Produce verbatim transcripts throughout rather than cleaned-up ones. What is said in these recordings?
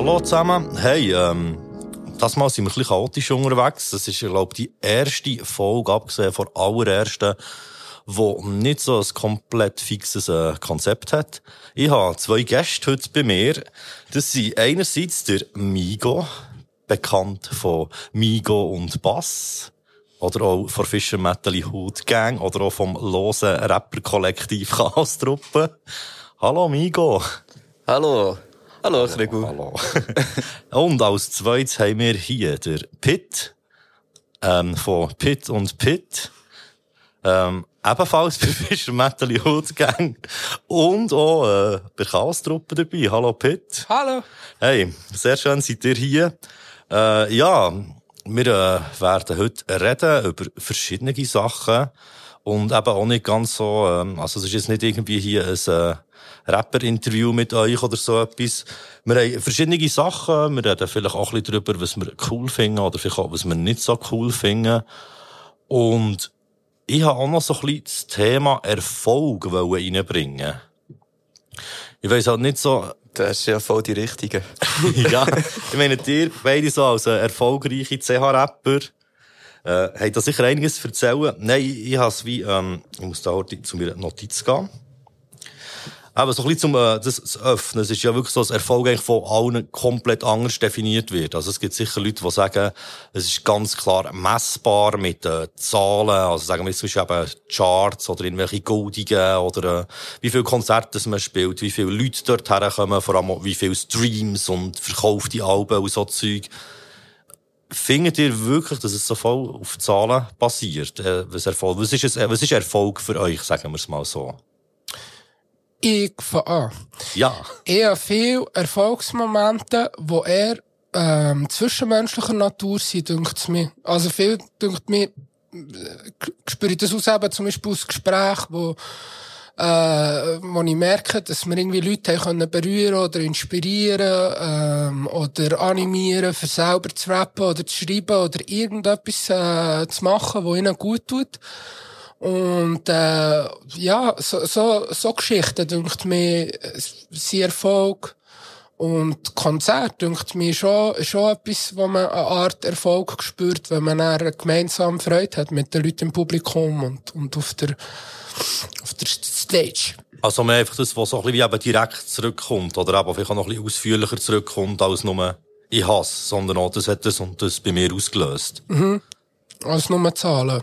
Hallo zusammen. Hey, ähm, das Mal sind wir ein bisschen chaotisch unterwegs. Das ist, glaube ich, die erste Folge, abgesehen von der allerersten, die nicht so ein komplett fixes äh, Konzept hat. Ich habe zwei Gäste heute bei mir. Das sind einerseits der Migo, bekannt von Migo und Bass. Oder auch von Fischer Metal Hood Gang. Oder auch vom losen Rapper-Kollektiv Chaos-Truppe. Hallo Migo. Hallo. Hallo, Gregor. Hallo. Und als zweites haben wir hier der Pitt, ähm, von Pitt und Pitt. Ähm, ebenfalls bei Fischer Metal Hood Gang. Und auch, äh, bei Chaos-Truppe dabei. Hallo Pitt. Hallo. Hey, sehr schön seid ihr hier. Äh, ja, wir äh, werden heute reden über verschiedene Sachen. Und eben auch nicht ganz so, ähm, also es ist jetzt nicht irgendwie hier ein äh, Rapper-Interview mit euch oder so etwas. Wir haben verschiedene Sachen. Wir reden vielleicht auch ein bisschen darüber, was wir cool finden oder vielleicht auch, was wir nicht so cool finden. Und ich habe auch noch so ein bisschen das Thema Erfolg reinbringen. Ich weiss halt nicht so... Das ist ja voll die Richtige. Ja, ich meine, ihr beide so als erfolgreiche C H-Rapper äh, habt da sicher einiges zu erzählen. Nein, ich, ich habe es wie... Ähm, ich muss da heute zu meiner Notiz gehen. Aber so ein bisschen zum äh, das, das Öffnen. Es ist ja wirklich so, dass Erfolg eigentlich von allen komplett anders definiert wird. Also es gibt sicher Leute, die sagen, es ist ganz klar messbar mit äh, Zahlen. Also sagen wir zum Beispiel eben Charts oder irgendwelche Goldigen oder äh, wie viele Konzerte man spielt, wie viele Leute dort herkommen, vor allem wie viele Streams und verkaufte Alben und so Zeug. Findet ihr wirklich, dass es so voll auf Zahlen basiert? Äh, was, Erfolg, was, ist es, äh, was ist Erfolg für euch, sagen wir es mal so? Ich fange an. Ja. Ich habe viele Erfolgsmomente, wo eher ähm, zwischenmenschlicher Natur sind, dünkt mir. Also viel dünkt mir, äh, spüre ich das aus, eben zum Beispiel aus Gesprächen, wo, äh, wo ich merke, dass wir irgendwie Leute haben können berühren oder inspirieren ähm, oder animieren, für selber zu rappen oder zu schreiben oder irgendetwas äh, zu machen, was ihnen gut tut. Und äh, ja, so, so, so Geschichten dünkt mir sehr Erfolg. Und Konzert dünkt mir schon, schon etwas, wo man eine Art Erfolg spürt, wenn man eine gemeinsame Freude hat mit den Leuten im Publikum und, und auf der, auf der Stage. Also mehr einfach das, was so ein bisschen wie eben direkt zurückkommt oder eben vielleicht auch noch ein bisschen ausführlicher zurückkommt als nur ich hasse, sondern auch das hat das und das bei mir ausgelöst. Mhm. Als nur Zahlen.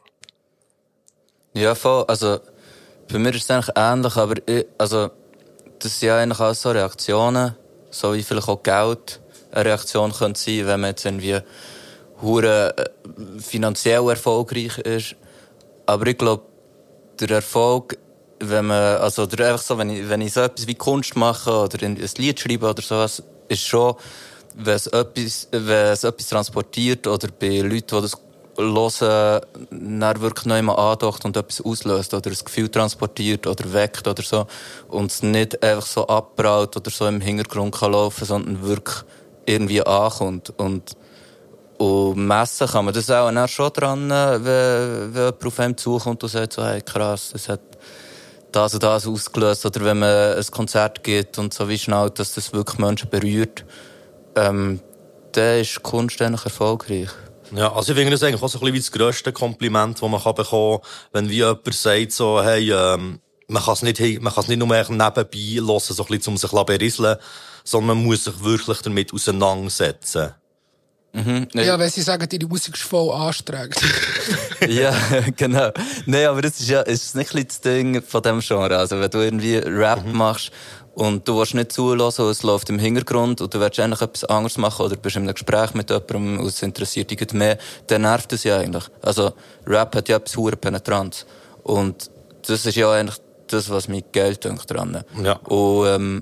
Ja, voll. Also, bei mir ist es eigentlich ähnlich, aber ich, also, das sind ja eigentlich auch so Reaktionen, so wie vielleicht auch Geld eine Reaktion könnte sein, wenn man jetzt irgendwie hure äh, finanziell erfolgreich ist. Aber ich glaube, der Erfolg, wenn man, also, der einfach so, wenn ich, wenn ich so etwas wie Kunst mache oder ein Lied schreibe oder sowas, ist schon, wenn es etwas, wenn es etwas transportiert oder bei Leuten, die das hören, dann wirklich noch einmal andockt und etwas auslöst oder ein Gefühl transportiert oder weckt oder so und es nicht einfach so abbraut oder so im Hintergrund kann laufen, sondern wirklich irgendwie ankommt. Und, und messen kann man das auch dann schon dran, wenn, wenn jemand auf einem zukommt und sagt so, hey, krass, das hat das und das ausgelöst. Oder wenn man ein Konzert gibt und so wie schnell, dass das wirklich Menschen berührt, ähm, dann ist Kunst eigentlich erfolgreich. Ja, also ich finde das eigentlich auch so ein bisschen wie das grösste Kompliment, das man bekommen kann, wenn wie jemand sagt so, hey, ähm, man kann es nicht, man kann es nicht nur nebenbei hören, so ein bisschen, um sich zu berieseln, sondern man muss sich wirklich damit auseinandersetzen. Mhm. Nee. Ja, wenn sie sagen, die Musik ist voll anstrengend. Ja, genau. Nein, aber das ist ja, ist nicht das Ding von diesem Genre. Also, wenn du irgendwie Rap mhm. machst, und du willst nicht zulassen, und es läuft im Hintergrund, und du willst eigentlich etwas anderes machen, oder bist in einem Gespräch mit jemandem, und es interessiert dich mehr, dann nervt es ja eigentlich. Also, Rap hat ja etwas hure Penetranz. Und das ist ja eigentlich das, was mich Geld dünkt dran. Ja. Und, ähm,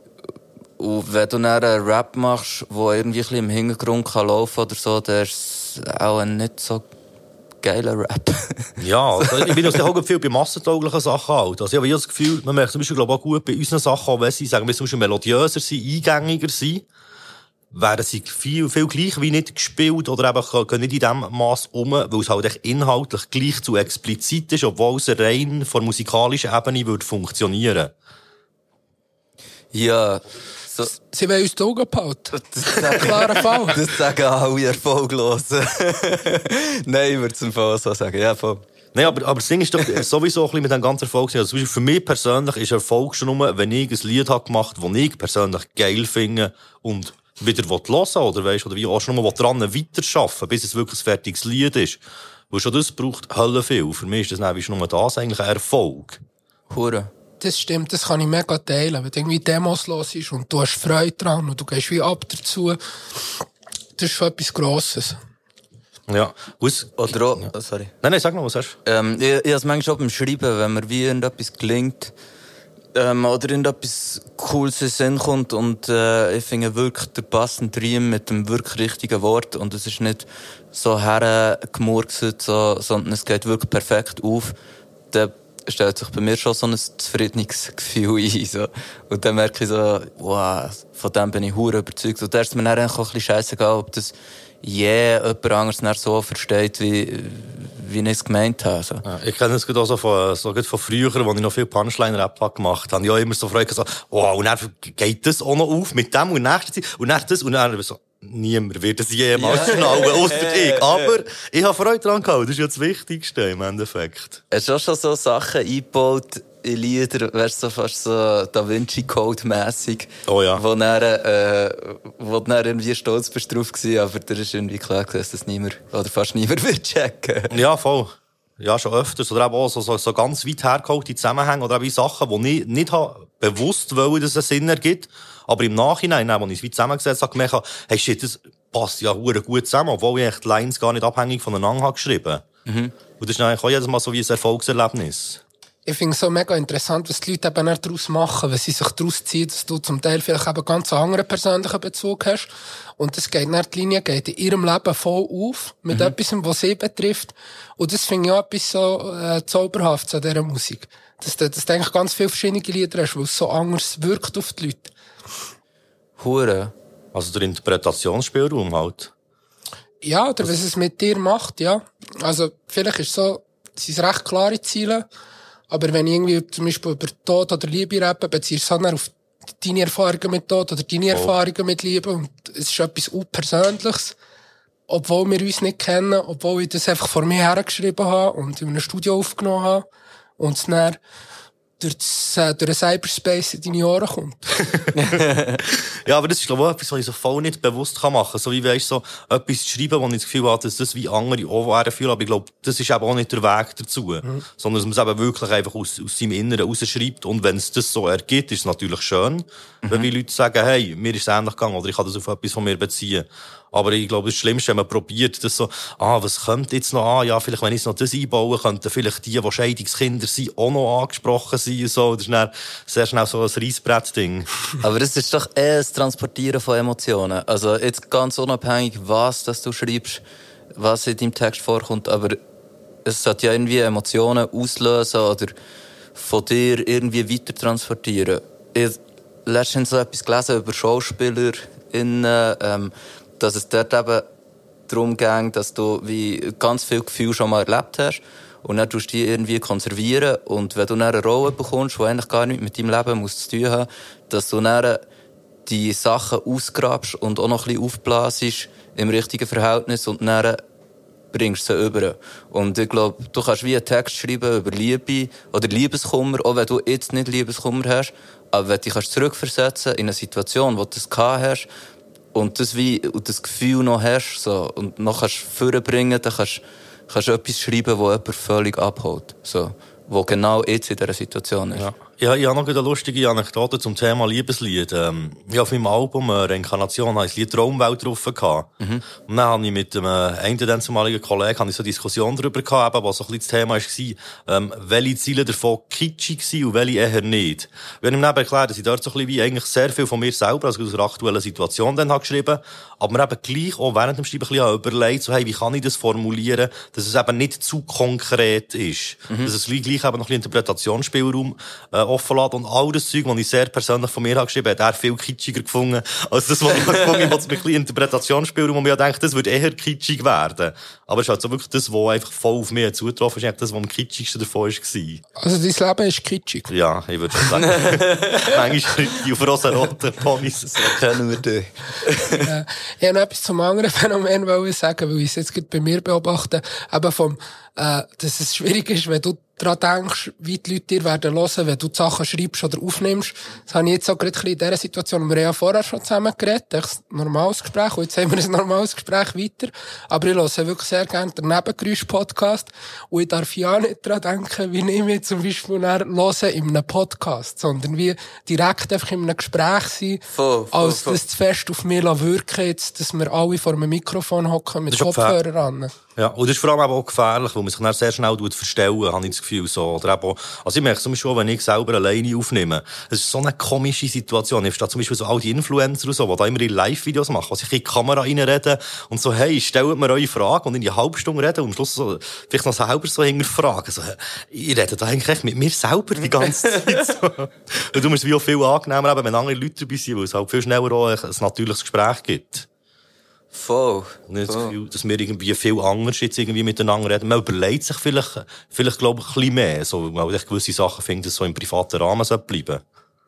und wenn du dann einen Rap machst, der irgendwie ein bisschen im Hintergrund kann laufen oder so, dann ist es auch nicht so geiler Rap. Ja, also ich bin uns auch viel bei massentauglichen Sachen halt. Also ich habe das Gefühl, man merkt zum Beispiel glaube ich, auch gut bei unseren Sachen, auch wenn sie, sagen wir zum Beispiel melodiöser sind, eingängiger sind, werden sie viel, viel gleich wie nicht gespielt oder eben gehen nicht in dem Mass um, weil es halt echt inhaltlich gleich zu explizit ist, obwohl es rein von musikalischen Ebene würde funktionieren. Ja, So. Sie wollen uns die Augen behalten. Das sagen, Klarer Fall. Das sagen alle Erfolglosen. Nein, ich würde es im Fall so sagen. Ja, voll. Nein, aber, aber das Ding ist doch sowieso ein bisschen mit dem ganzen Erfolg. Also zum Beispiel für mich persönlich ist Erfolg schon nur, wenn ich ein Lied habe gemacht habe, das ich persönlich geil finde und wieder hören will, oder weisst, oder wie auch schon mal dran weiterarbeiten, bis es wirklich ein fertiges Lied ist. Weil schon das braucht Hölle viel. Für mich ist das dann wie schon nur das eigentlich ein Erfolg. Hure. Das stimmt, das kann ich mega teilen. Wenn du irgendwie Demos los ist und du hast Freude dran und du gehst wie ab dazu, das ist schon etwas Grosses. Ja. Aus, Oder auch, oh, sorry. Nein, nein, sag noch, was hast du? Ähm, ich, ich habe es manchmal auch beim Schreiben, wenn mir wie irgendetwas gelingt, ähm, oder irgendetwas Cooles in den Sinn kommt und äh, ich finde wirklich der passende Reim mit dem wirklich richtigen Wort und es ist nicht so hergemurkset, so, sondern es geht wirklich perfekt auf, dann stellt sich bei mir schon so ein Zufriedenheitsgefühl ein. So. Und dann merke ich so, wow, von dem bin ich hure überzeugt. Und da ist mir dann auch ein bisschen scheissegal, ob das je yeah, jemand anderes so versteht, wie, wie ich es gemeint habe. So. Ja, ich kenne es auch so von, so von früher, als ich noch viel Punchline-Rap gemacht habe. Ich habe immer so Freude so, wow, und dann geht das auch noch auf mit dem und nächste Zeit, und dann das, und dann so, niemand wird es jemals ja. schnallen, ausser ich. Aber ich habe Freude daran gehabt, das ist ja das Wichtigste im Endeffekt. Hast du auch schon so Sachen eingebaut in Lieder, wärst so fast so Da Vinci Code-mässig, oh ja. wo du dann, äh, wo du dann irgendwie stolz bist drauf gewesen, aber da ist irgendwie klar, dass das niemand, oder fast niemand wird checken. Ja, voll. Ja, schon öfters. Oder eben auch so, so, so ganz weit hergeholte Zusammenhänge oder auch Sachen, die ich nicht habe bewusst wollen, dass es Sinn ergibt. Aber im Nachhinein, als ich es wie zusammengesetzt habe, gemerkt habe, hey shit, das passt ja verdammt gut zusammen, obwohl ich die Lines gar nicht abhängig voneinander habe geschrieben. Mhm. Und das ist eigentlich auch jedes Mal so wie ein Erfolgserlebnis. Ich finde es so mega interessant, was die Leute eben daraus machen, wenn sie sich daraus ziehen, dass du zum Teil vielleicht eben ganz anderen persönlichen Bezug hast. Und das geht dann, die Linie geht in ihrem Leben voll auf, mit mhm. etwas, was sie betrifft. Und das finde ich auch etwas so äh, Zauberhaftes an dieser Musik. Dass du, dass du eigentlich ganz viele verschiedene Lieder hast, weil es so anders wirkt auf die Leute. Hure. Also der Interpretationsspielraum halt. Ja, oder was es mit dir macht, ja. Also vielleicht ist es so, es sind recht klare Ziele, aber wenn ich irgendwie zum Beispiel über Tod oder Liebe rappe, beziehst du es dann auf deine Erfahrungen mit Tod oder deine oh. Erfahrungen mit Liebe und es ist etwas Unpersönliches, obwohl wir uns nicht kennen, obwohl ich das einfach vor mir hergeschrieben habe und in einem Studio aufgenommen habe und es dann durch, das, äh, durch den Cyberspace in deine Ohren kommt. Ja, aber das ist, glaube ich, etwas, was ich so voll nicht bewusst machen kann. So wie, weisst, so etwas zu schreiben, wo ich das Gefühl habe, dass das wie andere auch wären fühlen. Aber ich glaube, das ist eben auch nicht der Weg dazu. Mhm. Sondern, dass man es eben wirklich einfach aus, aus seinem Inneren rausschreibt. Und wenn es das so ergibt, ist es natürlich schön, mhm. wenn die Leute sagen, hey, mir ist es ähnlich gegangen, oder ich kann das auf etwas von mir beziehen. Aber ich glaube, das Schlimmste, wenn man probiert, das so, ah, was könnte jetzt noch an? Ja, vielleicht, wenn ich noch das einbauen könnte, vielleicht die, die Scheidungskinder sind, auch noch angesprochen sein, so. Das ist dann sehr schnell so ein Reissbrett-Ding. Aber das ist doch eher das Transportieren von Emotionen. Also, jetzt ganz unabhängig, was, das du schreibst, was in deinem Text vorkommt, aber es sollte ja irgendwie Emotionen auslösen oder von dir irgendwie weiter transportieren. Ich habe letztens so etwas gelesen über SchauspielerInnen, ähm, dass es dort eben darum geht, dass du wie ganz viel Gefühl schon mal erlebt hast und dann tust du die irgendwie konservieren und wenn du dann eine Rolle bekommst, die eigentlich gar nichts mit deinem Leben muss zu tun haben, dass du dann die Sachen ausgrabst und auch noch ein bisschen aufblasst im richtigen Verhältnis und dann bringst du sie über. Und ich glaube, du kannst wie einen Text schreiben über Liebe oder Liebeskummer, auch wenn du jetzt nicht Liebeskummer hast, aber wenn du dich zurückversetzen in eine Situation, wo du das gehabt hast, und das wie, und das Gefühl noch hast, so, und noch kannst du vorbringen, dann kannst, kannst du etwas schreiben, wo jemand völlig abholt, so, wo genau jetzt in dieser Situation ist. Ja. Ja, ich habe noch eine lustige Anekdote zum Thema Liebeslied. Ähm, ich habe auf meinem Album äh, Reinkarnation das Lied Traumwelt drauf gehabt. Mhm. Und dann habe ich mit einem äh, einen der zumaligen Kollegen habe ich so eine Diskussion darüber gehabt, eben, was so ein bisschen das Thema war, ähm, welche Ziele davon kitschig waren und welche eher nicht. Wir haben ihm dann erklärt, dass ich dort so ein bisschen wie eigentlich sehr viel von mir selber, also aus der aktuellen Situation dann habe geschrieben, aber mir eben gleich auch während dem Schreiben ein bisschen überlegt, so, hey, wie kann ich das formulieren, dass es eben nicht zu konkret ist. Mhm. Dass es gleich eben noch ein bisschen Interpretationsspielraum äh, offen lässt und all das Zeug, das ich sehr persönlich von mir habe geschrieben habe, hat er viel kitschiger gefunden, als das, was ich gefunden habe, was mit ein bisschen Interpretationsspielraum, wo man ja denkt, das würde eher kitschig werden. Aber es ist halt so wirklich das, was einfach voll auf mich zugetroffen ist, das, was am kitschigsten davon war. Also dein Leben ist kitschig? Ja, ich würde schon sagen. Manchmal die auf rosa-roten Ponys. So kennen wir dich. äh, ich wollte noch etwas zum anderen Phänomen sagen, weil ich es jetzt gerade bei mir beobachte, eben vom, äh, dass es schwierig ist, wenn du daran denkst, wie die Leute dir werden hören, wenn du die Sachen schreibst oder aufnimmst. Das habe ich jetzt auch gerade ein bisschen in dieser Situation. Wir haben ja vorher schon zusammen geredet, ein normales Gespräch, und jetzt haben wir ein normales Gespräch weiter. Aber ich höre wirklich sehr gerne den Nebengeräusch-Podcast, und ich darf ja nicht daran denken, wie ich mich zum Beispiel höre in einem Podcast, sondern wie direkt einfach in einem Gespräch sein, voll, voll, als voll. das zu fest auf mich wirken jetzt, dass wir alle vor einem Mikrofon hocken mit Kopfhörern an. Ja, und das ist vor allem auch gefährlich, weil man sich dann sehr schnell verstellen, habe ich das Gefühl. So. Oder eben auch, also ich merke zum Beispiel auch, wenn ich selber alleine aufnehme, es ist so eine komische Situation. Ich verstehe zum Beispiel so all die Influencer und so, die da immer ihre Live-Videos machen, wo sich in die Kamera reinreden und so, hey, stellt mir eure Frage und in die halbe Stunde reden und am Schluss so, vielleicht noch selber so hinterfragen. So, ich rede da eigentlich echt mit mir selber die ganze Zeit. So. Und darum ist es wie auch viel angenehmer, eben, wenn andere Leute dabei sind, weil es halt viel schneller auch ein, ein natürliches Gespräch gibt. Voll. Und ich habe das Gefühl, dass wir irgendwie viel anders jetzt irgendwie miteinander reden. Man überlegt sich vielleicht, vielleicht glaube ich, ein bisschen mehr. So, weil ich gewisse Sachen finde, dass so im privaten Rahmen bleiben sollte.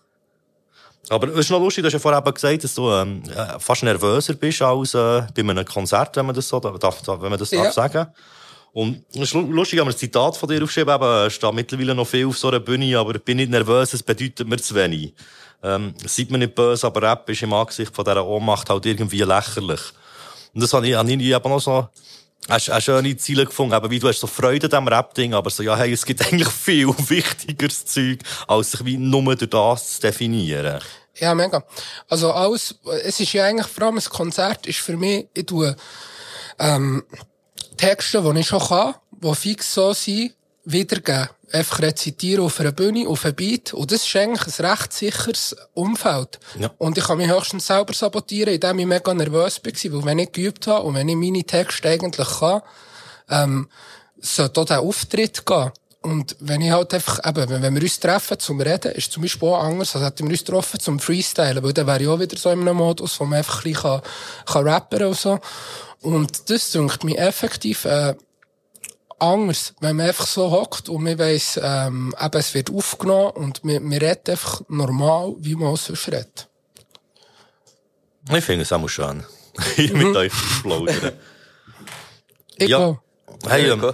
Aber es ist noch lustig, du hast ja vorher eben gesagt, dass du ähm, fast nervöser bist als äh, bei einem Konzert, wenn man das so darf, wenn man das ja. darf sagen. Und es ist lustig, haben wir ein Zitat von dir aufgeschrieben, eben, steht mittlerweile noch viel auf so einer Bühne, aber ich bin nicht nervös, es bedeutet mir zu wenig. Ähm, seid mir nicht böse, aber Rap ist im Angesicht von dieser Ohnmacht halt irgendwie lächerlich. Und das habe ich, habe ich eben noch so eine schöne Ziele gefunden. Eben, wie du hast so Freude an diesem Rap-Ding, aber so, ja, hey, es gibt eigentlich viel wichtigeres Zeug, als sich wie nur durch das zu definieren. Ja, mega. Also alles, es ist ja eigentlich, vor allem ein Konzert ist für mich, ich tue, ähm, Texte, die ich schon kann, die fix so sind, wiedergeben. Einfach rezitieren auf einer Bühne, auf einem Beat. Und das ist eigentlich ein recht sicheres Umfeld. Ja. Und ich kann mich höchstens selber sabotieren, indem ich mega nervös war. Weil wenn ich geübt habe und wenn ich meine Texte eigentlich kann, ähm, sollte auch der Auftritt gehen. Und wenn ich halt einfach, eben, wenn wir uns treffen zum Reden, ist zum Beispiel auch anders, als hätten wir uns getroffen zum Freestylen. Weil dann wäre ich auch wieder so in einem Modus, wo man einfach ein bisschen kann, kann rappen und so. Und das denkt mich effektiv, äh, anders, wenn man einfach so hockt und man weiss, ähm, eben, es wird aufgenommen und wir, wir reden einfach normal, wie man auch sonst redet. Ich finde es auch schön, mit mhm. euch zu plaudern. Ich ja. auch. Hey, ähm,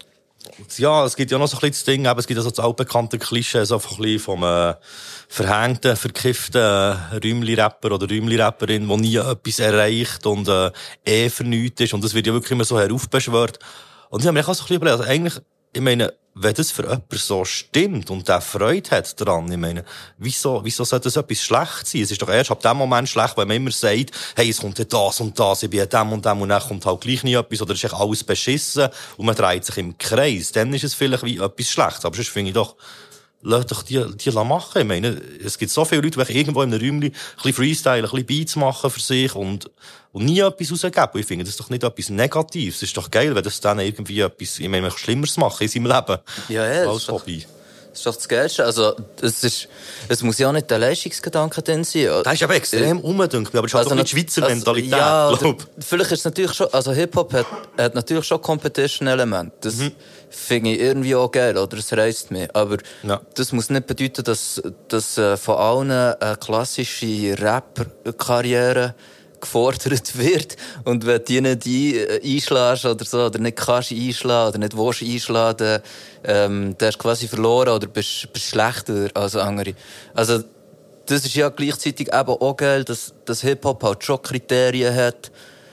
ja, es gibt ja noch so ein bisschen das Ding, eben, es gibt ja so das altbekannte Klischee, so ein bisschen vom äh, verhängten, verkifften äh, Räumli-Rapper oder Räumli-Rapperin, der nie etwas erreicht und äh, eh vernünftig ist. Und das wird ja wirklich immer so heraufbeschwört. Und ich habe mir auch so ein bisschen überlegt, also eigentlich, ich meine, wenn das für jemanden so stimmt und der Freude hat daran, ich meine, wieso, wieso sollte das etwas schlecht sein? Es ist doch erst ab dem Moment schlecht, wenn man immer sagt, hey, es kommt ja das und das, ich bin ja dem und dem und dann kommt halt gleich nie etwas oder es ist echt alles beschissen und man dreht sich im Kreis. Dann ist es vielleicht wie etwas Schlechtes. Aber sonst finde ich doch, lass doch die, die machen. Ich meine, es gibt so viele Leute, die irgendwo in einem Räumchen ein bisschen Freestyle, ein bisschen Beats machen für sich und, und nie etwas rausgeben. Und ich finde, das ist doch nicht etwas Negatives. Es ist doch geil, wenn das dann irgendwie etwas, ich meine, Schlimmeres machen in seinem Leben. Ja, ja. Als Hobby. Das ist doch das Geilste. Also, es ist, es muss ja auch nicht der Leistungsgedanke drin sein. Das ist aber extrem umgedenkt, aber es ist halt also, doch nicht Schweizer also, Mentalität, ja, glaub. Vielleicht ist es natürlich schon, also Hip-Hop hat, hat natürlich schon Competition-Element. Das mhm. finde ich irgendwie auch geil, oder? Es reisst mich. Aber ja. das muss nicht bedeuten, dass, dass äh, von allen eine klassische Rap-Karriere gefordert wird. Und wenn du nicht einschlägst oder so, oder nicht kannst einschlagen, oder nicht willst einschlagen, dann, ähm, dann hast du quasi verloren oder bist, bist schlechter als andere. Also, das ist ja gleichzeitig eben auch geil, dass, dass Hip-Hop halt schon Kriterien hat.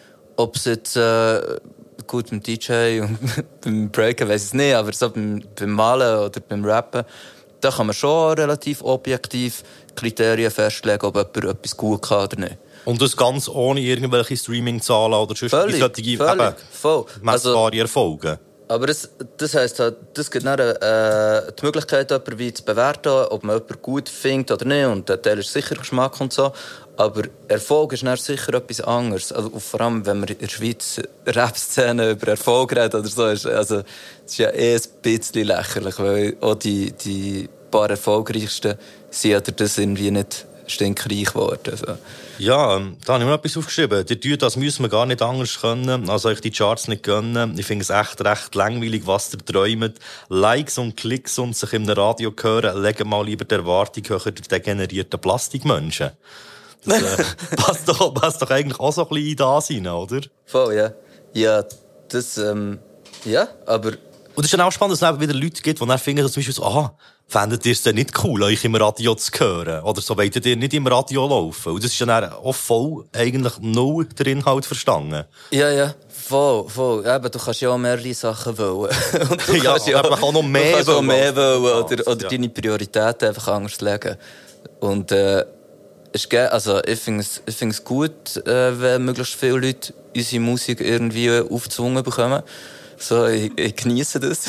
Ob es jetzt, äh, gut, beim D J und beim Breaken weiss ich es nicht, aber so beim, beim Malen oder beim Rappen, da kann man schon relativ objektiv Kriterien festlegen, ob jemand etwas gut kann oder nicht. Und das ganz ohne irgendwelche Streaming-Zahlen oder sonst völlig, solche völlig, voll. messbare also, Erfolge. Aber das, das heisst halt, das gibt dann äh, die Möglichkeit, jemanden wie zu bewerten, ob man jemanden gut findet oder nicht. Und der Teil ist sicher Geschmack und so. Aber Erfolg ist dann sicher etwas anderes. Also, vor allem, wenn wir in der Schweiz Rap-Szene über Erfolg reden oder so, ist, also, das ist ja eh ein bisschen lächerlich, weil auch die, die paar erfolgreichsten sind oder das irgendwie nicht stinkreich geworden. So. Ja, ähm, da habe ich mir noch etwas aufgeschrieben. Die tun, das müssen wir gar nicht anders können, als euch die Charts nicht gönnen. Ich finde es echt recht langweilig, was ihr träumt. Likes und Klicks und sich im Radio hören, legen mal lieber die Erwartung höher der degenerierten Plastikmenschen. Das äh, passt, doch, passt doch eigentlich auch so ein bisschen in das hinein, oder? Voll, ja. Ja, das, ähm, ja, aber... Und es ist dann auch spannend, dass es dann wieder Leute gibt, die dann finden, zum Beispiel so, aha, fändet ihr es denn nicht cool, euch im Radio zu hören? Oder so wollt ihr nicht im Radio laufen? Und das ist dann auch voll eigentlich null der Inhalt verstanden. Ja, ja, voll, voll. Eben, du kannst ja auch mehrere Sachen wollen. Und du ja, kannst ja man kann noch mehr du kannst auch wollen. mehr wollen oder, oder ja. deine Prioritäten einfach anders legen. Und, äh, ist ge- also, ich finde es, ich finde es gut, äh, wenn möglichst viele Leute unsere Musik irgendwie aufgezwungen bekommen. So, ich, ich genieße das.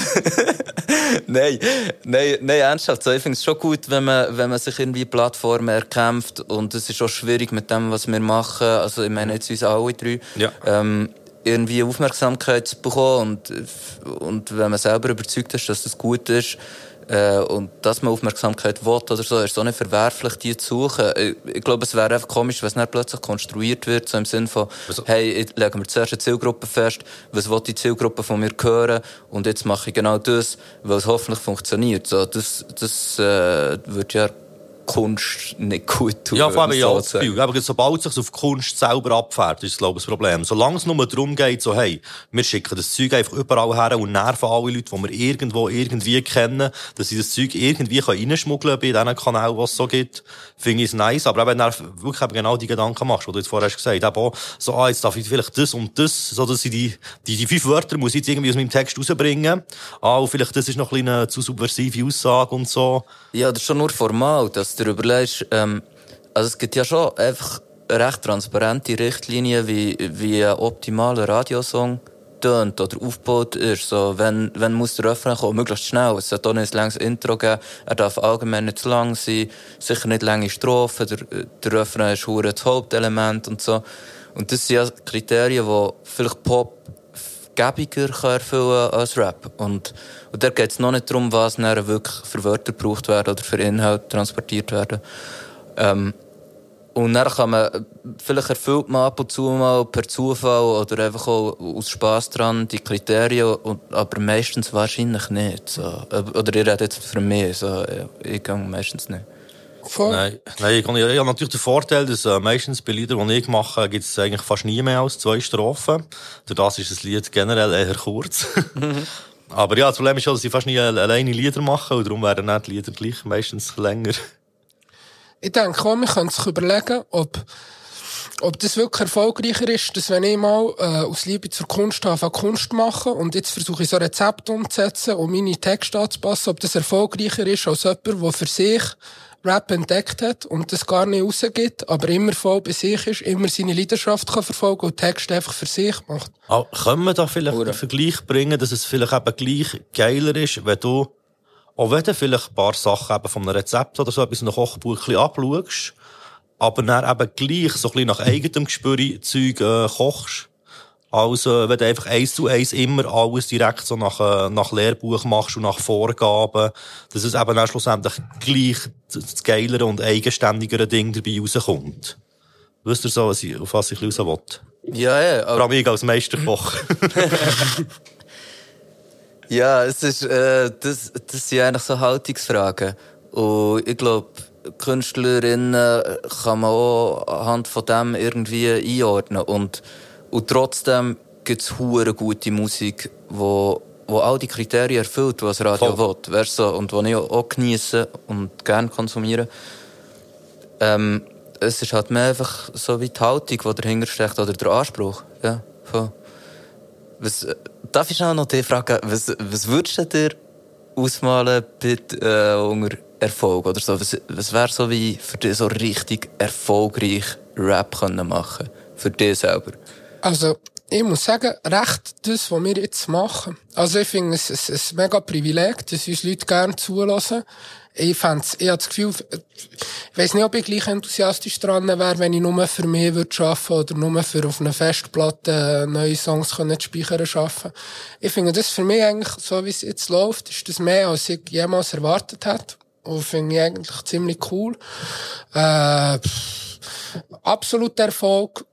nein, nein, nein, ernsthaft. So, ich finde es schon gut, wenn man, wenn man sich irgendwie Plattformen erkämpft. Und es ist auch schwierig mit dem, was wir machen. Also, ich meine jetzt uns alle drei. Ja. Ähm, irgendwie Aufmerksamkeit zu bekommen. Und, und wenn man selber überzeugt ist, dass das gut ist, äh, und dass man Aufmerksamkeit will oder so, ist es auch nicht verwerflich, die zu suchen. Ich, ich glaube, es wäre einfach komisch, wenn es nicht plötzlich konstruiert wird, so im Sinne von, also, hey, jetzt legen wir zuerst eine Zielgruppe fest, was will die Zielgruppe von mir hören, und jetzt mache ich genau das, weil es hoffentlich funktioniert. So, das, das, äh, wird ja Kunst nicht gut tun. Ja, vor allem so ja das Gefühl. Aber sobald es sich auf Kunst selber abfährt, ist es, glaube ich, das Problem. Solange es nur darum geht, so, hey, wir schicken das Zeug einfach überall her und nerven alle Leute, die wir irgendwo irgendwie kennen, dass sie das Zeug irgendwie reinschmuggeln können bei diesen Kanälen, die es so gibt, finde ich es nice. Aber wenn du wirklich eben genau die Gedanken machst, die du jetzt vorher hast gesagt, eben auch so, ah, jetzt darf ich vielleicht das und das, so dass ich die, die, die fünf Wörter muss ich jetzt irgendwie aus meinem Text rausbringen. Ah, und vielleicht das ist noch ein eine zu subversive Aussage und so. Ja, das ist schon nur formal, dass du dir überlegst, ähm, also es gibt ja schon einfach recht transparente Richtlinien, wie, wie ein optimaler Radiosong tönt oder aufgebaut ist. So, wenn, wenn muss der Refrain kommen, möglichst schnell. Es sollte auch nicht ein langes Intro geben. Er darf allgemein nicht zu lang sein. Sicher nicht lange Strophen. Der, der Refrain ist hure das Hauptelement und so. Und das sind ja Kriterien, die vielleicht Pop gäbiger erfüllen als Rap. Und, und da geht es noch nicht darum, was nachher wirklich für Wörter gebraucht werden oder für Inhalte transportiert werden. Ähm, und dann kann man, vielleicht erfüllt man ab und zu mal per Zufall oder einfach auch aus Spass dran die Kriterien, und, aber meistens wahrscheinlich nicht. So. Oder ihr redet jetzt für mich, so, ich gehe meistens nicht. Voll. Nein, nein, ich, ich habe natürlich den Vorteil, dass äh, meistens bei Liedern, die ich mache, gibt es eigentlich fast nie mehr als zwei Strophen. Durch das ist das Lied generell eher kurz. Mhm. Aber ja, das Problem ist schon, dass ich fast nie alleine Lieder mache, und darum werden nicht die Lieder gleich meistens länger. Ich denke auch, wir können sich überlegen, ob, ob das wirklich erfolgreicher ist, dass wenn ich mal äh, aus Liebe zur Kunst anfange, Kunst machen und jetzt versuche ich so ein Rezept umzusetzen und meine Texte anzupassen, ob das erfolgreicher ist als jemand, der für sich Rap entdeckt hat und das gar nicht rausgibt, aber immer voll bei sich ist, immer seine Leidenschaft kann verfolgen und Texte einfach für sich macht. Aber können wir da vielleicht Oder? einen Vergleich bringen, dass es vielleicht eben gleich geiler ist, wenn du, auch wenn du vielleicht ein paar Sachen eben von einem Rezept oder so etwas in einem Kochbuch abschaust, aber dann eben gleich so ein bisschen nach eigenem Gespür Zeug äh, kochst, also wenn du einfach eins zu eins immer alles direkt so nach, äh, nach Lehrbuch machst und nach Vorgaben, dass es eben dann schlussendlich gleich das geilere und eigenständigere Ding dabei rauskommt. Wisst ihr so, was ich, auf was ich raus will? Ja, ja. Vor allem ich als Meisterkoch. Ja, es ist, äh, das, das sind eigentlich so Haltungsfragen. Und ich glaube, Künstlerinnen kann man auch anhand von dem irgendwie einordnen. Und, und trotzdem gibt es hure gute Musik, wo, wo all die Kriterien erfüllt, was Radio will. Weißt du, und die ich auch genieße und gerne konsumiere. Ähm, es ist halt mehr einfach so wie die Haltung, die dahinter steckt, oder der Anspruch. Ja, voll. Was, darf ich auch noch die Frage, was, was würdest du dir ausmalen bitte, äh, unter Erfolg oder so? Was, was wäre so wie für dich so richtig erfolgreich Rap können machen? Für dich selber? Also, ich muss sagen, recht das, was wir jetzt machen. Also, ich finde es ein, ein mega Privileg, dass uns Leute gerne zulassen. Ich fänd's, ich hab das Gefühl, ich weiss nicht, ob ich gleich enthusiastisch dran wäre, wenn ich nur für mich würde arbeiten oder nur für auf einer Festplatte neue Songs können zu speichern arbeiten. Ich finde das für mich eigentlich, so wie es jetzt läuft, ist das mehr, als ich jemals erwartet hätte. Und finde ich eigentlich ziemlich cool. Äh, absoluter Erfolg.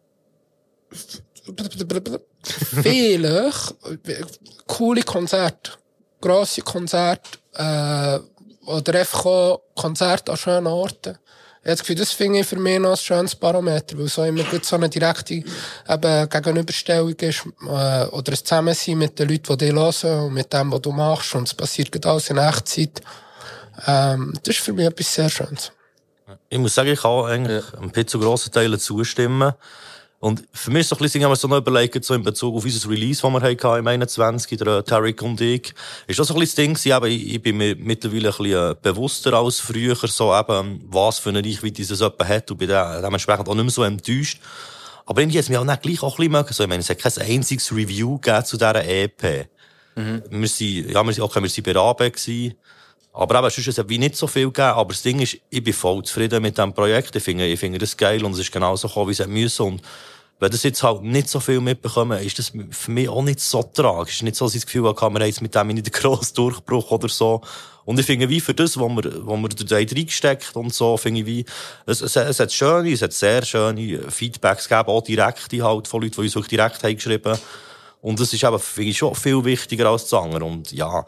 Vielleicht coole Konzerte. Grosse Konzerte. Äh, oder einfach auch Konzerte an schönen Orten. Ich habe das Gefühl, das finde ich für mich noch ein schönes Barometer, weil so immer gut so eine direkte eben, Gegenüberstellung ist, äh, oder ein Zusammensein mit den Leuten, die dich hören und mit dem, was du machst, und es passiert gerade alles in Echtzeit. Ähm, das ist für mich etwas sehr Schönes. Ich muss sagen, ich kann eigentlich ja. ein bisschen zu grossen Teilen zustimmen. Und für mich ist so ein bisschen, haben wir so noch überlegt, so in Bezug auf unser Release, das wir hatten im einundzwanzig, der Tarek und ich, ist das so ein bisschen das Ding gewesen, eben, ich, ich bin mir mittlerweile ein bisschen bewusster als früher, so eben, was für eine Reichweite dieses jemand hat, und bin dementsprechend auch nicht mehr so enttäuscht. Aber irgendwie hat es mich auch nicht gleich auch ein bisschen mögen. So, ich meine, es hat kein einziges Review gegeben zu dieser E P. Mhm. Wir sind, ja, wir sind, okay, wir sind bei Rabe gewesen. Aber eben, sonst, es hat wie nicht so viel gegeben. Aber das Ding ist, ich bin voll zufrieden mit diesem Projekt. Ich finde, ich finde das geil, und es ist genauso gekommen, wie es hätte müssen. Und wenn das jetzt halt nicht so viel mitbekommen, ist das für mich auch nicht so tragisch. Es ist nicht so, dass ich das Gefühl habe, wir haben jetzt mit dem nicht den grossen Durchbruch oder so. Und ich finde, wie für das, was wir, was wir da reingesteckt und so, finde ich, wie, es, es, es hat schöne, es hat sehr schöne Feedbacks gegeben, auch direkte halt, von Leuten, die uns wirklich direkt haben geschrieben. Und das ist eben, finde ich, schon viel wichtiger als das andere. Und ja,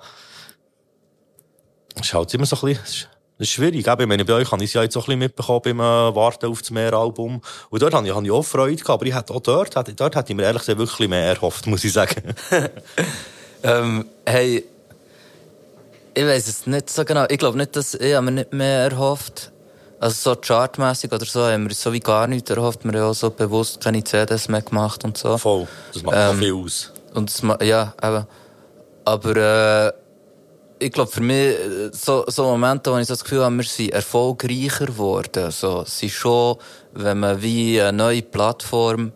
es ist halt immer so ein bisschen, das ist schwierig. Ich meine, bei euch habe ich es ja jetzt auch ein bisschen mitbekommen beim äh, Warten auf das Meer-Album. Und dort habe ich, habe ich auch Freude gehabt. Aber ich hätte auch dort, dort, dort hätte ich mir ehrlich gesagt wirklich mehr erhofft, muss ich sagen. ähm, hey, ich weiss es nicht so genau. Ich glaube nicht, dass ich mir nicht mehr erhofft. Also so chartmässig oder so haben wir so wie gar nichts erhofft. Wir haben auch so bewusst keine C Ds mehr gemacht und so. Voll. Das macht ähm, auch viel aus. Und das, ja, eben. Aber, äh, ich glaube, für mich, so, so Momente, wo ich so das Gefühl habe, wir sind erfolgreicher geworden. So, es ist schon, wenn man wie eine neue Plattform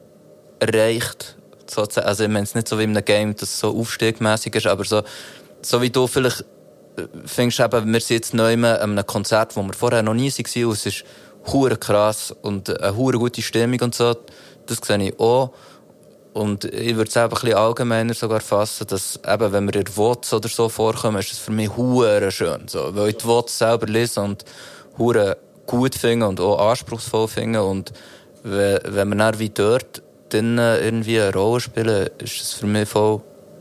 erreicht, sozusagen. Also, ich meine es nicht so wie in einem Game, dass es so aufstiegmässig ist, aber so, so wie du vielleicht findest, eben, wir sind jetzt neu an einem Konzert, wo wir vorher noch nie waren, und es ist hure krass und eine hure gute Stimmung und so. Das sehe ich auch. Und ich würde es eben ein bisschen allgemeiner sogar fassen, dass eben, wenn wir in der W O T S oder so vorkommen, ist es für mich hure schön. So, weil ich die W O T S selber lese und hure gut finde und auch anspruchsvoll finde. Und wenn wir dann wie dort dann irgendwie eine Rolle spielen, ist es für mich voll,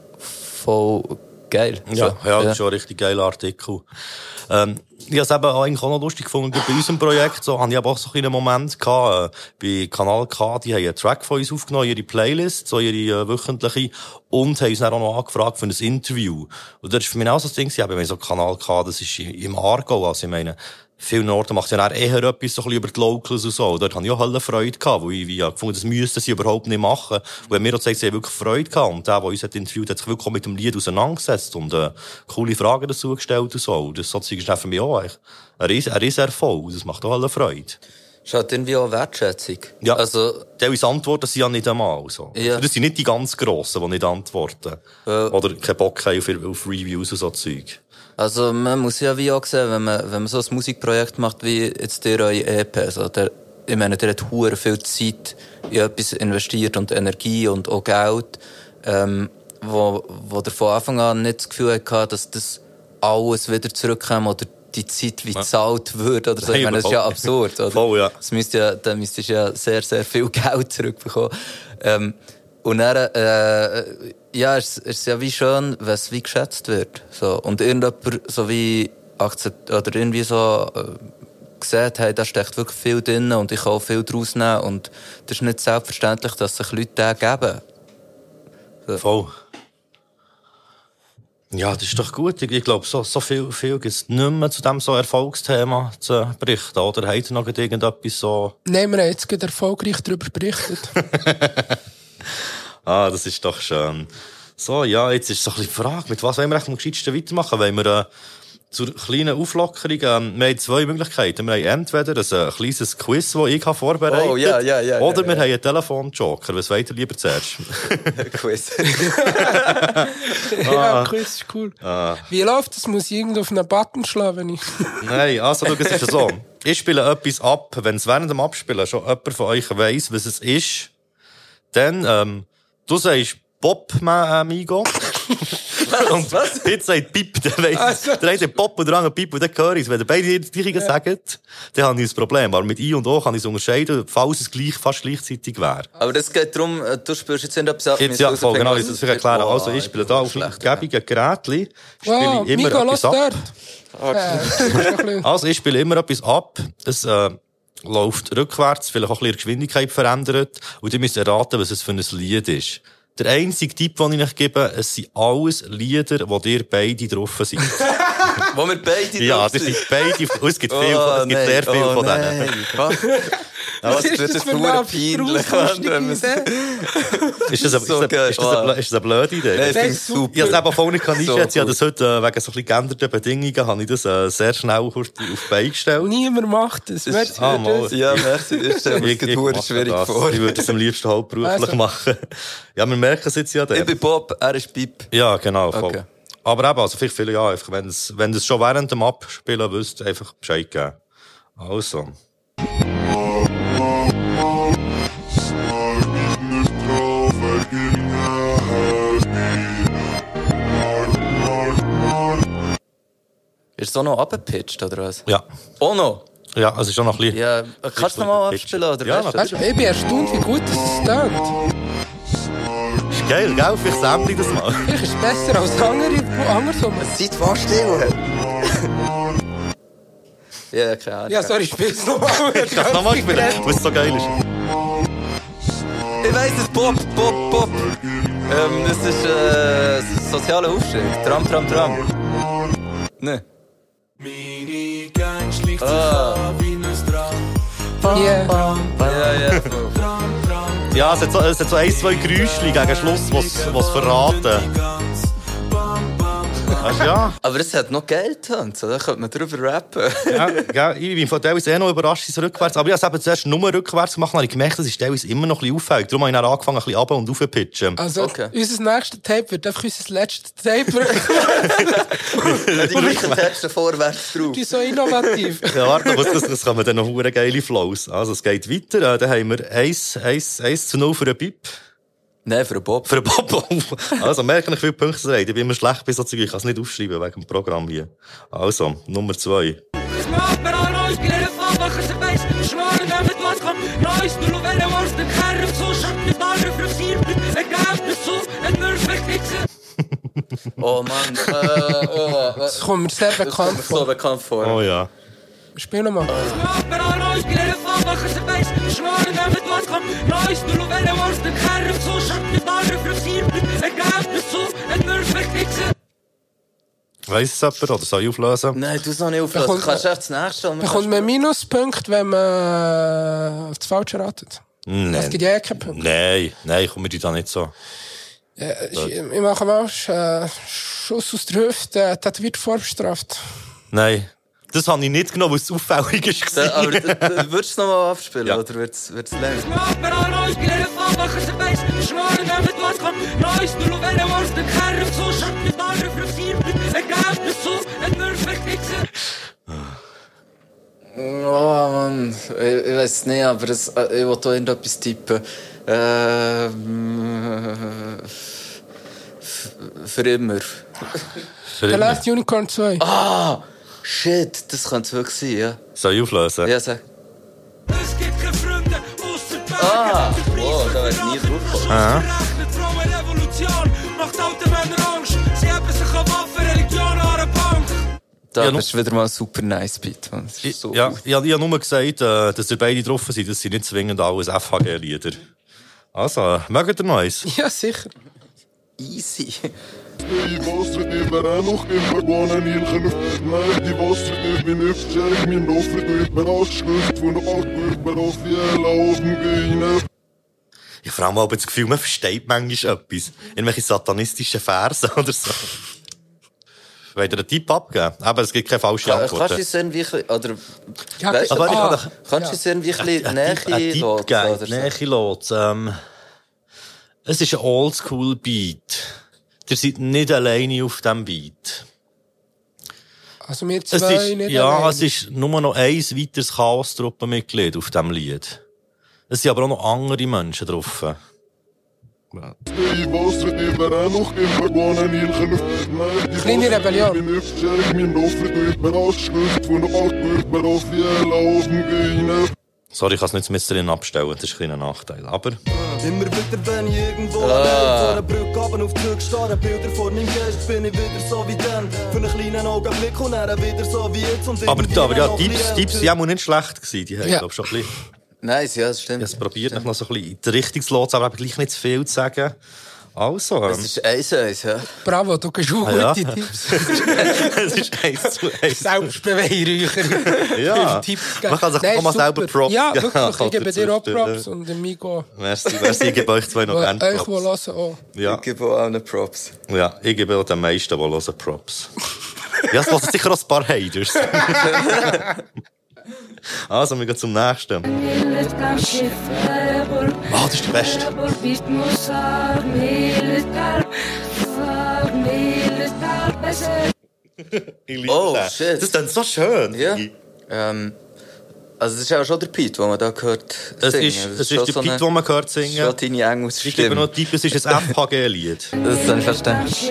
voll geil. Ja, so, ja, das ja. ist schon ein richtig geiler Artikel. Ähm, ich habe es eben eigentlich auch noch lustig gefunden, bei unserem Projekt, so, habe ich aber auch so einen Moment gehabt, äh, bei Kanal K, die haben einen Track von uns aufgenommen, ihre Playlist, so ihre äh, wöchentliche, und haben uns dann auch noch angefragt für ein Interview. Und das ist für mich auch so das Ding, ich meine, so Kanal K, das ist im Aargau, also ich meine, vielen Orten macht ja dann eher etwas so ein bisschen über die Locals und so. Dort hatte ich auch Hölle Freude gehabt, weil ich wie, ja, gefunden, das müssten sie überhaupt nicht machen. Und mir auch gesagt, sie haben wirklich Freude gehabt. Und der, der uns hat interviewt, hat sich wirklich mit dem Lied auseinandergesetzt und äh, coole Fragen dazu gestellt und so. Und das sozusagen ist für mich auch ein riesen, ein riesen Erfolg. Das macht auch Hölle Freude. Schaut irgendwie auch Wertschätzung. Ja, also, teilweise antworten sie ja nicht einmal. So. Ja. Das sind nicht die ganz Grossen, die nicht antworten. Well, Oder keinen Bock haben auf, auf Reviews und so Zeug. Also, man muss ja wie auch sehen, wenn man, wenn man so ein Musikprojekt macht, wie jetzt der eure E P, so, der, ich meine, der hat hure viel Zeit in etwas investiert und Energie und auch Geld, ähm, wo, wo der von Anfang an nicht das Gefühl hatte, dass das alles wieder zurückkommt oder die Zeit wie gezahlt wird oder so. Ich meine, das ist ja absurd, oder? Voll, ja. Das müsste ja, dann müsstest du ja sehr, sehr viel Geld zurückbekommen. Ähm, und dann, äh, ja, es ist ja wie schön, wenn es wie geschätzt wird. So. Und irgendjemand so wie akzept, oder irgendwie so, äh, gesagt, hey, da steckt wirklich viel drin und ich kann auch viel daraus nehmen. Und das ist nicht selbstverständlich, dass sich Leute das geben. So. Voll. Ja, das ist doch gut. Ich, ich glaube, so, so viel, viel gibt es nicht mehr zu diesem so Erfolgsthema zu berichten, oder? Habt ihr noch irgendetwas so? Nein, wir haben jetzt gerade erfolgreich darüber berichtet. Ah, das ist doch schön. So, ja, jetzt ist so ein bisschen die Frage, mit was wollen wir eigentlich am gescheitsten weitermachen? Wollen wir äh, zur kleinen Auflockerung, ähm, wir haben zwei Möglichkeiten. Wir haben entweder ein äh, kleines Quiz, das ich habe vorbereitet oh, ja, ja, ja, oder ja, wir ja. haben einen Telefonjoker. Was wollt ihr lieber zuerst? Quiz. Ja, Quiz ist cool. Ah. Wie läuft das? Muss ich irgendwo auf einen Button schlagen, wenn ich... Nein, also schau, es ist so. Ich spiele etwas ab. Wenn es während dem Abspielen schon jemand von euch weiss, was es ist, dann, ähm, du sagst Bob, mein Amigo. Und was? Jetzt sagt Pip, der weiss, also. Der eine sagt Pop und der andere Pip, und dann höre ich es. Wenn ihr beide die gleiche ja. sagen, dann habe ich ein Problem. Aber mit I und O kann ich es unterscheiden, falls es gleich, fast gleichzeitig wäre. Aber das geht darum, du spürst jetzt etwas ab. Jetzt, ja, voll, genau, ich muss das erklären. Oh, also, ich spiele da auf umgebigen Gerätchen, spiele wow, immer Mika, etwas ab. Äh, also, ich spiele immer etwas ab. Es, äh, läuft rückwärts, vielleicht auch ein bisschen die Geschwindigkeit verändert. Und ihr müsst erraten, was es für ein Lied ist. Der einzige Tipp, den ich euch gebe, es sind alles Lieder, die ihr beide drauf sind. Wo wir beide ja, drauf sind? Ja, ihr seid beide, und es gibt, oh, viel, es gibt nein, sehr viel oh, von denen. Was ist das, das für eine peinlich, Mann? Ist das eine, ist das eine, ist das eine, ist das eine blöde Idee? Nein, ich finde es super. Ich habe es eben vorhin nicht einschätzen. Ich habe das heute, äh, wegen so ein bisschen geänderten Bedingungen, habe ich das äh, sehr schnell auf die Beine gestellt. Niemand macht das. das ah, mal. Ja, merci. Das stelle mir das schwierig das. vor. Ich würde es am liebsten hauptberuflich also. machen. Ja, wir merken es jetzt ja. Ich bin Bob, er ist Pip. Ja, genau. Voll. Okay. Aber eben, also vielleicht viele, ja, einfach, wenn es, wenn es schon während dem Abspielen wüsst, einfach Bescheid geben. Also. Ist es auch noch abgepitcht, oder was? Ja. Auch noch? Ja, also ist schon noch ein bisschen... Ja, kannst du noch mal abspielen, oder? Ja, weißt du? Ich bin erstaunt, wie gut es tönt. Ist geil, gell? Vielleicht sammle das mal. Vielleicht ist es besser als andere, andersrum. Seid fast still. Ja, keine Ahnung. Ja, sorry, ich spiel's nochmal. Ich kann es nochmal spielen, weil es so geil ist. Ich weiss es, Bob, Bob, Bob. Ähm, das ist, äh, sozialer Aufstieg. Tram, Tram, Tram. Ne. Ah. Yeah. Ja, ja. Ja, es hat so, es hat so ein, zwei Geräuschchen gegen Schluss, was, was verraten. Weißt du, ja. Aber es hat noch Geld, so, da könnte man drüber rappen. Ja, ja, ich bin von teilweise eh noch überrascht, dass es rückwärts. Aber ich habe es eben zuerst nur rückwärts gemacht und habe gemerkt, das ist teilweise immer noch ein bisschen auffällig. Darum habe ich dann angefangen, ein bisschen runter und raufzupitchen. Also, okay. Unser nächstes Tape wird einfach unser letztes Tape. Die gleichen Texte vorwärts drauf. Die sind so innovativ. Ja, warte, das, das kann man dann noch hure geile Flows. Also, es geht weiter. Dann haben wir eins zu null für den Pip. Nein, für den Bob. Für den Bob. Also, merke ich, wie viele Punkte es reicht. Ich bin immer schlecht bei so Zeug. Ich kann es nicht aufschreiben wegen dem Programm hier. Also, Nummer zwei. Oh Mann, äh, oh, das kommt mir sehr bekannt vor. So bekannt vor. Oh ja. Spiel nochmal. Weiss es jemand oder soll ich auflösen? Nein, du es noch nicht auflösen. Du kannst echt das nächste Mal. Bekommt man Minuspunkt, wenn man das Falsche ratet? Nein. Es gibt ja keinen Punkt. Nein, nein, ich komme dir da nicht so. Ja, ich, ich mache mal äh, Schuss aus der Hüfte, tätowiert vorbestraft. Nein. Das habe ich nicht genommen, weil es auffällig ist. Da, aber da, da, würdest du es noch mal abspielen, ja. Oder wird es länger? Oh Mann, ich, ich weiß nicht, aber es, ich will da irgendetwas tippen. Äh, für immer. The Last Unicorn zwei. Ah! Shit, das könnte es wirklich sein, ja. Soll ich auflösen? Ja, sag. Es gibt keine Freunde, ah! Wow, da wäre ich nie drauf gekommen. Aha. Macht alte Männer Angst. Sie haben sich an Waffen, Religion, an einer Bank. Da, ja, das ist wieder mal ein super nice Beat. Ich, so ja, ich, ich habe nur gesagt, dass ihr beide drauf sind. Das sind nicht zwingend alles F H G-Lieder. Also, mögt ihr noch eins? Ja, sicher. Easy. Die Wasser nog in begonnen in gelucht. Maar die Wasser die bin ik check min offer ik ben afgeschlossen von der Art ben auf die laufen gehen. Ja, vor allem habe ich das Gefühl, man versteht manchmal etwas. Irgendwelche satanistischen Verse oder so. Wollt ihr einen Tipp abgeben? Aber es gibt keine falsche Kann, Antwort. Kannst du es irgendwie, oder, ja, weißt, aber ah, ich, kannst du es irgendwie ein bisschen näher lotsen? Näher lotsen. Ähm, es ist ein Oldschool-Beat. Ihr seid nicht alleine auf diesem Beat. Also wir zwei es ist, nicht Ja, alleine. Es ist nur noch ein weiteres Chaos-Truppenmitglied auf diesem Lied. Es sind aber auch noch andere Menschen drauf. Ich weiß nicht, ich wäre auch noch im Wagon in Kleine Rebellion. Ich bin öfter mein Offer, du ich bin ausgelöst von der Altbürger auf die Laufen gehen. Sorry, ich kann es nicht mit drin abstellen, das ist ein kleiner Nachteil. Aber... Immer wieder, wenn ich irgendwo Ah. vor einer Brücke oben auf die Tür starre, Bilder vor meinem Geist, bin ich wieder so wie dann. Für einen kleinen Augenblick und dann wieder so wie jetzt. Und Aber, irgendwie aber ja, noch Tipps, ein Tipps bisschen sind auch nicht schlecht gewesen. Die haben, Ja. glaub ich, schon ein bisschen... Nice, ja, das Ich stimmt. habe es probiert, noch so ein bisschen in die Richtung zu lotsen, aber gleich nicht zu viel zu sagen. Also, Das ähm, ist eins eins, ja. Bravo, du gibst auch Ah, ja. gute Tipps. es ist eins zu eins. Selbstbeweihräucher. Ja, Tipps geben. man kann sich Nein, auch mal super. selber Props Ja, geben. wirklich. Ich gebe dir auch Dazu, Props äh, und dem Migo. Merci, merci, ich gebe euch zwei noch gerne Euch, die Props. hören, auch. Ja, Ich gebe auch allen Props. ja, ich gebe auch den meisten, die hören, Props. Ja, es hören sicher auch ein paar Haters. Also, wir gehen zum nächsten. Ah, das ist der Beste. Ich liebe Oh, den. shit. Das ist dann so schön. Ja. Ähm, also, das ist auch schon der Pete, den man da gehört Es singen. ist, Das es ist schon der so Pete, eine- den man hört singen. Schon deine englische Ich gebe noch Stimme. einen Tipp, es ist ein F H G-Lied. Das ist dann verständlich.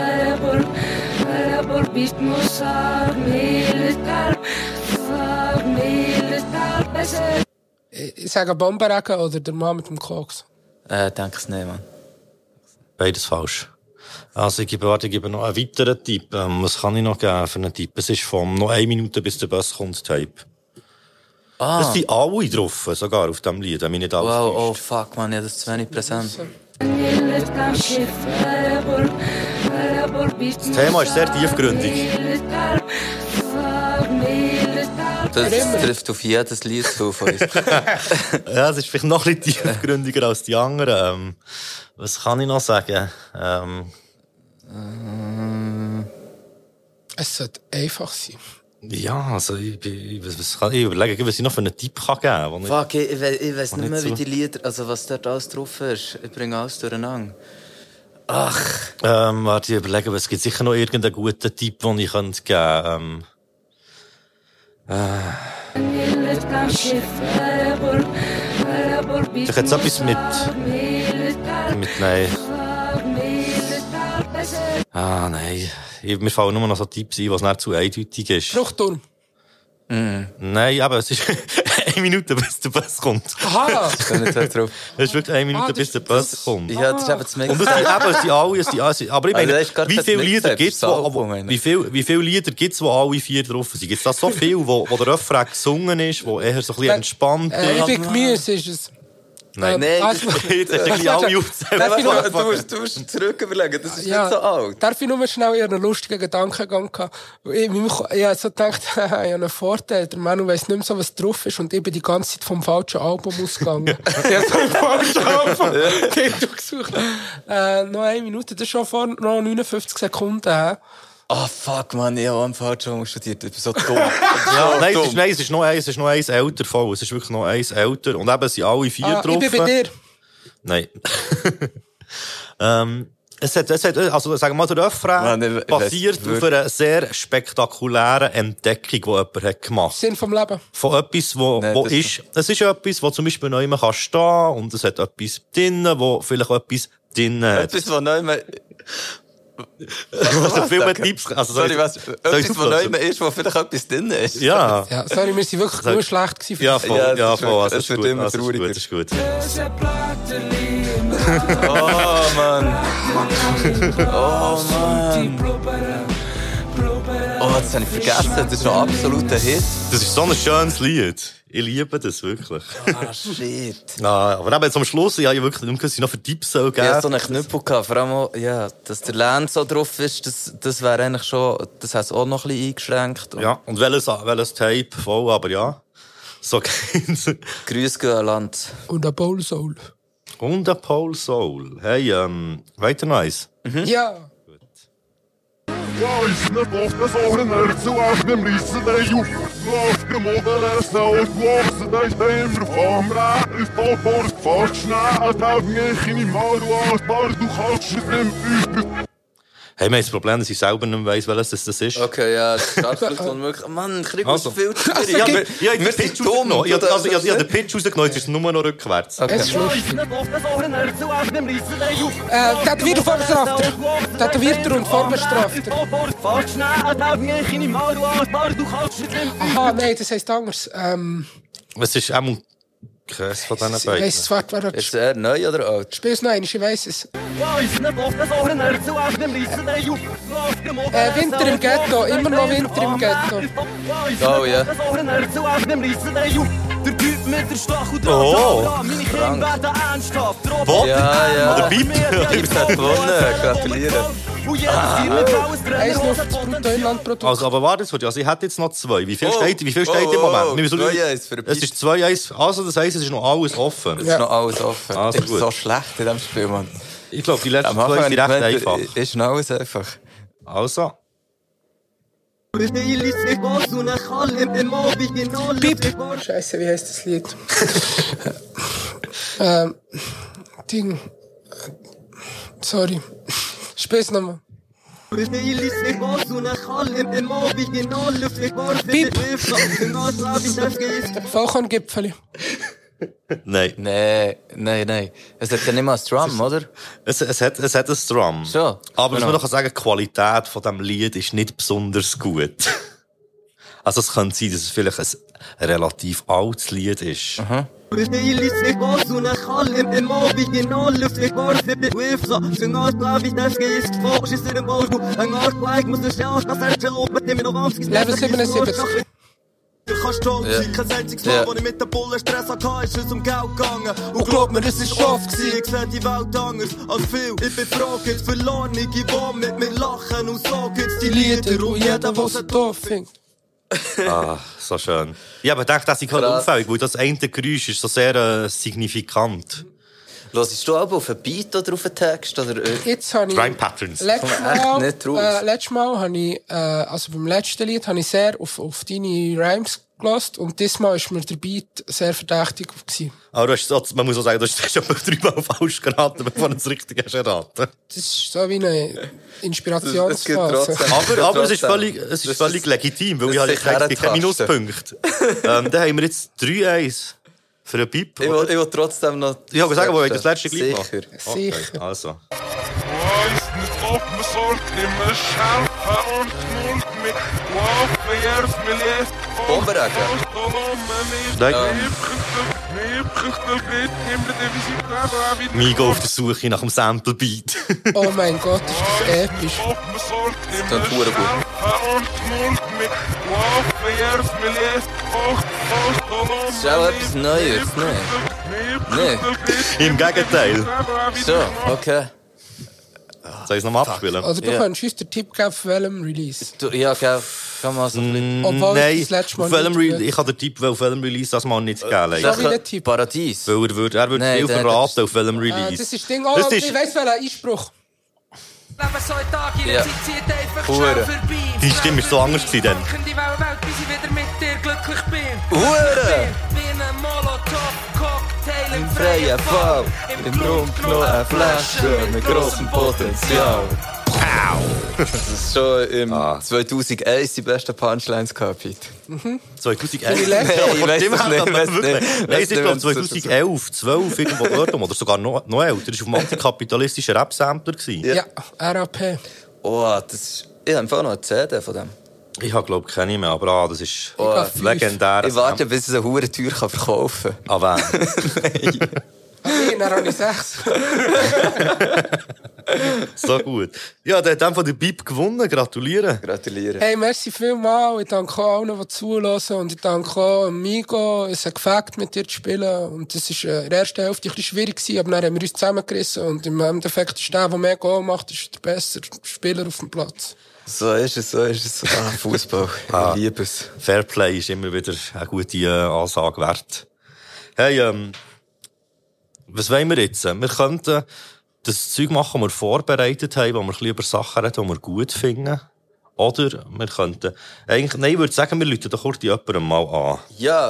Ich ich sage Bombenregen oder der Mann mit dem Koks. Äh, denke es nicht, Mann. Beides falsch. Also, ich gebe, warte, ich gebe noch einen weiteren Tipp. Ähm, was kann ich noch geben für einen Tipp? Es ist vom noch eine Minute bis der Bus kommt, Tape. Ah, Es sind alle drauf, sogar auf diesem Lied, wenn mich nicht alles wow, oh täuscht. fuck, man, ja, das ist zu wenig präsent. Das Thema ist sehr tiefgründig. Das trifft auf jedes Lied zu von uns. Ja, es ist vielleicht noch ein bisschen tiefgründiger als die anderen. Ähm, was kann ich noch sagen? Ähm, Es sollte einfach sein. ja, also, ich, ich, was, was kann ich überlegen, was ich noch für einen Tipp kann geben kann. Fuck, ich, ich, we- ich weiss Und nicht mehr, nicht wie so. die Lieder, also was dort alles drauf ist. Ich bringe alles durcheinander. Ach, Ähm, warte, ich überlege, es gibt sicher noch irgendeinen guten Tipp, den ich könnte geben könnte. Ich hätte etwas mit... mit... Nein. Ah, nein. Ich, mir fallen nur noch so Tipps ein, was nicht zu eindeutig ist. Fruchtturm. Nein, aber es ist eine Minute, bis der Bus kommt. Aha! ich bin nicht so drauf. Es ist wirklich eine Minute, Ah, das- bis der Bus kommt. Ja, das ist eben das mega. Und es sind eben, es sind alle, es sind alle, aber ich Also, meine, das ist gar wie kein viele Lieder Mixtape, gibt's, das ist ein wo, Album, wo, meine wie viel, wie viele Lieder gibt's, wo alle vier drauf sind? Gibt's da so viel, wo, wo der Refrain gesungen ist, wo eher so ein bisschen entspannt Äh, ich ist? bin Gemüse, ist es. Nein. Nein, Also, Jetzt hast du ein bisschen alle aufgezählt. Darf ich Du, noch- du, musst, du musst zurück überlegen, das ist ja, nicht so alt. darf ich nur schnell einen lustigen Gedankengang gehabt? Ich, ich habe so gedacht, ich habe einen Vorteil. Der Manu weiss nicht mehr so, was drauf ist und ich bin die ganze Zeit vom falschen Album ausgegangen. Ich habe so ein falsches Album Titel gesucht. Äh, noch eine Minute, das ist schon vor noch neunundfünfzig Sekunden. He? Ah, oh, fuck, man, ich habe am falschen studiert. Ich bin so dumm. Ja, nein, es ist, dumm. nein, es ist noch eins, es ist noch eins älter voll. Es ist wirklich noch eins älter. Und eben, es sind alle vier Ah, drauf. ich bin bei dir. Nein. ähm, es hat, es hat, also, sagen wir mal, der Refrain Mann, ich- ich basiert weiss auf einer sehr spektakulären Entdeckung, die jemand hat gemacht. Sinn vom Leben. Von etwas, wo, Nein, wo das- ist, es ist etwas, wo zum Beispiel noch immer kann stehen und es hat etwas drinnen, wo vielleicht etwas drinnen hat. Etwas, was neu mehr... Also viel mehr Tipps, also soll Sorry, ich- was? soll ich Etwas, was neu auflösen? mehr ist, wo vielleicht etwas drin ist. Ja. Ja, sorry, wir sind wirklich Sag- nur schlecht gewesen. Ja, voll, Ja, ja, das ist voll, also wirklich- ist es wird gut, immer also ist gut, trauriger. ist gut. Oh, Mann. Oh, Mann. Oh, das habe ich vergessen. Das ist ein absoluter Hit. Das ist so ein schönes Lied. Ich liebe das wirklich. Ah, shit. Ja, aber eben jetzt am Schluss, ja, ich wirklich nicht mehr, was ich noch für Tipps soll Ich geben. hatte so einen Knüppel gehabt. Vor allem auch, ja, dass der Lance so drauf ist, das, das wäre eigentlich schon, das hat es auch noch ein bisschen eingeschränkt. Und Ja, und welches, welches Tape voll, aber ja. So geht's. Grüß gehen, Lance. Und ein Bowl Soul. Und der Paul Soul. Hey, ähm, weiter noch eins. Ja. Ja, ist nicht oft das Ohren zu auf dem Rissen der Jugend. Lauf dem Oberläs und wachsen, da ist der immer vom Rad. Ist da Bord fast schnell, als Augen ich in die Maru aus, Bar, du kannst es dem üben. Hey, wir haben das Problem, dass ich selber nicht mehr weiss, welches das ist. Okay, ja, das ist absolut unmöglich. Mann, ich kriege Also. viel zu Ja, aber, ja, ich habe den Pitch rausgenommen. Ich habe also, ich habe den Pitch rausgenommen, jetzt ist es nur noch rückwärts. Okay. Es ist lustig. Äh, Tätowierter, Vorbestrafter. Tätowierter und Vorbestrafter. Aha, nein, das heisst anders. Ähm, Es ist auch mal keins von diesen ich beiden. weiss es, warte, warte. Ist er neu oder alt? Spiel's noch einmal, ich weiss es. Äh, Winter im Ghetto, immer noch Winter im Ghetto. Oh, ja. Der Typ mit der Stacheldraht. Oh. Meine Kinder werden ernsthaft. Bob? Ja, ja. Oder Bip? Bip hat gewonnen, gratulieren. Und jedes Team mit blaues eins null für das Bruttoinlandprodukt. Also, aber warte jetzt, also ich hätte jetzt noch zwei. Wie viel Oh. steht, wie viel steht Oh, im Moment? oh, Wir müssen- zwei eins für den Es Bip. ist zwei eins. Also, das heisst, es ist noch alles offen. Es ist noch alles offen. Also ich bin gut. so schlecht in diesem Spiel, Mann. Ich glaube, die letzten Am Anfang zwei habe sind ich recht gemeint, einfach. ist noch alles einfach. Also. Piep! Scheiße, wie heisst das Lied? ähm, Ding. Sorry. Spiel's nochmal. Piep! Vollkorngipfeli. Nein. Nein, nein, nein. Es hat ja nicht mal ein Drum, oder? Es, es, hat, es hat ein Drum. So, Aber was genau. man doch sagen, die Qualität von diesem Lied ist nicht besonders gut. Also es könnte sein, dass es vielleicht ein relativ altes Lied ist. Aha. Level siebenundsiebzig. Du kannst tot Ja. sein, kein einziges Ja. Mal, wo ich mit den Bullen Stress hatte, ist es um Geld gegangen. Und glaub mir, es ist schon oft gewesen. Ich seh die Welt anders als viel. Ich bin froh, gibt's Verlorene, die mit mir lachen. Und so gibt's die Lieder und jeder, der sie doof findet. Ah, so schön. Ich habe gedacht, das ist halt Krass. unfällig, weil das eine Geräusch ist so sehr äh, signifikant. Hörst du aber auf einen Beat oder auf einen Text? Oder, äh, Jetzt habe ich... Rhyme Patterns. Letztes Kommt echt Mal, nicht raus. äh, letztes Mal habe ich, äh, also beim letzten Lied habe ich sehr auf, auf deine Rhymes gelassen und diesmal war mir der Beat sehr verdächtig gewesen. Aber du hast, so- man muss auch sagen, du hast schon dreimal falsch geraten, bevor du das Richtige hast erraten. Das ist so wie eine Es gibt Inspirationsphase. trotzdem- Aber, aber es ist Trotzdem. völlig, es ist Das völlig ist- legitim, weil das ich habe ist gesagt, es gibt keine herentasten. Minuspunkte. ähm, dann haben wir jetzt drei eins für einen Piep. ich, will, ich will trotzdem noch... Ich habe gesagt, wo ich das letzte gleich mache. Sicher. Okay, Sicher. also. Weiß nicht, ob man sollte immer schärfen und knurrt mit Waffen, Jerf, mir lässt Bombenregen. Nein. Nein. Migo auf der Suche nach dem Sample-Beat. Oh mein Gott, ist das episch. Das klingt verdammt gut. Das ist auch etwas Neues, ne? Nee. Im Gegenteil. So, okay. Soll ich es nochmal abspielen? Also du Ja. könntest uns den Tipp geben, auf welchem Release. Du, ja, gell, kann man so ein bisschen... Obwohl Nein, das letzte Mal auf welchem nicht Re- wird. ich habe den Tipp auf welchem Release das mal nicht gegeben. So leider. wie der Tipp. Paradies. Weil er würde, er würde Nein, viel der- verraten auf welchem Äh, Release. das ist das Ding. Oh, Das ich ist- weiss welchen Einspruch. Leben so einen Tag, ihre Ja. Zeit zieht einfach Hure. schnell vorbei. Die Stimme ist so anders gewesen dann. Ich die Welt, bis ich wieder mit dir glücklich bin. Hure! Wie ein Molotow-Cocktail im Im freien Fall. Im Im Blut Rum noch eine Flasche mit grossem Potenzial. Das ist schon im Ah. zweitausendeins die besten Punchlines gehabt, Pete. zweitausendelf? Vielleicht. Ja, Ich von weiss dem es her nicht, haben wir weiss wirklich- nicht. Nein, es Weiss ist nicht, glaube wenn es zweitausendelf, zwölf irgendwo dort, oder sogar noch, noch älter. Das war auf dem antikapitalistischen Rap-Sampler gewesen. Ja, R A P. Oh, das ist... Ich habe einfach noch eine C D von dem. Ich habe glaube keine mehr, aber ah, das ist Oh, hab fünf. legendär. Ich warte, bis ich eine hure Tür verkaufen kann. Ah, wen? Nein, dann habe ich sechs. So gut. Ja, der hat dann von der Bib gewonnen. Gratuliere. Gratuliere. Hey, merci vielmals. Ich danke auch allen, die zulassen. Und ich danke auch Migo. Es hat gefällt, mit dir zu spielen. Und das war äh, in der ersten Hälfte ein bisschen schwierig gewesen, aber dann haben wir uns zusammengerissen. Und im Endeffekt ist der, der mehr Goal macht, ist der bessere Spieler auf dem Platz. So ist es, so ist es. Ah, Fußball. Ah. Ich liebe es. Fairplay ist immer wieder eine gute äh, Ansage wert. Hey, ähm, was wollen wir jetzt? Wir könnten das Zeug machen, das wir vorbereitet haben, wo wir ein bisschen über Sachen reden, die wir gut finden. Oder wir könnten... Eigentlich, nein, ich würde sagen, wir rufen doch kurz jemandem mal an. Ja.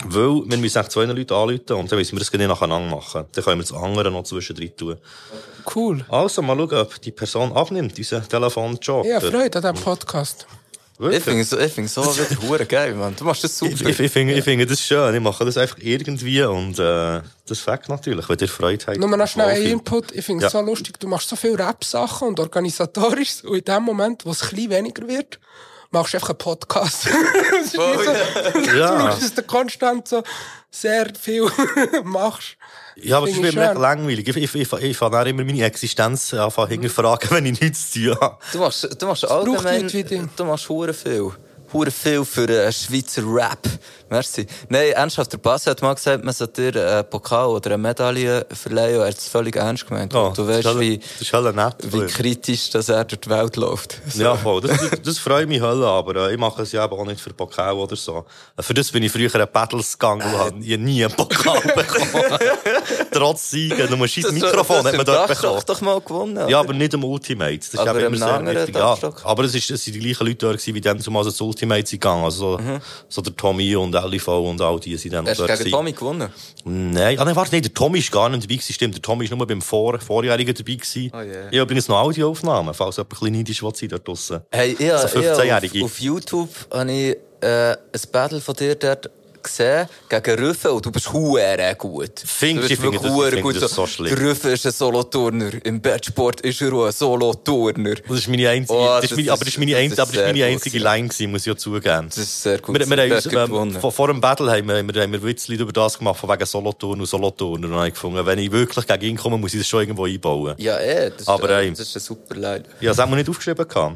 Weil wir müssen echt zwei Leute anrufen und dann müssen wir das genau nacheinander machen. Dann können wir das andere noch zwischendrin tun. Cool. Also, mal schauen, ob die Person abnimmt, unseren Telefonjob. Ja, Freude an diesem Podcast. Wirklich? Ich finde es so, ich find's so wieder hure geil, Mann. Du machst das super. Ich, ich, ich, finde, ich finde das schön. Ich mache das einfach irgendwie und äh, das fängt natürlich, wenn ihr Freude habt. Nur noch schnell ein Wohlfühl. Input. Ich finde es Ja. so lustig. Du machst so viele Rap-Sachen und organisatorisch. Und in dem Moment, wo es ein bisschen weniger wird, machst du einfach einen Podcast. Das ist wie so, Ja. dass du konstant so sehr viel machst. Ja, aber es ist Finde mir ich echt schön. langweilig. Ich, ich, ich, ich fange auch immer meine Existenz anfangen hinterfragen, wenn ich nichts zu tun habe. Du machst, du machst braucht allgemein, Leute wie dich. du machst hure viel. Hure viel für äh, Schweizer Rap. Merci. Nein, ernsthaft, der Bassi hat mal gesagt, man sollte dir einen Pokal oder eine Medaille verleihen, und er hat es völlig ernst gemeint. Ja, Und du das ist weißt, halt- wie, das ist halt nett. wie kritisch dass er durch die Welt läuft. So. Ja, voll. Das, das, das freut mich Hölle, aber äh, ich mache es ja eben auch nicht für Pokal oder so. Äh, Für das bin ich früher in Battles gegangen und habe nie nie einen Pokal bekommen. Trotz Siegen. Nur ein scheiß Mikrofon hat man dort bekommen. doch mal gewonnen. Ja, aber nicht im Ultimate. Das ist Aber eben im immer sehr anderen wichtig. Ja, Dachstock? aber es, ist, es sind die gleichen Leute dort gewesen, wie dann zumal das Ultimate sind gegangen. Also so, so der Tommy und L I V und all die sind dann Hast du dort gegen gewesen. Tommy gewonnen? Nein, ah, nein, warte, nein, der Tommy ist gar nicht dabei gewesen. Stimmt, der Tommy ist nur beim Vor Vorjährigen dabei gewesen. Oh, yeah. Ich habe übrigens noch Audioaufnahmen, falls jemand ein bisschen neidisch will sein dort draussen. Hey, ja, So ja, fünfzehnjährige. auf, auf YouTube habe ich äh, ein Battle von dir dort gesehen, gegen Rüffe, und du bist huere gut. Findest du du? Ich finde bist das- huere ich finde gut. das so schlimm. Der Rüffe ist ein Soloturner. Im Bettsport ist er auch ein Soloturner. Das ist meine einzige, Oh, das ist das meine, ist- aber das ist meine, das einzige, ist aber das ist meine sehr einzige gut, Line gewesen, muss ich ja zugeben. Das ist sehr gut. Wir, wir haben Du uns, hast ähm, gewonnen. vor, vor dem Battle haben wir, haben wir, haben wir Witzli über das gemacht, von wegen Solothurn und Solothurner. Und dann habe ich gefunden, wenn ich wirklich gegen ihn komme, muss ich das schon irgendwo einbauen. Ja, eh, das, Aber, ist, äh, ey. das ist ein super Line. Ich habe es auch nicht aufgeschrieben. Gehabt.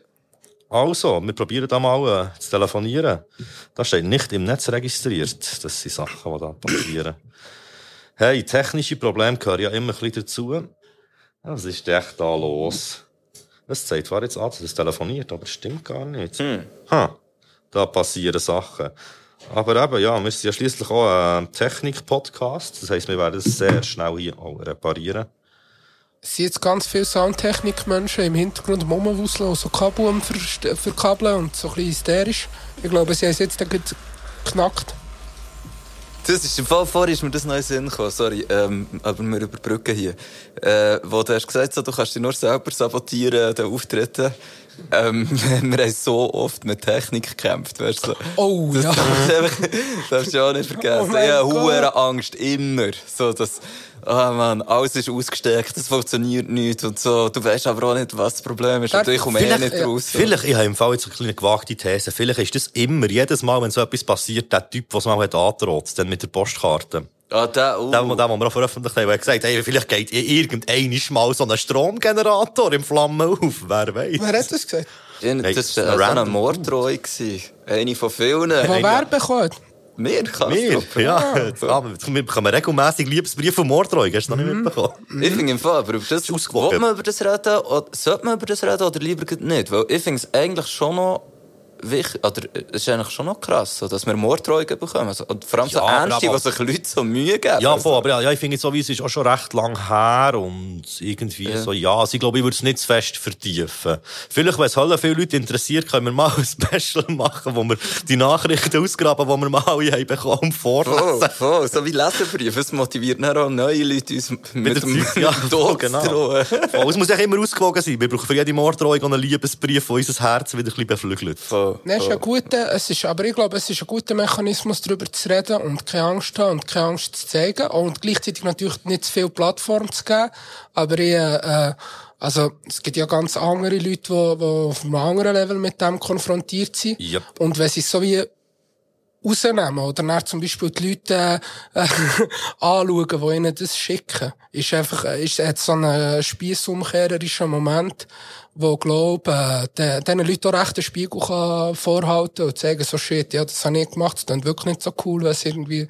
Also, wir probieren da mal äh, zu telefonieren. Das steht nicht im Netz registriert. Das sind Sachen, die da passieren. Hey, technische Probleme gehören ja immer ein bisschen dazu. Was ist denn echt da los? Es zeigt zwar jetzt an, dass es telefoniert, aber das stimmt gar nicht. Hm. Ha, da passieren Sachen. Aber eben, ja, wir sind ja schliesslich auch ein Technik-Podcast. Das heisst, wir werden es sehr schnell hier auch reparieren. Es sind jetzt ganz viele Soundtechnik-Menschen im Hintergrund am Rumwuseln und so Kabel am Verst- verkabeln und so ein bisschen hysterisch. Ich glaube, sie haben es jetzt dann gerade geknackt. Das ist im Fall, vorher ist mir das noch in den Sinn gekommen, sorry, ähm, aber wir überbrücken hier. Äh, wo du hast gesagt, so, du kannst dich nur selber sabotieren, den Auftritten. Ähm, wir haben so oft mit Technik gekämpft, weißt du. So. Oh, Das ja. darfst du einfach- darfst du auch nicht Oh vergessen. mein ich habe Gott. hure Angst, immer. So, dass, ah Mann, alles ist ausgesteckt, es funktioniert nicht und so. Du weißt aber auch nicht, was das Problem ist. Und Da- ich komme eh vielleicht- nicht ja. raus. So. Vielleicht, ich habe im Fall jetzt eine kleine gewagte These, vielleicht ist das immer, jedes Mal, wenn so etwas passiert, der Typ, der es mal hat angedroht, dann mit der Postkarte. Ah, der, uh. Der, der, den wir auch veröffentlicht haben, der gesagt hat, hey, vielleicht geht irgendein mal so ein Stromgenerator in Flammen auf. Wer weiß. Wer hat das gesagt? Ja, Hey, das war ein äh, so eine random Morddrohung. gewesen. Eine von vielen. Wo Hey, wer bekommt? Wir, Wir, Kastrup. ja. Ah, wir bekommen regelmässig Liebesbriefe von Morddrohung. Hast du noch nicht mitbekommen? Ich finde im Fall, aber über das, ausgewogen. will man über das reden, oder, sollte man über das reden oder lieber nicht? Weil ich finde es eigentlich schon noch wichtig, oder es ist eigentlich schon noch krass, so, dass wir Morddrohungen bekommen. Also, und vor allem so Ja, aber- ernste, was sich Leute so Mühe geben. Ja, Also, voll, aber ja, ja, ich finde so, wie es ist auch schon recht lang her und irgendwie Ja. so, ja, also ich glaube, ich würde es nicht zu fest vertiefen. Vielleicht, wenn es halt viele Leute interessiert, können wir mal ein Special machen, wo wir die Nachrichten ausgraben, die wir mal alle haben bekommen, vorlesen. Voll, voll, so wie Leserbriefe. Es motiviert dann auch neue Leute, uns mit der dem Zeit, ja, Tod genau. zu drohen. Voll, es muss echt immer ausgewogen sein. Wir brauchen für jede Morddrohung einen Liebesbrief, der unser Herz wieder ein bisschen beflügelt. Voll, Nein, es ist voll. ein guter, es ist, aber ich glaube, es ist ein guter Mechanismus, darüber zu reden und keine Angst haben und keine Angst zu zeigen. Und gleichzeitig natürlich nicht zu viel Plattform zu geben. Aber ich, äh, also, es gibt ja ganz andere Leute, die, die auf einem anderen Level mit dem konfrontiert sind. Yep. Und wenn sie es so wie rausnehmen oder dann zum Beispiel die Leute äh, anschauen, die ihnen das schicken, ist einfach, äh, ist hat so einen spiessumkehrerischen Moment, wo, glaub, äh, den, diesen Leuten auch recht einen Spiegel kann vorhalten und sagen, so shit, ja, das habe ich gemacht, das klingt wirklich nicht so cool, wenn es irgendwie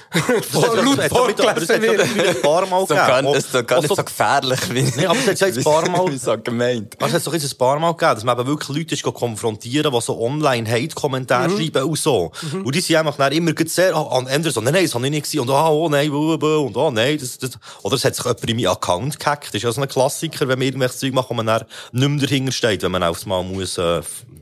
voll laut aber es hat vorgelesen wird. wieder ein paar Mal So gar, gegeben. es ist doch gar Auch nicht so- so gefährlich wie, Nee, aber es hat jetzt ein paar Mal- wie so gemeint. Also, es hat doch jetzt ein paar Mal gegeben, dass man eben wirklich Leute ist konfrontieren, die so online Hate-Kommentare schreiben und so. Und die sind einfach dann immer gleich sehr, ah, an Ende so, nein, nein, das habe ich nicht gesehen, und ah, oh nein, buh, buh, und ah, nein, das, das. Oder es hat sich jemand in meinen Account gehackt. Das ist ja so ein Klassiker, wenn man irgendwelches Zeug macht, wo man dann nicht mehr dahinter steht, wenn man aufs Mal muss, äh,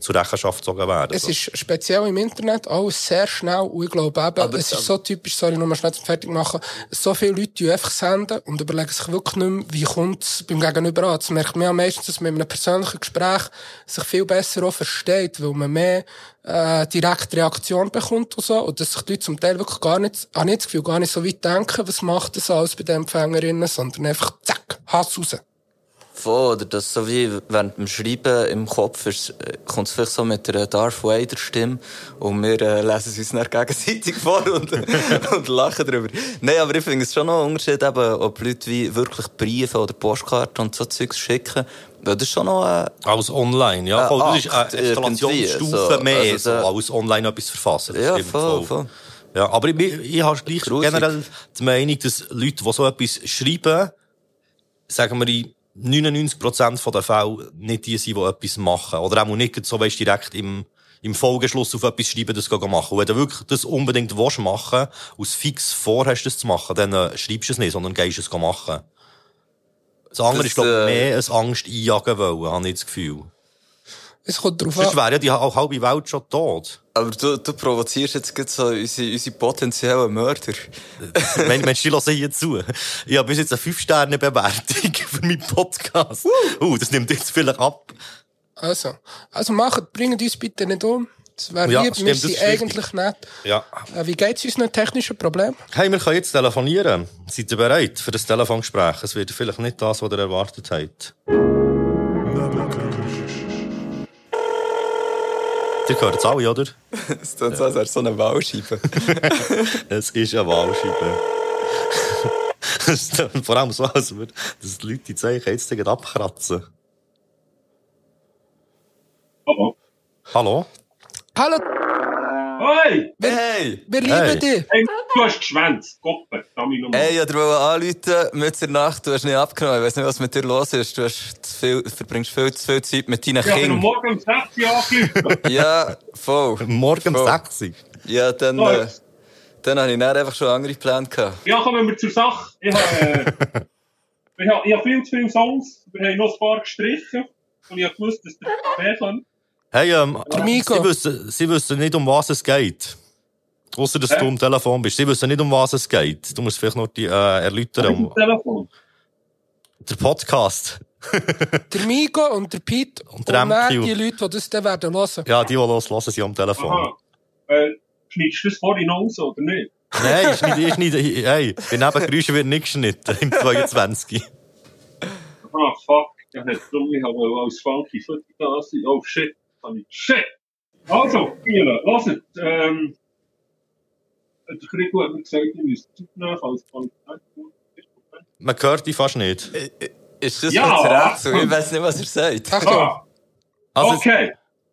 zur Rechenschaft gezogen werden. Es so. ist speziell im Internet alles sehr schnell und ich glaube eben, Aber, es ist so typisch, sorry, nur mal schnell zum fertig machen, so viele Leute, die einfach senden und überlegen sich wirklich nicht mehr, wie kommt es beim Gegenüber an. Das merkt man ja meistens, dass man in einem persönlichen Gespräch sich viel besser auch versteht, weil man mehr äh, direkte Reaktion bekommt und so, und dass sich die Leute zum Teil wirklich gar nicht, habe ich das Gefühl, gar nicht so weit denken, was macht das alles bei den Empfängerinnen, sondern einfach zack, Hass raus. Voll, oder das so wie während dem Schreiben im Kopf ist, kommt es vielleicht so mit einer Darth Vader Stimme und wir äh, lesen es uns dann gegenseitig vor und, und lachen darüber. Nein, aber ich finde es schon noch ein Unterschied, eben, ob Leute wie wirklich Briefe oder Postkarten und so Zeugs schicken. Ja, das ist schon noch äh, als online, ja. Äh, Voll, das ist Akt, eine Eskalationsstufe so, mehr, also, so, so, als online etwas verfassen. Das ja, stimmt voll, voll. Ja, aber ich, ich, ich habe gleich Grusig. generell die Meinung, dass Leute, die so etwas schreiben, sagen wir in neunundneunzig Prozent der Fälle nicht die sind, die etwas machen. Oder auch nicht so, weißt, direkt im, im Folgeschluss auf etwas schreiben, das machen. Und wenn du wirklich das unbedingt willst machen, aus fix vorhast, das zu machen, dann äh, schreibst du es nicht, sondern gehst es machen. Das andere Das, ist, glaube ich, äh, mehr ein Angst einjagen wollen, habe ich das Gefühl. Es kommt drauf Sonst an. wäre ja die halbe Welt schon tot. Aber du, du provozierst jetzt gerade so unsere, unsere potenziellen Mörder. Wenn Mensch, die hören hier zu. Ich habe bis jetzt eine fünf Sterne Bewertung für meinen Podcast. Uh, das nimmt jetzt vielleicht ab. Also, also macht, bringt uns bitte nicht um. Das wäre Ja, lieb, stimmt, wir das sind ist wichtig. eigentlich nett. Ja. Äh, wie geht's uns noch technischen Problem? Hey, wir können jetzt telefonieren. Seid ihr bereit für das Telefongespräch? Es wird vielleicht nicht das, was ihr erwartet habt. Ihr hört es alle, oder? Es tut so, als wäre so eine Wahlscheibe. Es ist eine Wahlscheibe. Es ist vor allem so, als würde dass die Leute die Zeichen jetzt gleich abkratzen. Hallo. Hallo? Hallo, Hey! Hey! wir lieben Hey. dich. Hey, du hast geschwänzt. Goppe, darf ich nochmal? Hey, ich wollte anrufen, mit der Nacht, du hast nicht abgenommen. Ich weiss nicht, was mit dir los ist. Du hast zu viel, verbringst viel zu viel Zeit mit deinen Ich habe am Kindern. Morgen um sechs Uhr angerufen. Ja, voll. Morgen um Voll. sechs Uhr. Ja, dann, Oh. äh, dann hatte ich dann einfach schon andere Pläne gehabt. Ja, kommen wir zur Sache. Ich habe, äh, ich habe, ich habe viel zu viele Songs. Wir haben noch ein paar gestrichen. Und ich habe gewusst, dass der mehr kommt. Hey, ähm, Miko. Sie wissen, Sie wissen nicht, um was es geht. Ausser, dass Hä? du am Telefon bist. Sie wissen nicht, um was es geht. Du musst vielleicht noch die, äh, erläutern. Mit dem Um, Telefon. der Podcast. Der Migo und der Pete und, der dann M Q. die Leute, die das dann werden hören. Ja, die, die los hören, sind am Telefon. Aha. Äh, schneidest du das vorhin raus, oder nicht? Nein, ich schneide, ich schneide, hey, bei Nebengeräuschen wird nicht geschnitten. Im zweiundzwanzig. Ah, fuck. Ja, nicht drum, ich habe als funky Foto da sein. Oh, shit. Shit! Also, ihr, hört, ähm, der Krigo hat mir gesagt, ich müsste zurücknehmen, als Qualität. Man hört die fast nicht. Ist das Ja. jetzt recht so? Ich weiss nicht, was er sagt. Achtung, Ah, Also, okay.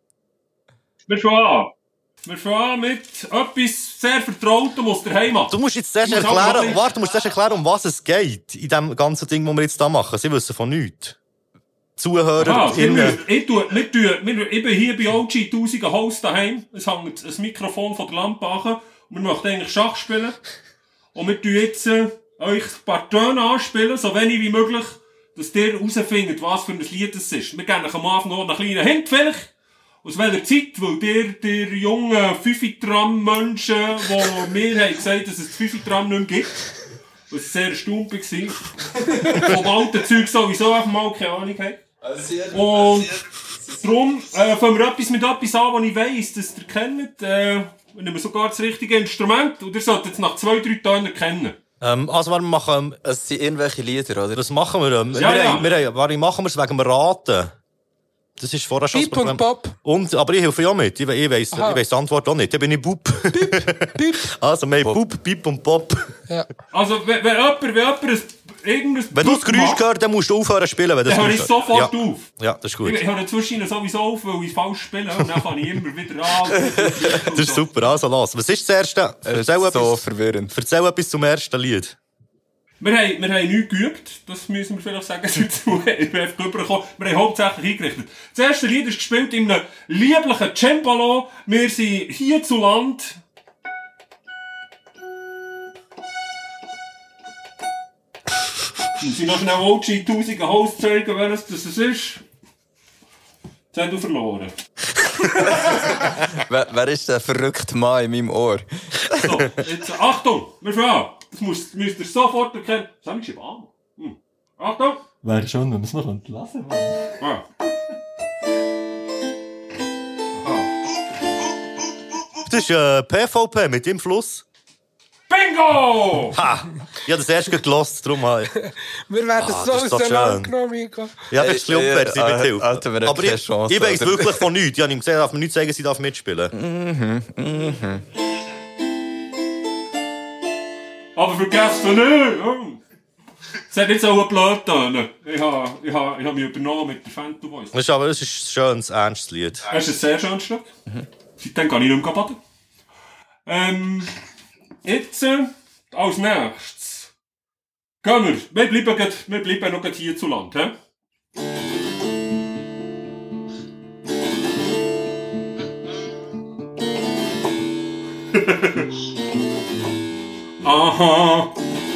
Wir fangen an. Wir fangen an mit etwas sehr Vertrautem aus der Heimat. du musst jetzt zuerst Du musst auch noch erklären, nicht- warte, du musst zuerst erklären, um was es geht. In dem ganzen Ding, das wir jetzt da machen. Sie wissen von nichts. Zuhörer, Aha, ihr innen. müsst, ich, tue, wir tun, wir, ich bin hier bei O G tausend Host daheim. Es hängt ein Mikrofon von der Lampe an. Und wir möchten eigentlich Schach spielen. Und wir tun jetzt äh, euch ein paar Töne anspielen, so wenig wie möglich, dass ihr herausfindet, was für ein Lied es ist. Wir geben euch am Anfang noch einen kleinen Hint vielleicht. Aus welcher Zeit, weil der, der junge Fifi-Tram-Menschen, die mir haben gesagt, dass es das Fifi-Tram nicht mehr gibt. Das war sehr erstaunt. Vom alten Zeug sowieso einfach mal keine Ahnung haben. Und darum äh, fangen wir etwas mit etwas an, was ich weiss, dass ihr kennt. Äh, wir nehmen sogar das richtige Instrument und ihr solltet jetzt nach zwei, drei Tönen erkennen. Ähm, also, wir machen, Es sind irgendwelche Lieder, oder? was machen wir? Ähm, Ja, wir, ja. haben, wir haben, warte, machen wir es wegen dem Raten. Das ist vorher schon das Piep und Pop. Und, aber ich helfe ja auch mit. Ich, ich weiss, Aha. ich weiss die Antwort auch nicht. Da bin ich Bub. Piep. Also, wir haben Bub, Piep und Pop. Ja. Also, wenn, wenn jemand, wenn jemand ein, irgendein Wenn du das Geräusch macht, hörst, dann musst du aufhören zu spielen. Wenn das dann höre ich Geräusch- sofort ja. auf. Ja, das ist gut. Ich, ich höre zwischen sowieso auf, weil ich falsch spiele und dann kann ich immer wieder an. Das ist super. Also, los. Was ist das erste? Es ist Erzähl, so etwas, verwirrend. erzähl etwas zum ersten Lied. Wir haben, wir haben nichts geübt, das müssen wir vielleicht sagen dazu. Ich bin einfach rübergekommen. Wir haben hauptsächlich eingerichtet. Das erste Lied ist gespielt in einem lieblichen Cembalo. Wir sind hier zu Land. Und sie noch schnell O G tausend Host zeigen, wer es das ist. Jetzt haben wir verloren. wer, wer ist der verrückte Mann in meinem Ohr? So, jetzt, äh, Achtung, wir fangen an. Das müsst, müsst ihr sofort erkennen. Das habe ich geschrieben. Ah. Hm. Achtung. Wäre schon, wenn wir es noch lassen wollen. Ah. Das ist äh, P V P mit dem Fluss. Bingo! Ha! Ich habe das erst gelost, darum habe ich... Wir werden Ah, so das ist doch auseinandergenommen, Nico. Ja, das ist ein bisschen unfair, sie mit Hilfe. Alter, wir haben Aber keine ich, Chance, ich weiss oder? wirklich von nichts. Ich habe ihm gesagt, er darf mir nicht sagen, sie darf mitspielen. Aber vergesst doch nicht! Oh. Es hat nicht so blöd tönen. Ich habe ich ha, ich ha mich übernommen mit der Phantom Voice. Das ist aber das ist ein schönes, ernstes Lied. Es ist ein sehr schönes Stück. Mhm. Seitdem kann ich nicht mehr baden. Ähm, jetzt, äh, als nächstes. Gehen wir. Wir bleiben, grad, wir bleiben noch hier zu Land, hä? Aha.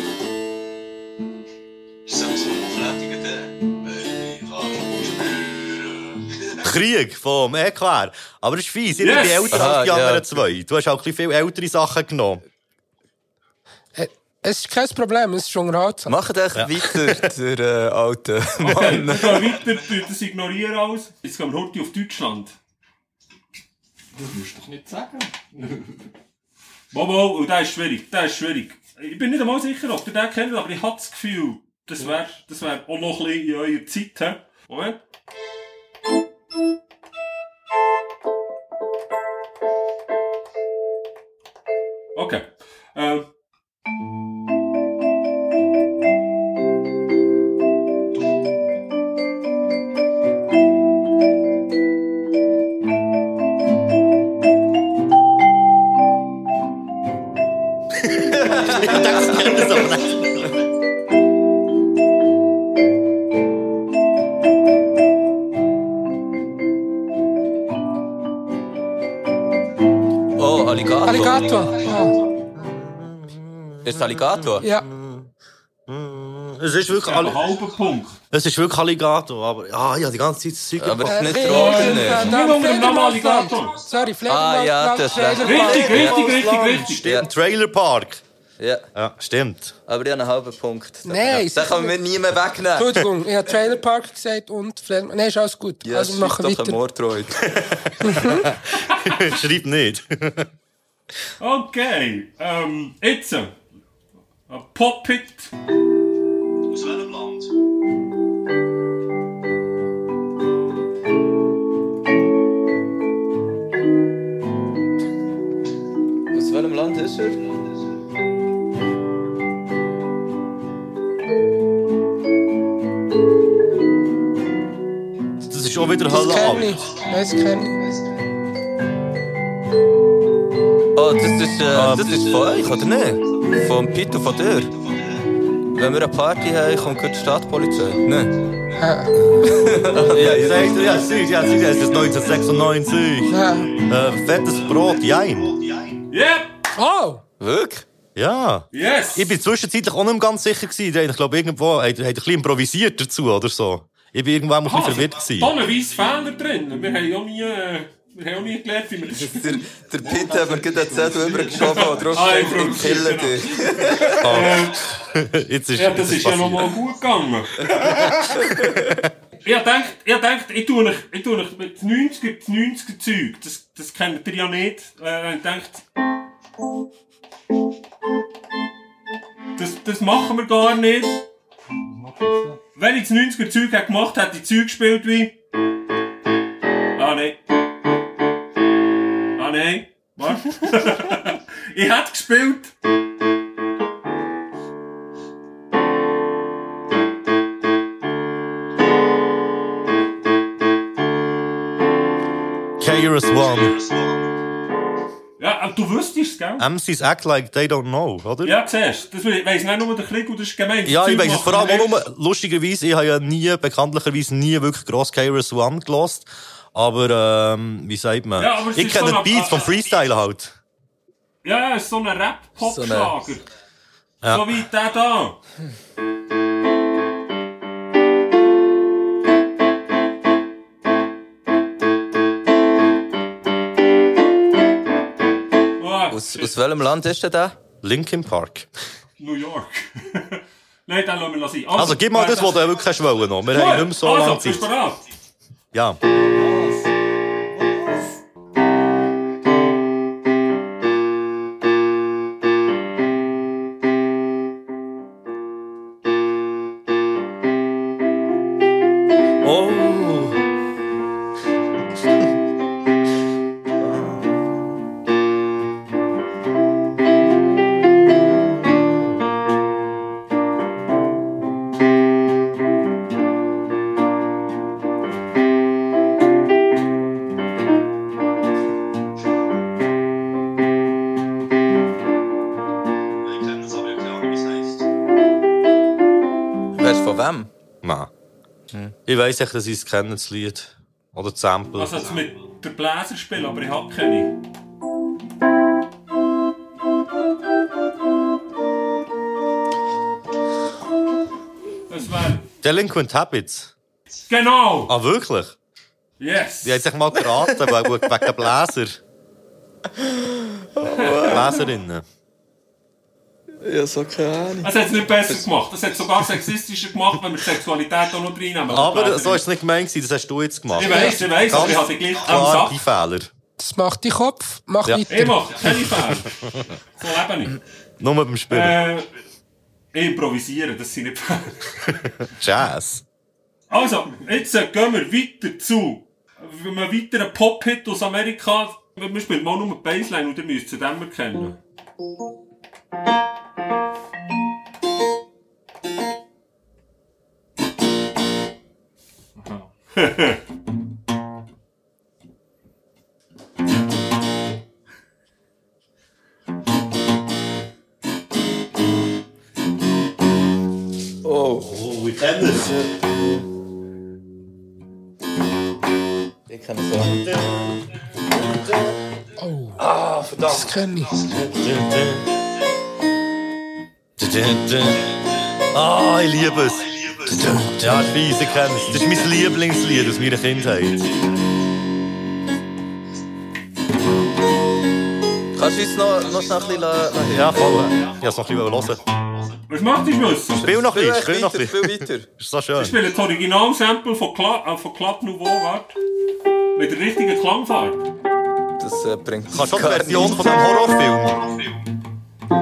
Krieg vom Eclair. Aber das ist fies. Ich Yes. bin älter Aha, als die ja. anderen zwei. Du hast auch ein bisschen viele ältere Sachen genommen. Äh, Es ist kein Problem, es ist unterhaltsam. Macht echt Ja. weiter, der äh, alte Okay, Mann. wir gehen weiter, tue das ignorieren alles. Jetzt gehen wir heute auf Deutschland. Das musst du doch nicht sagen. Bobo, und der ist schwierig, der ist schwierig. Ich bin nicht einmal sicher, ob ihr den kennt, aber ich habe das Gefühl, das wäre das wär auch noch ein bisschen in eurer Zeit. He? Moment. Okay. Ähm. Das kennt es aber nicht. Oh, Alligator. Alligator. Ah, Ist Alligator? ja. Es ist wirklich, Ein Alli- halber Punkt. es ist wirklich Alligator, aber ja, ja, die ganze Zeit das Zeug Aber gemacht. nicht Äh, Drogen. äh, nicht. dann Nur unter dem Namen Fledermausland. Alligator. Sorry, Ah, ja, Fledermausland, das ist Trailerpark. Richtig, richtig, richtig, richtig. Stimmt, Trailer Park. Ja, Ja, stimmt. aber ich habe einen halben Punkt. Nein, Den kann man mir nie mehr wegnehmen. Entschuldigung, ich habe Trailerpark gesagt und Fledermaus. Nein, ist alles gut. Ja, also es wir ist machen doch ein weiter. Mordroid. Schreib nicht. Okay, ähm, jetzt. Ein Pop-It. Aus welchem Land? Aus welchem Land ist er? Das ist auch wieder Das Hölle kenne alt. ich. Das kenne ich. Oh, das ist, äh, das ist von euch, oder nicht? Von Pito, von dir. Wenn wir eine Party haben, kommt die Stadtpolizei. Nein. Ja. Ja, ich sag dir, ja, sie, ja, sie, das ist neunzehnhundertsechsundneunzig. Ja. Äh, fettes Brot, jein. Yep, Oh! Wirklich? Ja. yes. Ich bin zwischenzeitlich auch nicht mehr ganz sicher gewesen. Ich glaube, irgendwo, hat, hat ein bisschen improvisiert dazu, oder so. Ich bin irgendwann mal ein bisschen verwirrt gewesen. Tonnenweise Fehler drin. Wir haben ja nie, äh, wir haben auch nie gelernt, wie man das Der, der Pete hat mir gerade einen Zettel übergeschoben und drauf Ah, steht, ich ich kille genau. dich. Jetzt ist, Ja, das ist ja passiert. noch mal gut gegangen. ich denke, ich, denk, ich tue euch, ich tue euch mit neunziger, das neunziger Zeug, das, das kennt ihr ja nicht. Äh, ich denkt, das, das machen wir gar nicht. Wenn ich das neunziger Zeug hätte gemacht hätte, ich Zeug gespielt wie... Ah, nein. Ah, nein. Was? Ich hätte gespielt... K R S One. Ja, aber du wüsstest es, gell? M Cs act like they don't know, oder? Ja, siehst du, das weiss nicht nur der Krieg und das ist gemeint. Ja, Das ich Zeug weiss es vor machen allem wir auch nur, lustigerweise, ich habe ja nie, bekanntlicherweise nie wirklich gross K R S One gelost. Aber, ähm, wie sagt man? Ja, aber es ich ist kenne so den eine- Beats vom Freestyle halt. Ja, es ist so ein Rap-Pop-Schlager. Ja. So wie der da. Aus, aus welchem Land ist denn der? Linkin Park. New York. Nein, dann lassen wir sein. Also, gib mal das, was du wirklich wollen noch. Wir Gut, haben nicht mehr so also, lange Zeit. bist du bereit? Ja. Ich weiss echt, dass ich es kenne, das Lied. Oder das Sample. Also jetzt mit der Bläser spielen, aber ich habe keine. Das wäre... Delinquent Habits. Genau! Ah, wirklich? Yes! Ich hätte sich mal geraten, weil wegen Bläser. Bläserinnen. Ja, so keine Ahnung. Es hat es nicht besser gemacht. Es hat sogar sexistischer gemacht, wenn wir die Sexualität auch noch reinnehmen. Aber so war es nicht gemeint, das hast du jetzt gemacht. Ich weiss, ich weiss, aber ich habe gleich am klar, Sack. die Fehler. Das macht dein Kopf, mach Ja. weiter. Ich mache keine Fehler. So lebe ich. Nur beim Spielen. Äh, improvisieren, das sind nicht Fehler. Jazz. Also, jetzt äh, gehen wir weiter zu einem weiteren Pop-Hit aus Amerika. Wir spielen mal nur die Bassline und ihr müsst es dann erkennen. Oh. Oh, wir kennen es. Ich kann es auch. Oh, Ah, verdammt. das kenne ich. Ah, ich liebe es. Ja, ich weiss, ich kenne es. Das ist mein Lieblingslied aus meiner Kindheit. Kannst du uns noch, noch schnell ein bisschen hören? Ja, voll. Ich wollte es noch ein bisschen hören. Was macht die Schluss? Spiel noch ein bisschen, Spiel spiel noch ein weiter, bisschen. spiel weiter. Ist so Ich schön. spiele das Original-Sample von, Cla äh, von Club Nouveau, warte. Mit der richtigen Klangfarbe. Das äh, bringt Kannst du die gar Version nichts. von dem Horrorfilm?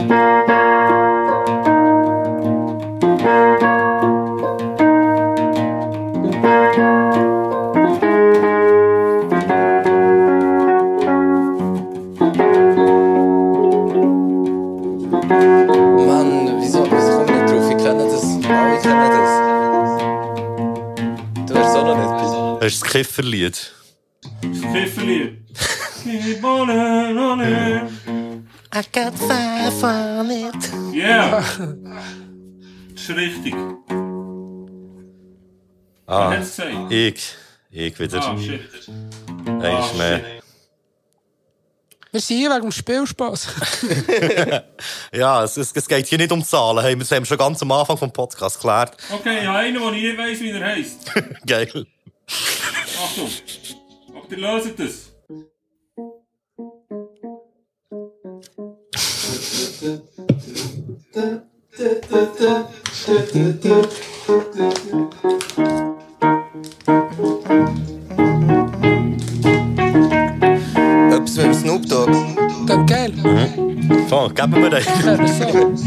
Mann, wieso, wieso komme ich nicht drauf? Ich kenne das. Oh, ich kenne das. Du hast auch noch nicht. Das ist das Kifferlied. Das Kifferlied. Keep on it, on it. I got five on it. Yeah. Das ist richtig. Wer Ah, hat es gesagt? ich. Ich wieder. Ah, shit. Eins Ah, mehr. shit. Wir sind hier wegen dem Spielspaß. Ja, es, es, es geht hier nicht um Zahlen. Hey, das haben wir schon ganz am Anfang vom Podcast geklärt. Okay, ich habe einen, den ich nicht weiss, wie er heisst. Geil. Achtung. Aber ihr löst das. Etwas mit dem Snoop Dogg. Dann geil. So, geben wir den. Ja, so.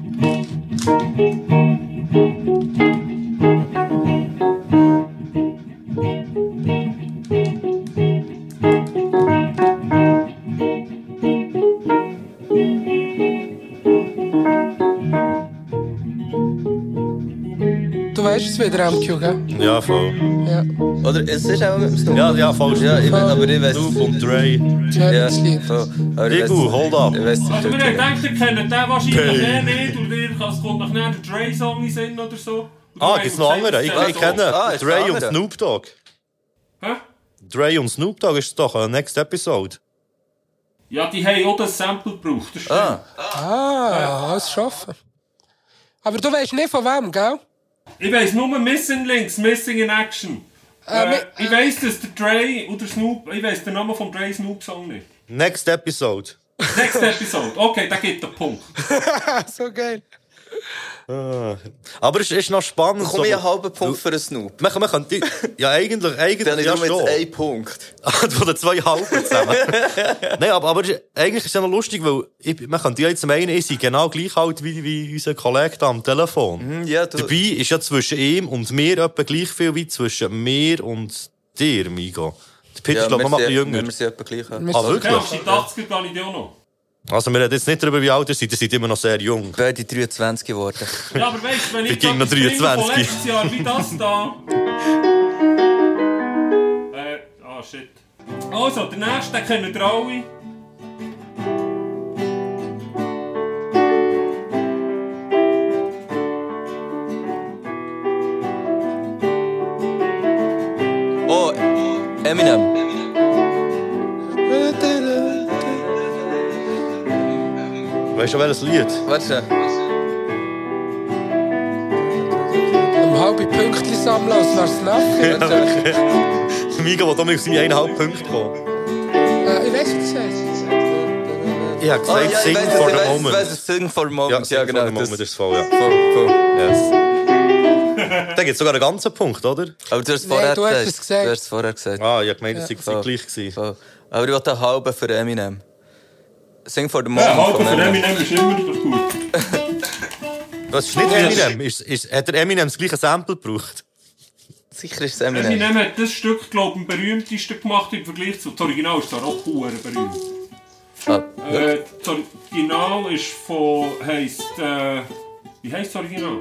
Du weißt es wieder, M Q, gell? Ja, voll. Ja. Oder es ist auch mit dem Snoop. Ja, ja, voll. Ja, ich, aber ich weiß. Snoop und Dre. Ja, Lied. voll. Aber ich Igu, weiss- hold up. Ich weiss Also, wir nicht. haben gedacht, ihr kennt den wahrscheinlich Hey. eher nicht. Und ihr, es kommt nach der Dre-Song in Sinn oder so. Und Ah, wir gibt's haben noch gesagt, andere? Ich, das ich ist kenne Ah, ist Dre der und andere? Snoop Dogg. Hä? Dre und Snoop Dogg ist doch eine Next Episode. Ja, die haben auch das Sample gebraucht. Das stimmt. Ah, Ah, alles schaffen. Aber du weißt nicht von wem, gell? Ich weiss nur Missing Links, Missing in Action. Äh, Äh, mi- ich weiss, dass der Dre oder Snoop, ich weiss den Namen vom Dre Snoop Song nicht. Next Episode. Next Episode. Okay, da gibt der Punkt. So geil. Ah. Aber es ist noch spannend. Komm ich einen halben Punkt für einen Snoop. Man, man kann die, ja, eigentlich, eigentlich, Dann ja, habe ich nur schon. jetzt einen Punkt. Von den zwei halben zusammen. Nein, aber, aber eigentlich ist es ja noch lustig, weil ich, man kann die jetzt meinen, ich sei genau gleich alt wie, wie unser Kollege da am Telefon. Mhm, ja, du... Dabei ist ja zwischen ihm und mir etwa gleich viel wie zwischen mir und dir, Migo. Der Peter ist, glaube ich, noch ein bisschen jünger. Wir sind etwa gleich. Ja. Ah, wirklich? Ja, seit achtziger kann ich die auch noch. Also, wir reden jetzt nicht darüber, wie alt ihr seid, ihr seid immer noch sehr jung. Beide dreiundzwanzig geworden. Ja, aber weißt du, wenn ich Wir gingen noch etwas bringe von dreiundzwanzig. letztes Jahr wie das da... äh, ah, shit. Also, der nächste, den kennen ihr alle. Oh, Eminem. Weißt du, welches Lied? Warte. Am halbe Pünktchen sammeln, als wär's Nacht. Migo, der auf seine eineinhalb Punkte kommen. Äh, ich weiss, was du sagst. Ich habe gesagt, Oh, ja, Sing ich weiss, for ich the weiss, Moment. Ich weiss, es Sing for the Moment. Ja, Ja, genau. For the Moment Das, ist voll, ja. voll, voll. Yes. Da gibt es sogar einen ganzen Punkt, oder? Aber du hast es Nee, vorher du hast gesagt. es gesagt. Du hast es vorher gesagt. Ah, ich habe gemeint, es Ja. sei gleich gewesen. Voll. Aber ich wollte einen halben für Eminem. Sing for the Ja, Moment halten von für Eminem. Eminem ist immer noch gut. Das ist nicht Eminem. Ist, ist, hat der Eminem das gleiche Sample gebraucht? Sicher ist es Eminem. Eminem hat das Stück, glaube ich, am berühmtesten gemacht im Vergleich zu... Das Original ist zwar auch hure berühmt. Ah, Äh, das Original ist von... heisst... Äh, wie heisst das Original?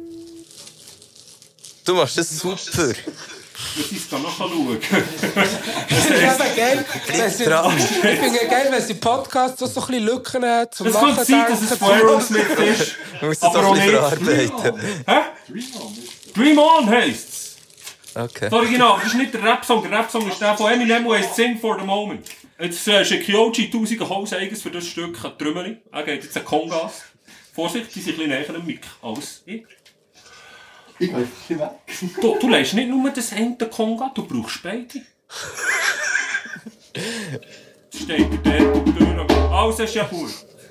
du machst das super. Das ist da nachschauen. Ich finde es eben geil, wenn sie, ich finde es geil, wenn sie Podcasts so ein bisschen Lücken haben, zum Es kann sein, dass es von Aerosmith ist. Du musst das Aber auch auch ein bisschen nicht. verarbeiten. Hä? Dream On heisst es. Okay. Das Original, das ist nicht der Rap-Song. Der Rap-Song ist der von Eminem, der heißt Sing for the Moment. Jetzt äh, schickt Kyoji tausend Haus eigens für das Stück an Trümmeli. Er geht jetzt an Kongas. Vorsicht, die sind ein bisschen näher am Mic als ich. Ich gehe ein bisschen weg. Du, du lässt nicht nur das eine Konga, du brauchst beide. Jetzt steht der dort und der Tür. Also, ist ja gut.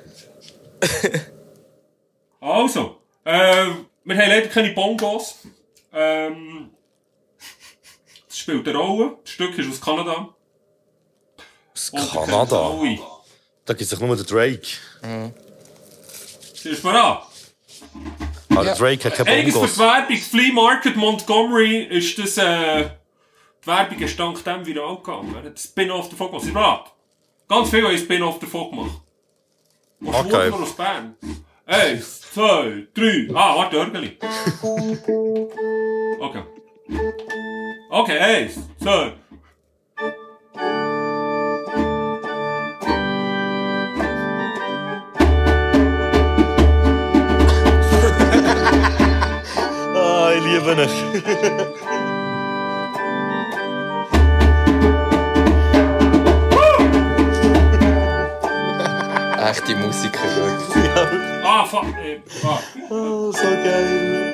Also, äh, wir haben leider keine Bongos. Ähm, das spielt eine Rolle. Das Stück ist aus Kanada. Aus Und ihr Kanada? kennt es alle. Da gibt es doch nur den Drake. Siehst du mal an? Aber der Drake hat keine Eigens für Bongos. die Werbung Flea Market Montgomery ist das, äh, die Werbung ist dank dem viral gegangen. Er hat ein Spin-off davon gemacht. Siehst du mal an? Ganz viele haben ein Spin-off davon gemacht. Und Okay. Schwurbler aus Bern. Eins, zwei, drei. Ah, warte, Örgeli. Okay. Okay, eins, zwei. Ah, ich liebe ihn. Echte Musiker, wirklich. Ah, fuck. Äh, ah. Oh, so geil.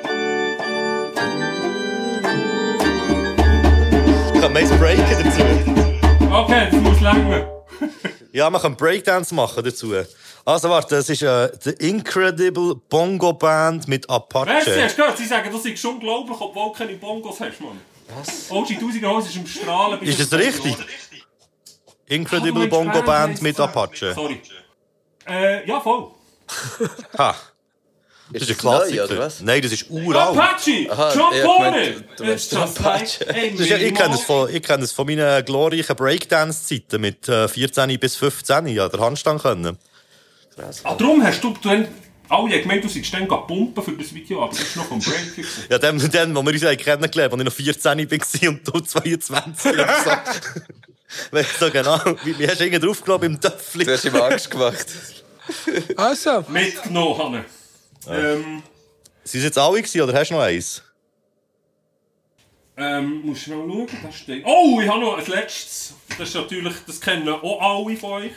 Ich kann meist breaken dazu. Okay, das muss länger. Ja, man kann Breakdance machen dazu. Also warte, das ist äh, The Incredible Bongo Band mit Apache. Weißt du, hast du gehört? Sie sagen, das ist unglaublich, obwohl du keine Bongos hast, Mann. Was? O G tausend Haus ist im Strahlen. bis Ist das zum richtig? Boden. Incredible Ah, du Bongo meinst Band heisst mit es? Apache. Sorry. Äh, ja, voll. Ha. Das ist ein das neu, Klassiker. oder was? Nein, das ist uralt. Apache! Aha, Jump ja, on ich it! meinte, du meinst It's just Apache. like a Das ist ja, ich kenne es minimal- von, ich kenne es von meinen glorreichen Breakdance-Zeiten mit äh, vierzehn bis fünfzehn. Ja, der Handstand können. Ah, darum hast du dann... Alle haben gemeint, du sollst dann pumpen für das Video, aber das ist noch vom Break. gewesen. Ja, dann, dann, wo wir uns kennengelernt haben, als ich noch vierzehn war und du zweiundzwanzig oder so. Weißt du genau, wie, wie hast du irgendwie draufgelassen im Töffel? Du hast ihm Angst gemacht. Also, Mitgenommen, Hanne. Ähm, Sind es jetzt alle gewesen, oder hast du noch eins? ähm, musst du mal schauen, da steht... Oh, ich habe noch ein letztes. Das ist natürlich... Das kennen auch alle von euch.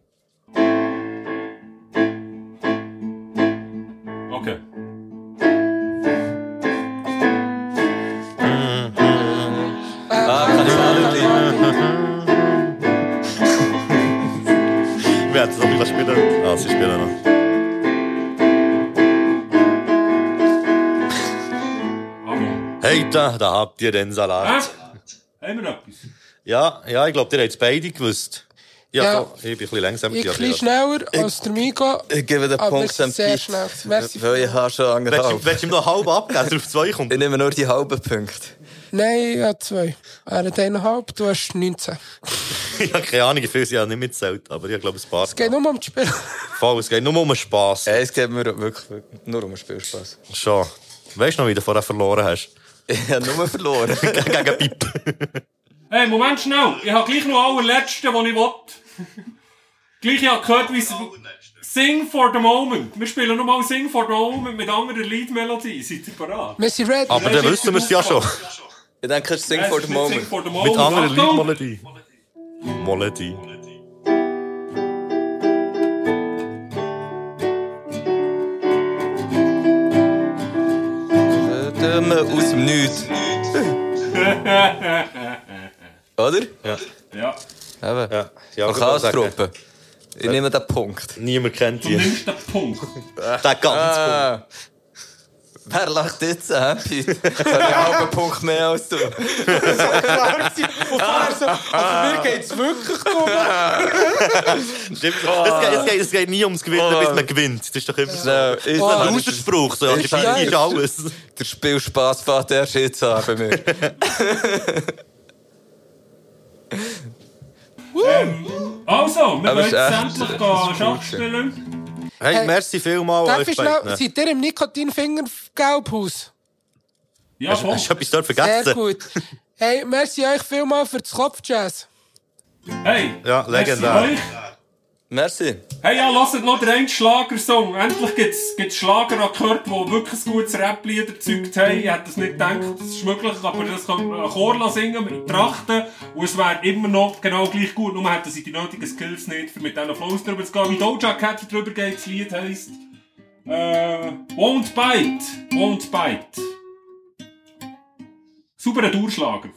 Okay. Ah, kann ich auch nicht. Wir hätten es noch spielen. Ah, sie spielen noch. Hey, da, da habt ihr den Salat. Äh? Haben wir etwas? Ja, ja, ich glaube, ihr habt es beide gewusst. Ja, Ja. so, ich bin ein bisschen langsamer. Ich ein bisschen schneller als der Migo. Ich gebe den aber Punkt dem sehr Pete. schnell. Merci. Weil ich habe schon Willst anderthalb. du willst du ihm noch halb abgeben, dass er auf zwei kommt? Ich nehme nur die halben Punkte. Nein, ich habe zwei. Er hat eineinhalb, du hast neunzehn. Ich habe keine Ahnung, wie viel sie haben nicht mitgezählt, aber ich glaube, ein paar. Es geht nur um das Spiel. Voll, es geht nur um den Spass. Ja, es geht mir wirklich, wirklich nur um den Spielspaß. Schon. Weißt du noch, wie du vorher verloren hast? Ich habe nur verloren. Gegen Pip. Hey, Moment schnell. Ich habe gleich noch allerletzten, den ich will. Gleich, ich habe gehört, wie es... Sing for the Moment. Wir spielen nochmal Sing for the Moment mit anderen Liedmelodien. Seid ihr bereit? Wir sind ready. Aber dann wissen wir es ja schon. Ich denke, es ist Sing Ja, for es the ist nicht Moment. Sing for the Moment. Mit anderen Achtung. Liedmelodie. Melodie. Aus dem Nichts. Oder? Ja. Ja. Eben. Ja. Ja, Eine Chaos-Truppe. Ich nehme den Punkt. Niemand kennt Du die. nimmst den Punkt. Der ganz Punkt. Ah. Wer lacht jetzt, hä, Pete? Ich habe einen halben Punkt mehr als du. Und vorher so, aber mir geht es wirklich gut. Stimmt. Es geht, es, geht, es geht nie ums Gewinnen, Oh. bis man gewinnt. Das ist doch immer so. No, ist Oh. Ein Ausspruch. So. Ist- Gewinnen ist alles. Der Spielspaß fährt erst jetzt an bei mir. ähm, also, wir Aber wollen es jetzt ist echt- endlich es ist gehen Schach gut. spielen. Hey, Hey, merci vielmals Darf euch ich schnell, beiden. seid ihr im Nikotin-Fingergelbhaus? Ja, Hast voll. hast du etwas dort Sehr vergessen? gut. Hey, merci euch vielmals für das Kopfjazz. Hey, Ja, merci legendär. euch. Merci. Hey, ja, lasst noch den einen Schlagersong. Endlich gibt's, gibt's Schlager gehört, die wirklich ein gutes Rap-Lied erzeugt haben. Ich hätte das nicht gedacht, das ist möglich, aber das kann ein Chor singen mit Trachten und es wäre immer noch genau gleich gut, nur hätten sie die nötigen Skills nicht, um mit diesen Flows drüber zu gehen. Wie Doja Cat drüber geht, das Lied heisst äh, Won't Bite. Won't Bite. Sauberer Durchschlager.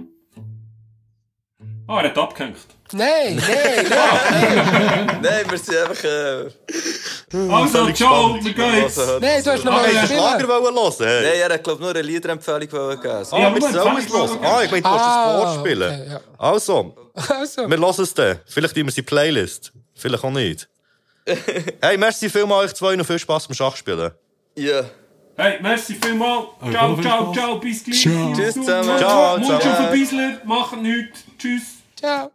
Ah, er hat abgehängt. Nein, nein, nein. Nein, wir sind einfach... Äh... Also, ciao, wie geht's? Nein, du hast noch Ah, mal hast du den Schlager spielen. wollen hören? Hey. Nein, er hat, glaube ich, nur eine Liederempfehlung geben. Ah, Ja, wir nur sollen eine es Empfehlung hören. Ah, ich meine, du willst Ah, es vorspielen. okay, ja. Also, Also, wir hören es dann. Vielleicht tun wir es in die Playlist. Vielleicht auch nicht. Hey, merci vielmals euch zwei und viel Spass beim Schachspielen. Ja. Hey, merci vielmals. Ciao, ciao, ciao, bis gleich. Tschüss zusammen. Ciao Mund auf zusammen. ein bisschen, macht nichts. Tschüss. ciao.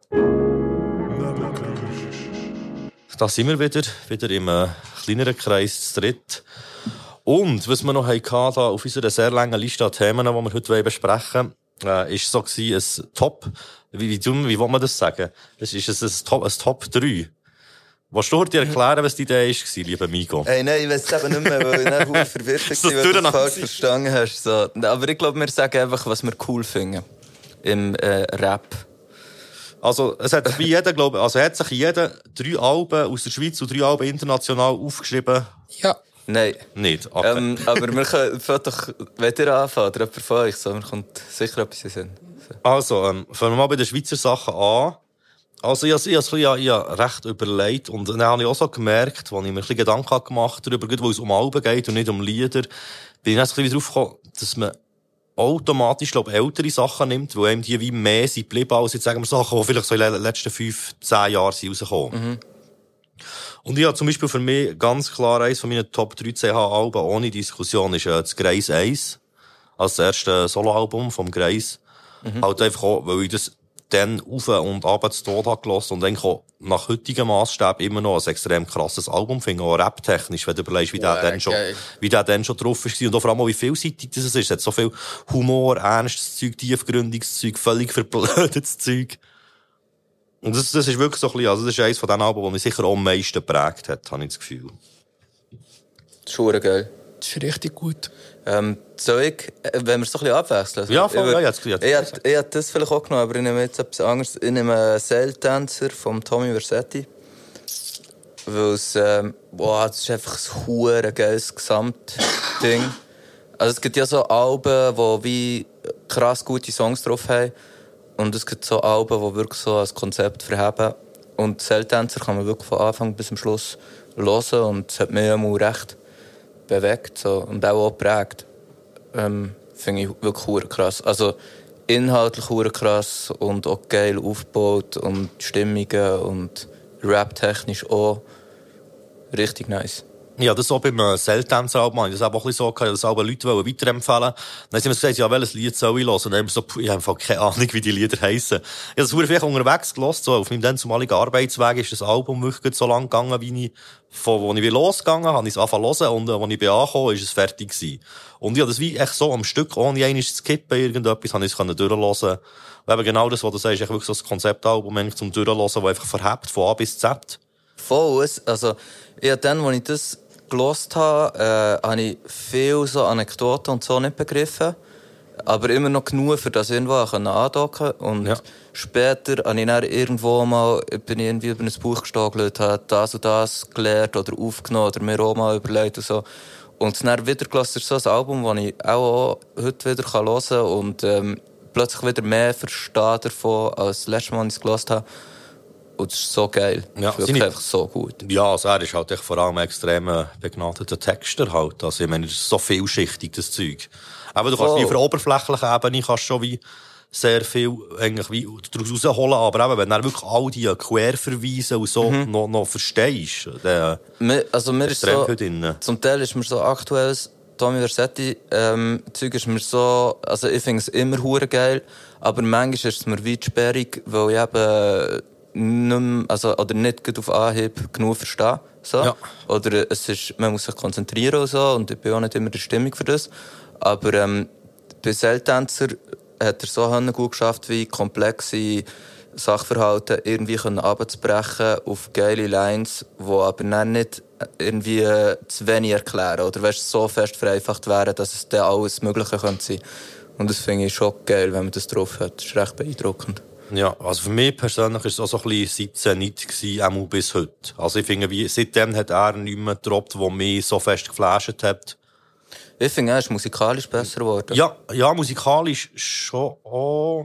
Da sind wir wieder, wieder im äh, kleineren Kreis zu dritt. Und was wir noch hatten, da auf unserer sehr langen Liste an Themen, die wir heute besprechen wollen, äh, ist so gewesen, ein Top, wie, wie, wie, wie will man das sagen? Es ist ein, ein Top, ein Top drei. Willst du dir erklären, was die Idee war, lieber Migo? Hey, nein, ich weiß es eben nicht mehr, weil ich dann verdammt verwirrt war, So weil du es durcheinander falsch ist. verstanden hast. So. Aber ich glaube, wir sagen einfach, was wir cool finden. Im äh, Rap. Also, es hat wie jeder, glaube ich, also hat sich jeder drei Alben aus der Schweiz und drei Alben international aufgeschrieben? Ja. Nein. Nicht. Okay. Ähm, aber wir können fängt doch, wenn ihr anfangen, oder jemand von euch, so, mir kommt sicher etwas in den Sinn. So. Also, ähm, fangen wir mal bei den Schweizer Sachen an. Also, ich habe ich habe- ich habe- ich habe recht überlegt und dann habe ich auch so gemerkt, als ich mir ein bisschen Gedanken gemacht habe darüber, weil es um Alben geht und nicht um Lieder, bin ich dann so ein bisschen drauf gekommen, dass man automatisch, glaube ich, ältere Sachen nimmt, weil einem die wie mehr sind geblieben, als jetzt sagen wir Sachen, die vielleicht so in den letzten fünf, zehn Jahren sind rausgekommen. Mhm. Und ich habe zum Beispiel für mich ganz klar eines von meinen Top drei C H-Alben ohne Diskussion ist äh, das Greis eins. Als das erste Soloalbum vom Greis. Mhm. Halt einfach auch, weil ich das dann auf und ab zu Tod habe gelassen und eigentlich auch nach heutigem Maßstab immer noch ein extrem krasses Album finde, auch rap-technisch, wenn du überlegst, wie der Ja, dann schon, geil. wie der dann schon drauf war und auch vor allem auch, wie vielseitig das ist. Es hat so viel Humor, ernstes Zeug, tiefgründiges Zeug, völlig verblödetes Zeug. Und das, das ist wirklich so ein bisschen, also das ist eines von den Alben, die mich sicher auch am meisten geprägt hat, habe ich das Gefühl. Das ist verdammt geil. Das ist richtig gut. Ähm, soll ich, äh, wenn wir es so ein bisschen abwechseln? Also, Ja, voll, ich ja, würd- jetzt- jetzt- Ich hätte ich hätte das vielleicht auch genommen, aber ich nehme jetzt etwas anderes. Ich nehme Seiltänzer von Tommy Versetti. Weil es, ähm, boah, das ist einfach ein verdammt geiles Gesamtding. Also es gibt ja so Alben, die wie krass gute Songs drauf haben. Und es gibt so Alben, die wirklich so als Konzept verheben. Und Seiltänzer kann man wirklich von Anfang bis zum Schluss hören und es hat mich immer recht bewegt so, und auch, auch geprägt. Ähm, finde ich wirklich hure krass. Also inhaltlich hure krass und auch geil aufgebaut und Stimmungen und Rap-technisch auch richtig nice. Ja, das auch beim Seiltänzer-Album, ich das auch ein bisschen so gehabt, dass alle Leute weiterempfehlen wollen. Dann haben sie mir gesagt, ja, welches Lied soll ich hören? Und dann haben wir so, ich habe keine Ahnung, wie die Lieder heissen. Ich habe das verdammt vielleicht unterwegs gehört, so auf meinem dann zumaligen Arbeitsweg ist das Album wirklich so lang gegangen, wie ich, von wo ich losgegangen habe, habe ich es angefangen zu hören, und als ich bin angekommen, ist es fertig gewesen. Und ich habe das wie echt so am Stück, ohne einmal zu skippen, irgendetwas, habe ich es durchhören. Und eben genau das, was du sagst, ist wirklich so ein Konzeptalbum, eigentlich zum Durchhören, das einfach verhebt, von A bis Z. Voll, also, ja, dann, als ich das gehört habe, äh, habe ich viel so Anekdoten und so nicht begriffen. Aber immer noch genug, für das irgendwo andocken konnte. Und ja. Später habe ich dann irgendwo mal, bin ich irgendwie über ein Buch gestagelt, habe das und das gelernt oder aufgenommen oder mir auch mal überlegt und so. Und dann wieder gehört, ist so ein Album, das ich auch heute wieder hören kann und ähm, plötzlich wieder mehr verstehe davon, als das letzte Mal, als ich es gehört habe. Und es ist so geil. Ja, es ist wirklich einfach so gut. Ja, also er ist halt echt vor allem ein extrem begnadeter Texter halt. Also ich meine, es ist so vielschichtig, das Zeug. Aber du kannst oh. wie auf der oberflächlichen Ebene kannst schon wie sehr viel eigentlich wie daraus rausholen. Aber eben, wenn du wirklich all die Querverweise und so mhm. noch, noch verstehst, dann also mir ist so, zum Teil ist mir so aktuelles Tommy Vercetti ähm, Zeug ist mir so, also ich finde es immer hure geil, aber manchmal ist es mir wie sperrig, weil ich eben nicht mehr, also, oder nicht auf Anhieb genug verstehe. So. Ja. Oder es ist, man muss sich konzentrieren und so, und ich bin auch nicht immer in der Stimmung für das. Aber ähm, bei Seiltänzer hat er so gut geschafft, wie komplexe Sachverhalte irgendwie runterzubrechen auf geile Lines, die aber dann nicht irgendwie zu wenig erklären oder weißt, so fest vereinfacht wären, dass es dann alles Mögliche könnte sein. Und das finde ich schon geil, wenn man das drauf hat. Das ist recht beeindruckend. Ja, also für mich persönlich war es auch so ein bisschen siebzehn nicht gewesen, auch bis heute. Also ich finde, wie, seitdem hat er nicht mehr gedroppt, der mich so fest geflasht hat. Ich finde, er ist musikalisch besser geworden. Ja, ja, musikalisch schon auch.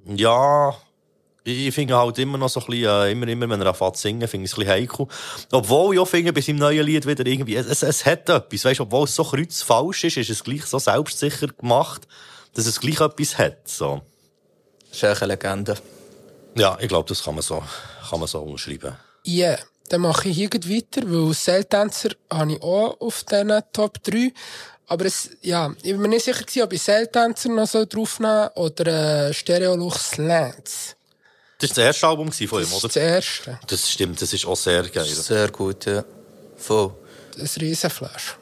Ja, ich finde halt immer noch so ein bisschen, äh, immer, immer, wenn er anfängt zu singen, finde ich es ein bisschen heikel. Obwohl ich auch finde, bei seinem neuen Lied wieder irgendwie, es, es hat etwas, weißt du, obwohl es so kreuzfalsch ist, ist es gleich so selbstsicher gemacht, dass es gleich etwas hat, so. Das ist echt eine Legende. Ja, ich glaube, das kann man so, kann man so umschreiben. Ja, yeah, dann mache ich hier weiter, weil Seiltänzer habe ich auch auf diesen Top drei. Aber es, ja, ich bin mir nicht sicher gewesen, ob ich Seiltänzer noch so draufnehmen oder äh, Stereolux Lance. Das war das erste Album von ihm, oder? Das ist das erste. Das stimmt, das ist auch sehr geil. Sehr gut, ja. Voll. Das ist ein Riesenflash.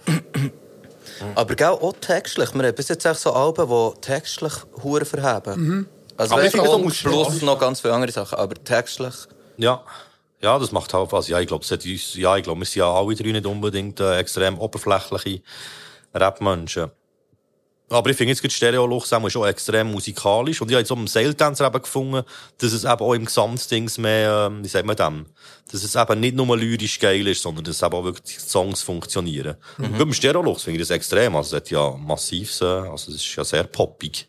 Aber gell, auch textlich. Wir haben bis jetzt echt so Alben, die textlich hure verheben. Mhm. Also aber weißt ich du, muss plus noch ganz viele andere Sachen, aber textlich. Ja. Ja, das macht halt was. Ja, ich glaube, ja, ich glaube, wir sind ja alle drei nicht unbedingt äh, extrem oberflächliche Rap-Menschen. Aber ich finde jetzt, Stereolux ist auch extrem musikalisch. Und ich habe jetzt auch im Seiltänzer eben gefunden, dass es eben auch im Gesamtdings mehr, äh, wie sagt man dem, dass es eben nicht nur lyrisch geil ist, sondern dass eben auch wirklich die Songs funktionieren. Mhm. Beim Stereolux finde ich das extrem. Also es hat ja massiv, also es ist ja sehr poppig.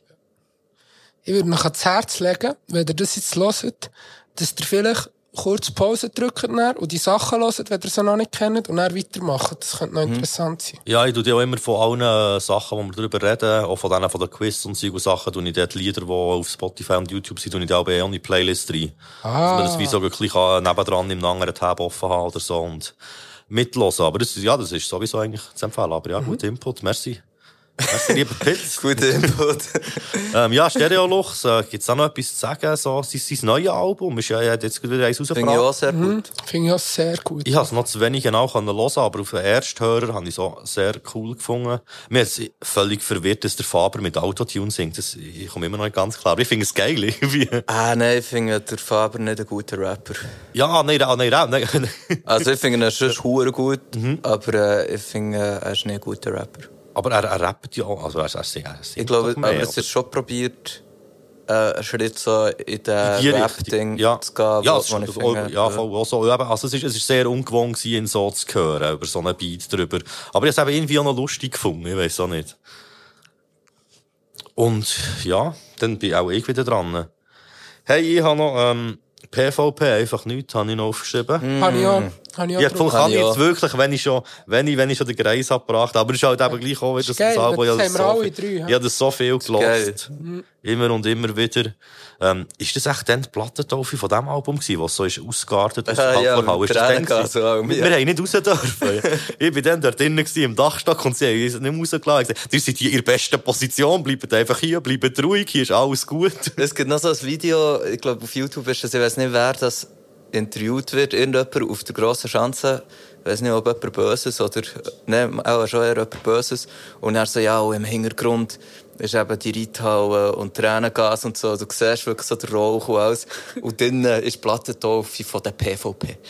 Ich würde noch ans Herz legen, wenn ihr das jetzt hört, dass ihr vielleicht kurz Pause drückt und die Sachen hört, wenn ihr sie noch nicht kennt, und dann weitermacht. Das könnte noch mhm. interessant sein. Ja, ich tue ja auch immer von allen Sachen, die wir darüber reden, auch von denen von den Quiz und so Sachen, tue ich dort Lieder, die auf Spotify und YouTube sind, tue ich auch bei in die Playlist rein. Ah. Dass man das wie so wirklich nebendran im anderen Tab offen haben oder so und mitlosen. Aber das, ja, das ist sowieso eigentlich zu empfehlen. Aber ja, mhm. guter Input, merci. Merci, lieber Pitz. Guter Input. ähm, ja, Stereolux, äh, gibt's da noch etwas zu sagen? So, sein, sein neues Album ist ja, jetzt wieder eins rausgebracht. Finde ich auch sehr gut. Mhm. Finde ich auch sehr gut. Ich habe es noch zu wenig genau hören, aber auf den Ersthörer habe ich so sehr cool gefunden. Mir hat es völlig verwirrt, dass der Faber mit Autotune singt. Das, ich komme immer noch nicht ganz klar. Ich finde es geil, irgendwie. Ah, nein, ich finde der Faber nicht ein guter Rapper. Ja, nein, nein, nein, nein. Also, ich finde ihn schon hure gut, mhm. aber äh, ich finde, äh, er ist nicht ein guter Rapper. Aber er, er rappt ja auch, also er, er, singt, er singt ich glaube, mehr, aber es ist schon probiert, äh, einen Schritt so in den Rap-Ding ja. zu gehen, ja, wo, es wo ich ist, finde. Ja, voll, auch so. Also es ist, es ist sehr ungewohnt gewesen, ihn so zu hören, über so einen Beat drüber. Aber ich habe es irgendwie auch noch lustig gefunden, ich weiss auch nicht. Und ja, dann bin auch ich wieder dran. Hey, ich habe noch ähm, P V P, einfach nichts, habe ich noch aufgeschrieben. Mm. Habe ich auch. Habe ich auch Ja, drauf. kann ich jetzt wirklich, wenn ich schon, wenn ich, wenn ich schon den Greis abgebracht habe. Aber es ist halt eben gleich auch wieder geil, das Album. das Ich haben wir so alle viel, drei, ja. ich habe das so viel gelost. Mhm. Immer und immer wieder. Ähm, ist das echt dann die Plattentaufe von diesem Album gewesen, was so ist ausgeartet aus der Ja, ja, Hauptverhalle? mit Ist das Tränen dann gehabt, so auch, gewesen? ja. Wir haben nicht raus dürfen. Ich war dann dort drinnen gewesen, im Dachstock und sie haben uns nicht rausgelassen. Ich gesagt, ihr seid hier in der besten Position, bleibt einfach hier, bleibt ruhig, hier ist alles gut. Es gibt noch so ein Video, ich glaube auf YouTube ist das, ich weiß nicht, wer das interviewt wird, irgendjemand auf der grossen Schanze, ich weiß nicht, ob jemand Böses oder, nein, auch schon eher jemand Böses. Und er so, ja, und im Hintergrund ist eben die Reithalle und Tränengas und so. Du siehst wirklich so den Rauch und alles. Und dann ist die Plattentaufe von der P V P.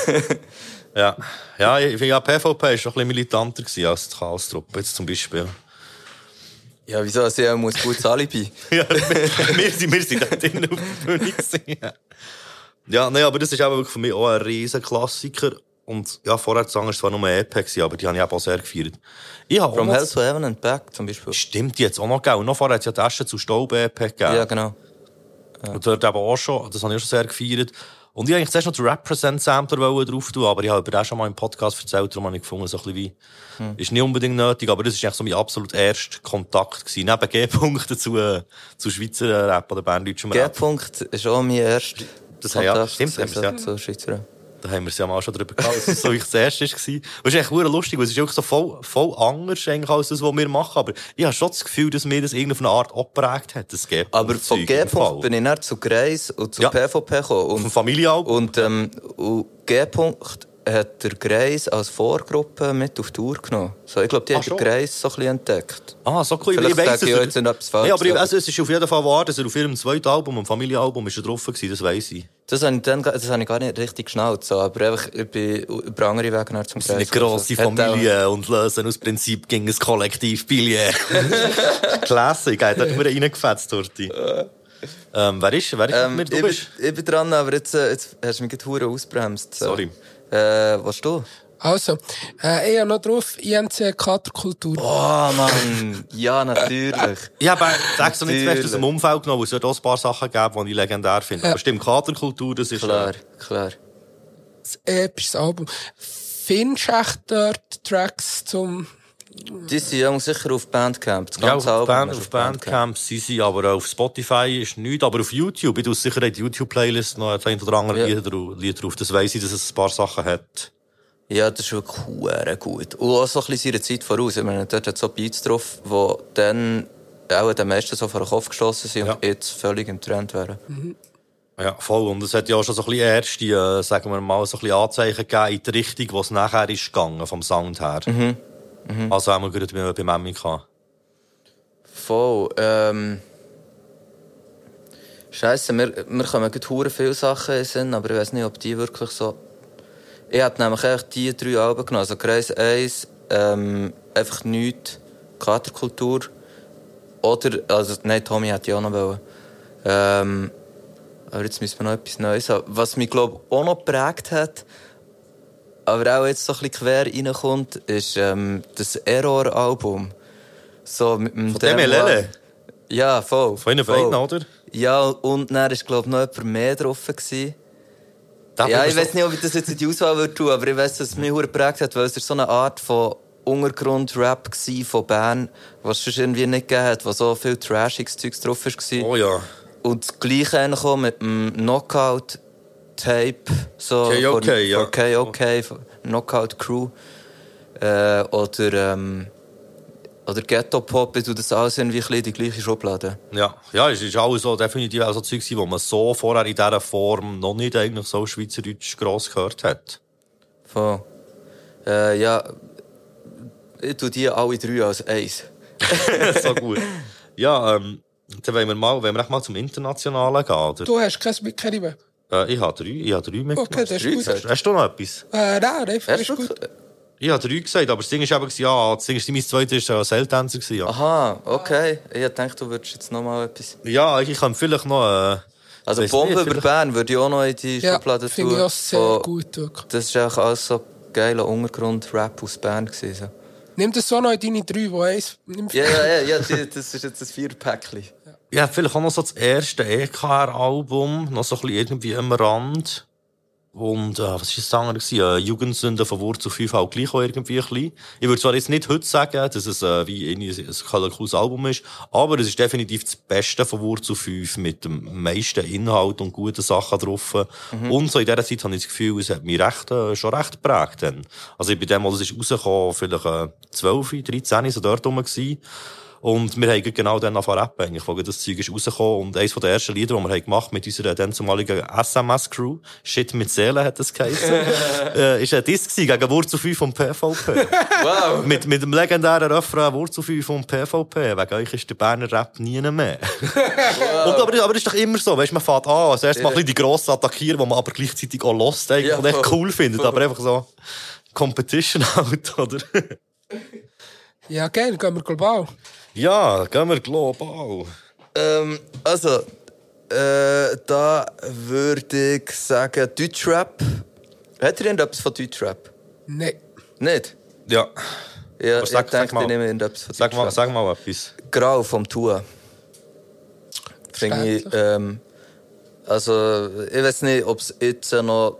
Ja, ja, ich finde, ja, P V P war schon ein bisschen militanter gewesen als die Chaos-Truppe, jetzt zum Beispiel. Ja, wieso? Sie haben ein gutes Alibi. Ja, wir, wir sind, wir sind da drinnen auf der Bühne gewesen. Ja, nein, aber das ist eben wirklich für mich auch ein riesen Klassiker. Und ja, vorher zu sagen, es war nur ein E P gewesen, aber die habe ich eben auch sehr gefeiert. Ich habe From auch noch... Hell to Heaven and Back zum Beispiel. Stimmt, die hat es auch noch gegeben. Noch vorher hat es ja Taschen zu Staub-E P gegeben. Ja, genau. Ja. Und dort eben auch schon, das habe ich auch schon sehr gefeiert. Und ich wollte eigentlich zuerst noch den Represent-Sampler drauf tun, aber ich habe über den schon mal im Podcast erzählt, darum habe ich gefunden, so ein bisschen wie, hm. ist nicht unbedingt nötig, aber das war eigentlich so mein absolut erster Kontakt gewesen. Neben G-Punkten zu, äh, zu Schweizer Rap oder berndeutschem Rap. G-Punkt ist auch mein erster Das haben ja, stimmt, haben wir ja. zu Schweizer Rap. Da haben wir es ja mal schon drüber gehabt, dass es so wie das erste war. Das ist echt verdammt lustig, weil es ist wirklich so voll, voll anders eigentlich als das, was wir machen. Aber ich habe schon das Gefühl, dass mir das irgendeine Art auch geprägt hat, das G-Punkt. Aber von G-Punkt bin ich dann zu Greis und zu ja. P V P gekommen. Und, vom Familienalbum. Und, ähm, und G-Punkt hat der Greis als Vorgruppe mit auf die Tour genommen. So, ich glaube, die hat der Greis so ein bisschen entdeckt. Ah, so cool. Vielleicht ich weiss, ich jetzt etwas falsch. Nee, aber ich, also, es ist auf jeden Fall wahr, dass er auf ihrem zweiten Album, am Familienalbum, ist er drauf gewesen, das weiss ich. Das habe ich, dann, das habe ich gar nicht richtig geschnallt, so. Aber einfach, ich bin über andere Wege nach zum Greis. Eine grosse Familie und lösen aus Prinzip gegen ein Kollektiv Billet. Classic, da hat er mir reingefetzt, Torti. ähm, wer ist, wer ist ähm, mit mir? Ich, du bist? Bin, ich bin dran, aber jetzt, jetzt hast du mich gerade verdammt ausbremst. So. Sorry. Äh, was du? Also, äh, ich habe noch drauf, I N C Katerkultur. Oh, Mann. Ja, natürlich. Ich habe extra nicht zuerst aus dem Umfeld genommen, weil es dort auch ein paar Sachen gab, die ich legendär finde. Ja. Aber stimmt, Katerkultur, das ist... Klar, äh, klar. Das episches Album. Findest du echt dort Tracks zum... Die sind ja sicher auf Bandcamp. Das ja, auf, Album Band, auf auf Bandcamp, Bandcamp sind sie, aber auf Spotify ist nichts. Aber auf YouTube, ich tue sicher in die YouTube-Playlist noch ein oder andere ja. Lieder drauf. Das weiss ich, dass es ein paar Sachen hat. Ja, das ist wirklich sehr gut. Und auch so ein bisschen seiner Zeit voraus. Ich meine, dort hat so Beats drauf, die dann auch den meisten so vor den Kopf gestossen sind ja. und jetzt völlig im Trend wären. Mhm. Ja, voll. Und es hat ja auch schon so ein bisschen erste, äh, sagen wir mal, so ein bisschen Anzeichen gegeben in die Richtung, wo es nachher ist gegangen, vom Sound her. Mhm. Mhm. Also haben wir gerade bei Memika. Voll. Ähm... Scheisse, wir, wir kommen gerade hure viele Sachen in den Sinn, aber ich weiss nicht, ob die wirklich so... Ich habe nämlich echt die drei Alben genommen. Also Kreis eins, ähm, einfach nichts, Katerkultur. Oder, also, nein, Tommy hätte ich auch noch wollen. Ähm, aber jetzt müssen wir noch etwas Neues haben. Was mich, glaube ich, auch noch geprägt hat, aber auch jetzt so ein bisschen quer reinkommt, ist ähm, das Error-Album. So, mit dem Von dem Lele? Ja, voll. Von Ihnen Freunden, oder? Ja, und dann war, glaube ich, noch jemand mehr drauf gewesen. Da ja, ich weiß nicht, ob ich das jetzt in die Auswahl würde tun, aber ich weiss, dass es mich sehr geprägt hat, weil es so eine Art von Untergrund-Rap war von Bern, was es sonst irgendwie nicht gegeben hat, wo so viel trashiges Zeugs drauf war. Oh ja. Und das Gleiche mit dem Knockout-Tape, so K O K, von, ja. von K O K, von Knockout-Crew. Äh, oder, ähm, oder Ghetto-Pop, du das alles irgendwie in die gleiche Schublade. Ja, ja, es ist alles so, definitiv auch so Zeug, die man so vorher in dieser Form noch nicht eigentlich so schweizerdeutsch gross gehört hat. Voll. Äh, ja, ich tue die alle drei als eins. So gut. Ja, ähm, dann wollen wir mal, wollen wir mal zum Internationalen gehen, oder? Du hast kein mitgenommen? Äh, ich habe drei, ich habe drei mitgenommen. Okay, das ist gut. Hast, hast du noch etwas? Äh, nein, einfach ist gut. Ich habe drei gesagt, aber das Ding ist eben, ja, das Ding ist, mein zweiter war ein Seiltänzer. Ja. Aha, okay. Ich dachte, du würdest jetzt noch mal etwas... Ja, ich kann vielleicht noch... Äh, also Bombe nicht, über Bern würde ich auch noch in die ja, Schublade tun. Ja, finde ich auch sehr oh, gut. Wirklich. Das war auch alles so geiler Untergrund-Rap aus Bern gewesen. Nimm das so noch in deine drei, die eins... Ja, ja, ja, ja die, das ist jetzt ein Vierpäckchen. Ja, vielleicht auch noch so das erste E K R-Album, noch so ein bisschen irgendwie am Rand. Und, äh, was war das andere gewesen? Äh, Jugendsünde von Wurzel fünf auch gleich auch irgendwie ein bisschen. Ich würde zwar jetzt nicht heute sagen, dass es, äh, wie ein, ein cooles Album ist, aber es ist definitiv das Beste von Wurzel fünf mit dem meisten Inhalt und guten Sachen drauf. Mhm. Und so in dieser Zeit habe ich das Gefühl, es hat mich recht, äh, schon recht geprägt dann. Also ich bin dem, als es ist rausgekommen, vielleicht, äh, zwölf, dreizehn, so dort rum gewesen. Und wir haben genau dann angefangen zu rappen, eigentlich, weil das Zeug ist rausgekommen. Und eines der ersten Lieder, die wir haben gemacht mit unserer dann zumaligen S M S-Crew, Shit mit Seele hat das geheißen, äh, ist ein Diss gegen Wurzel fünf vom P V P. Wow! mit, mit dem legendären Refrain Wurzel fünf vom P V P. Wegen euch ist der Berner Rap nie mehr. Wow. Und, aber, aber das ist doch immer so, weißt du, man fährt an, als erstes mal die Grossen attackieren, die man aber gleichzeitig auch lost eigentlich, ja, und echt cool findet, voll. Aber einfach so Competition halt, oder? Ja, geil, gehen wir global. Ja, gehen wir global. Ähm, also, äh, da würde ich sagen, Deutschrap. Hat ihr irgendetwas von Deutschrap? Nein. Nicht? Ja. Ja, aber sag, ich denke, ich nehme irgendetwas von sag Deutschrap. Mal, sag mal etwas. Grau vom Tua. Finde ich, ähm, also, ich weiß nicht, ob es jetzt noch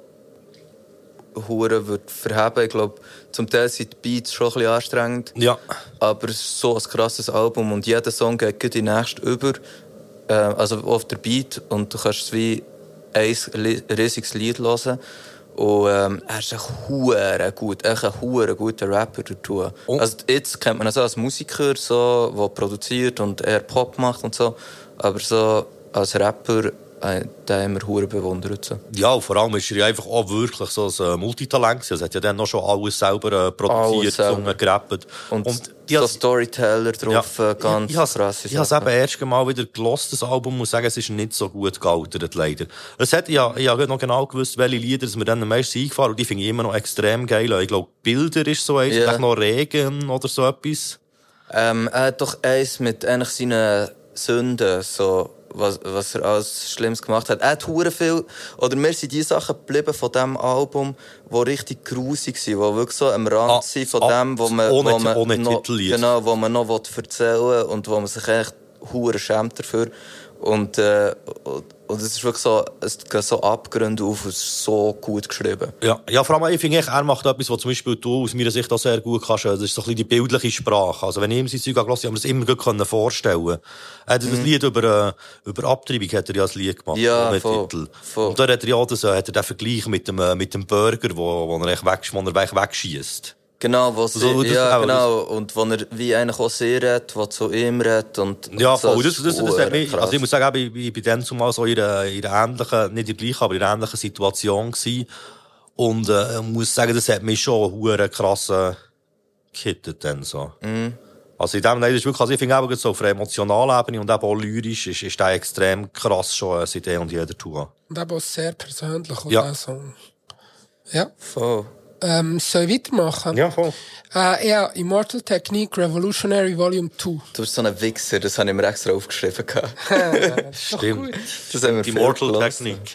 Hure wird verheben. Ich glaube, zum Teil sind die Beats schon ein bisschen anstrengend. Ja. Aber es ist so ein krasses Album und jeder Song geht in die nächste über. Äh, also auf der Beat und du kannst es wie ein riesiges Lied hören. Und ähm, er ist ein hure gut, echt ein hure guter Rapper dazu. Oh. Also jetzt kennt man ihn so als Musiker, so, der produziert und eher Pop macht und so. Aber so als Rapper, äh, den haben wir hure bewundert. So. Ja, und vor allem ist er ja einfach auch wirklich so ein Multitalent. Er hat ja dann noch schon alles selber äh, produziert, gesungen, gerappt. Und, und so has, Storyteller drauf, ja, ganz ich, ich krass. Ich habe es eben erst mal wieder gelost, das Album, muss sagen, es ist nicht so gut gealtert, leider. Es hat, ja, ich habe noch genau gewusst, welche Lieder mir dann am meisten eingefahren, und die finde ich immer noch extrem geil. Ich glaube, Bilder ist so eins, yeah. Vielleicht noch Regen oder so etwas. Ähm, er hat doch eins mit eigentlich seinen Sünden, so, was, was er alles Schlimmes gemacht hat. Er hat hure viel, oder mir sind die Sachen geblieben von diesem Album, die richtig grusig sind, die wirklich so am Rand ah, sind von ah, dem, wo man, ohne, wo man ohne noch, genau, wo man noch erzählen will und wo man sich echt hure schämt dafür. Und, äh, und, und es ist wirklich so, es geht so Abgründe auf, es ist so gut geschrieben. Ja, ja, vor allem, ich finde, er macht etwas, was zum Beispiel du aus meiner Sicht auch sehr gut kannst. Das ist so ein bisschen die bildliche Sprache. Also, wenn ich ihm sein Zeug angelassen habe, habe ich mir das immer gut vorstellen. Er hat mhm. das Lied über, äh, über Abtreibung hat er ja das Lied gemacht. Ja, voll, Titel. voll. Und da hat er ja das, hat er den Vergleich mit dem, äh, mit dem Burger, wo, wo er echt weg, wo er weg, wegschießt. Genau, wo sie, so, ja, genau. Und wo er wie einer auch sehr redet, der zu ihm redet. Und, ja, und so, voll. Das, das, das, das hat mich, also ich muss sagen, ich, ich bin dann zumal so in einer, in einer ähnlichen, nicht in der gleichen, aber in einer ähnlichen Situation gewesen. Und, äh, ich muss sagen, das hat mich schon hure krass, äh, gehittet dann so. Mhm. Also in dem, nein, das ist wirklich, also ich finde eben so auf einer emotionalen Ebene und eben auch lyrisch ist, ist der extrem krass schon, äh, seit eh und jeder tun. Und eben auch sehr persönlich, ja. Der Song. Ja. Voll. Ähm, soll ich weitermachen? Ja, voll. Äh, ja, Immortal Technique Revolutionary Volume zwei. Du bist so ein Wichser, das habe ich mir extra aufgeschrieben. Stimmt. Das haben wir Immortal Technique.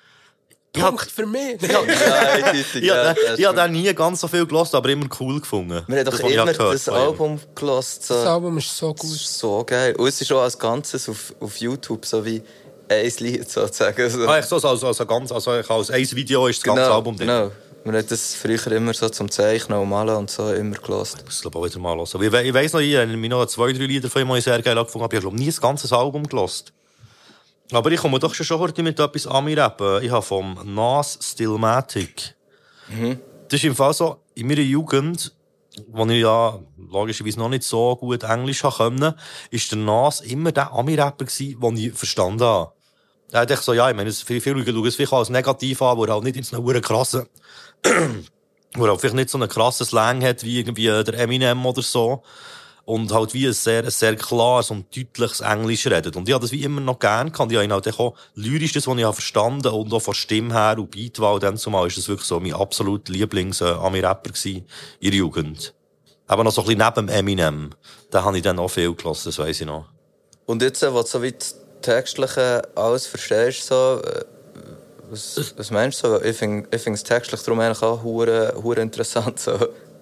Punkt für mich. Ja, ich ja, ja, habe nie ganz so viel gehört, aber immer cool gefunden. Wir haben doch immer gehört, das Album gehört. So. Das Album ist so gut. So geil. Und es ist auch als Ganzes auf, auf YouTube, so wie ein Lied sozusagen. So. Ah, ich so, also, also, ganz, also als ein Video ist das genau, ganze Album drin. Genau. Wir haben das früher immer so zum Zeichnen und Malen und so immer gehört. Ich muss es auch wieder mal hören. Ich, ich weiss noch, ich habe mir noch zwei, drei Lieder von ihm sehr geil angefangen, aber ich habe nie das ganze Album gehört. Aber ich komme doch schon heute mit etwas an mir rappen. Ich habe vom Nas Stillmatic. Mhm. Das ist im Fall so, in meiner Jugend, wo ich ja logischerweise noch nicht so gut Englisch konnte, war der Nas immer der Ami-Rapper, den ich verstanden habe. Er dachte so, ja, ich meine, viele, viele schauen es vielleicht als negativ an, wo er halt nicht in so einer krassen, wo er halt vielleicht nicht so einen krassen Slang hat, wie irgendwie der Eminem oder so. Und halt wie ein sehr, ein sehr klares und deutliches Englisch redet. Und ich habe das wie immer noch gern gehabt. Ich habe ihn halt auch lyrisch, das, was ich verstanden habe, und auch von Stimme her und Beatwahl, dann zumal ist das wirklich so mein absolut Lieblings-Ami-Rapper gewesen in der Jugend. Aber noch so ein bisschen neben Eminem. Da habe ich dann auch viel gehört, das weiss ich noch. Und jetzt, was so wie Textliche alles verstehst, so, was, was meinst du so? Ich finde ich das Textliche darum eigentlich auch hure, hure interessant. So.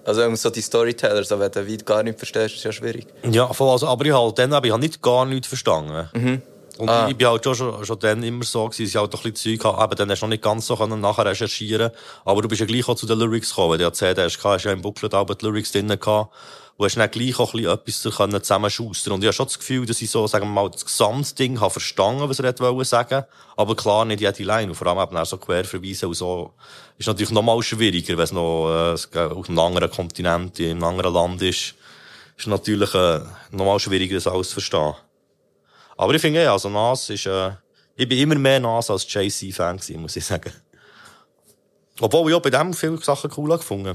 Also so die Storyteller, so, wenn du weit gar nicht verstehst, ist ja schwierig. Ja, voll, also, aber ich halt dann, ich habe nicht gar nichts verstanden. Mhm. Und Ah. ich bin halt schon, schon, schon dann immer so gewesen, dass ich halt ein bisschen Zeug hatte, eben, dann hast du noch nicht ganz so können nachher recherchieren. Aber du bist ja gleich auch zu den Lyrics gekommen, weil du ja die C D hast, hast ja im Booklet auch die Lyrics drin gehabt. Und hast dann gleich auch ein bisschen etwas zusammenschustern. Und ich habe schon das Gefühl, dass ich so, sagen wir mal, das Gesamtding habe verstanden, was er wollte sagen. Aber klar, nicht jede Line. Und vor allem eben auch so Querverweise und so. Ist natürlich noch mal schwieriger, wenn es noch, äh, auf einem anderen Kontinent, in einem anderen Land ist. Ist natürlich, äh, noch mal schwieriger, das alles zu verstehen. Aber ich finde, ja, also Nas ist, äh, ich bin immer mehr Nas als Jay-Z-Fan gewesen, muss ich sagen. Obwohl ich auch bei dem viele Sachen cool gefunden.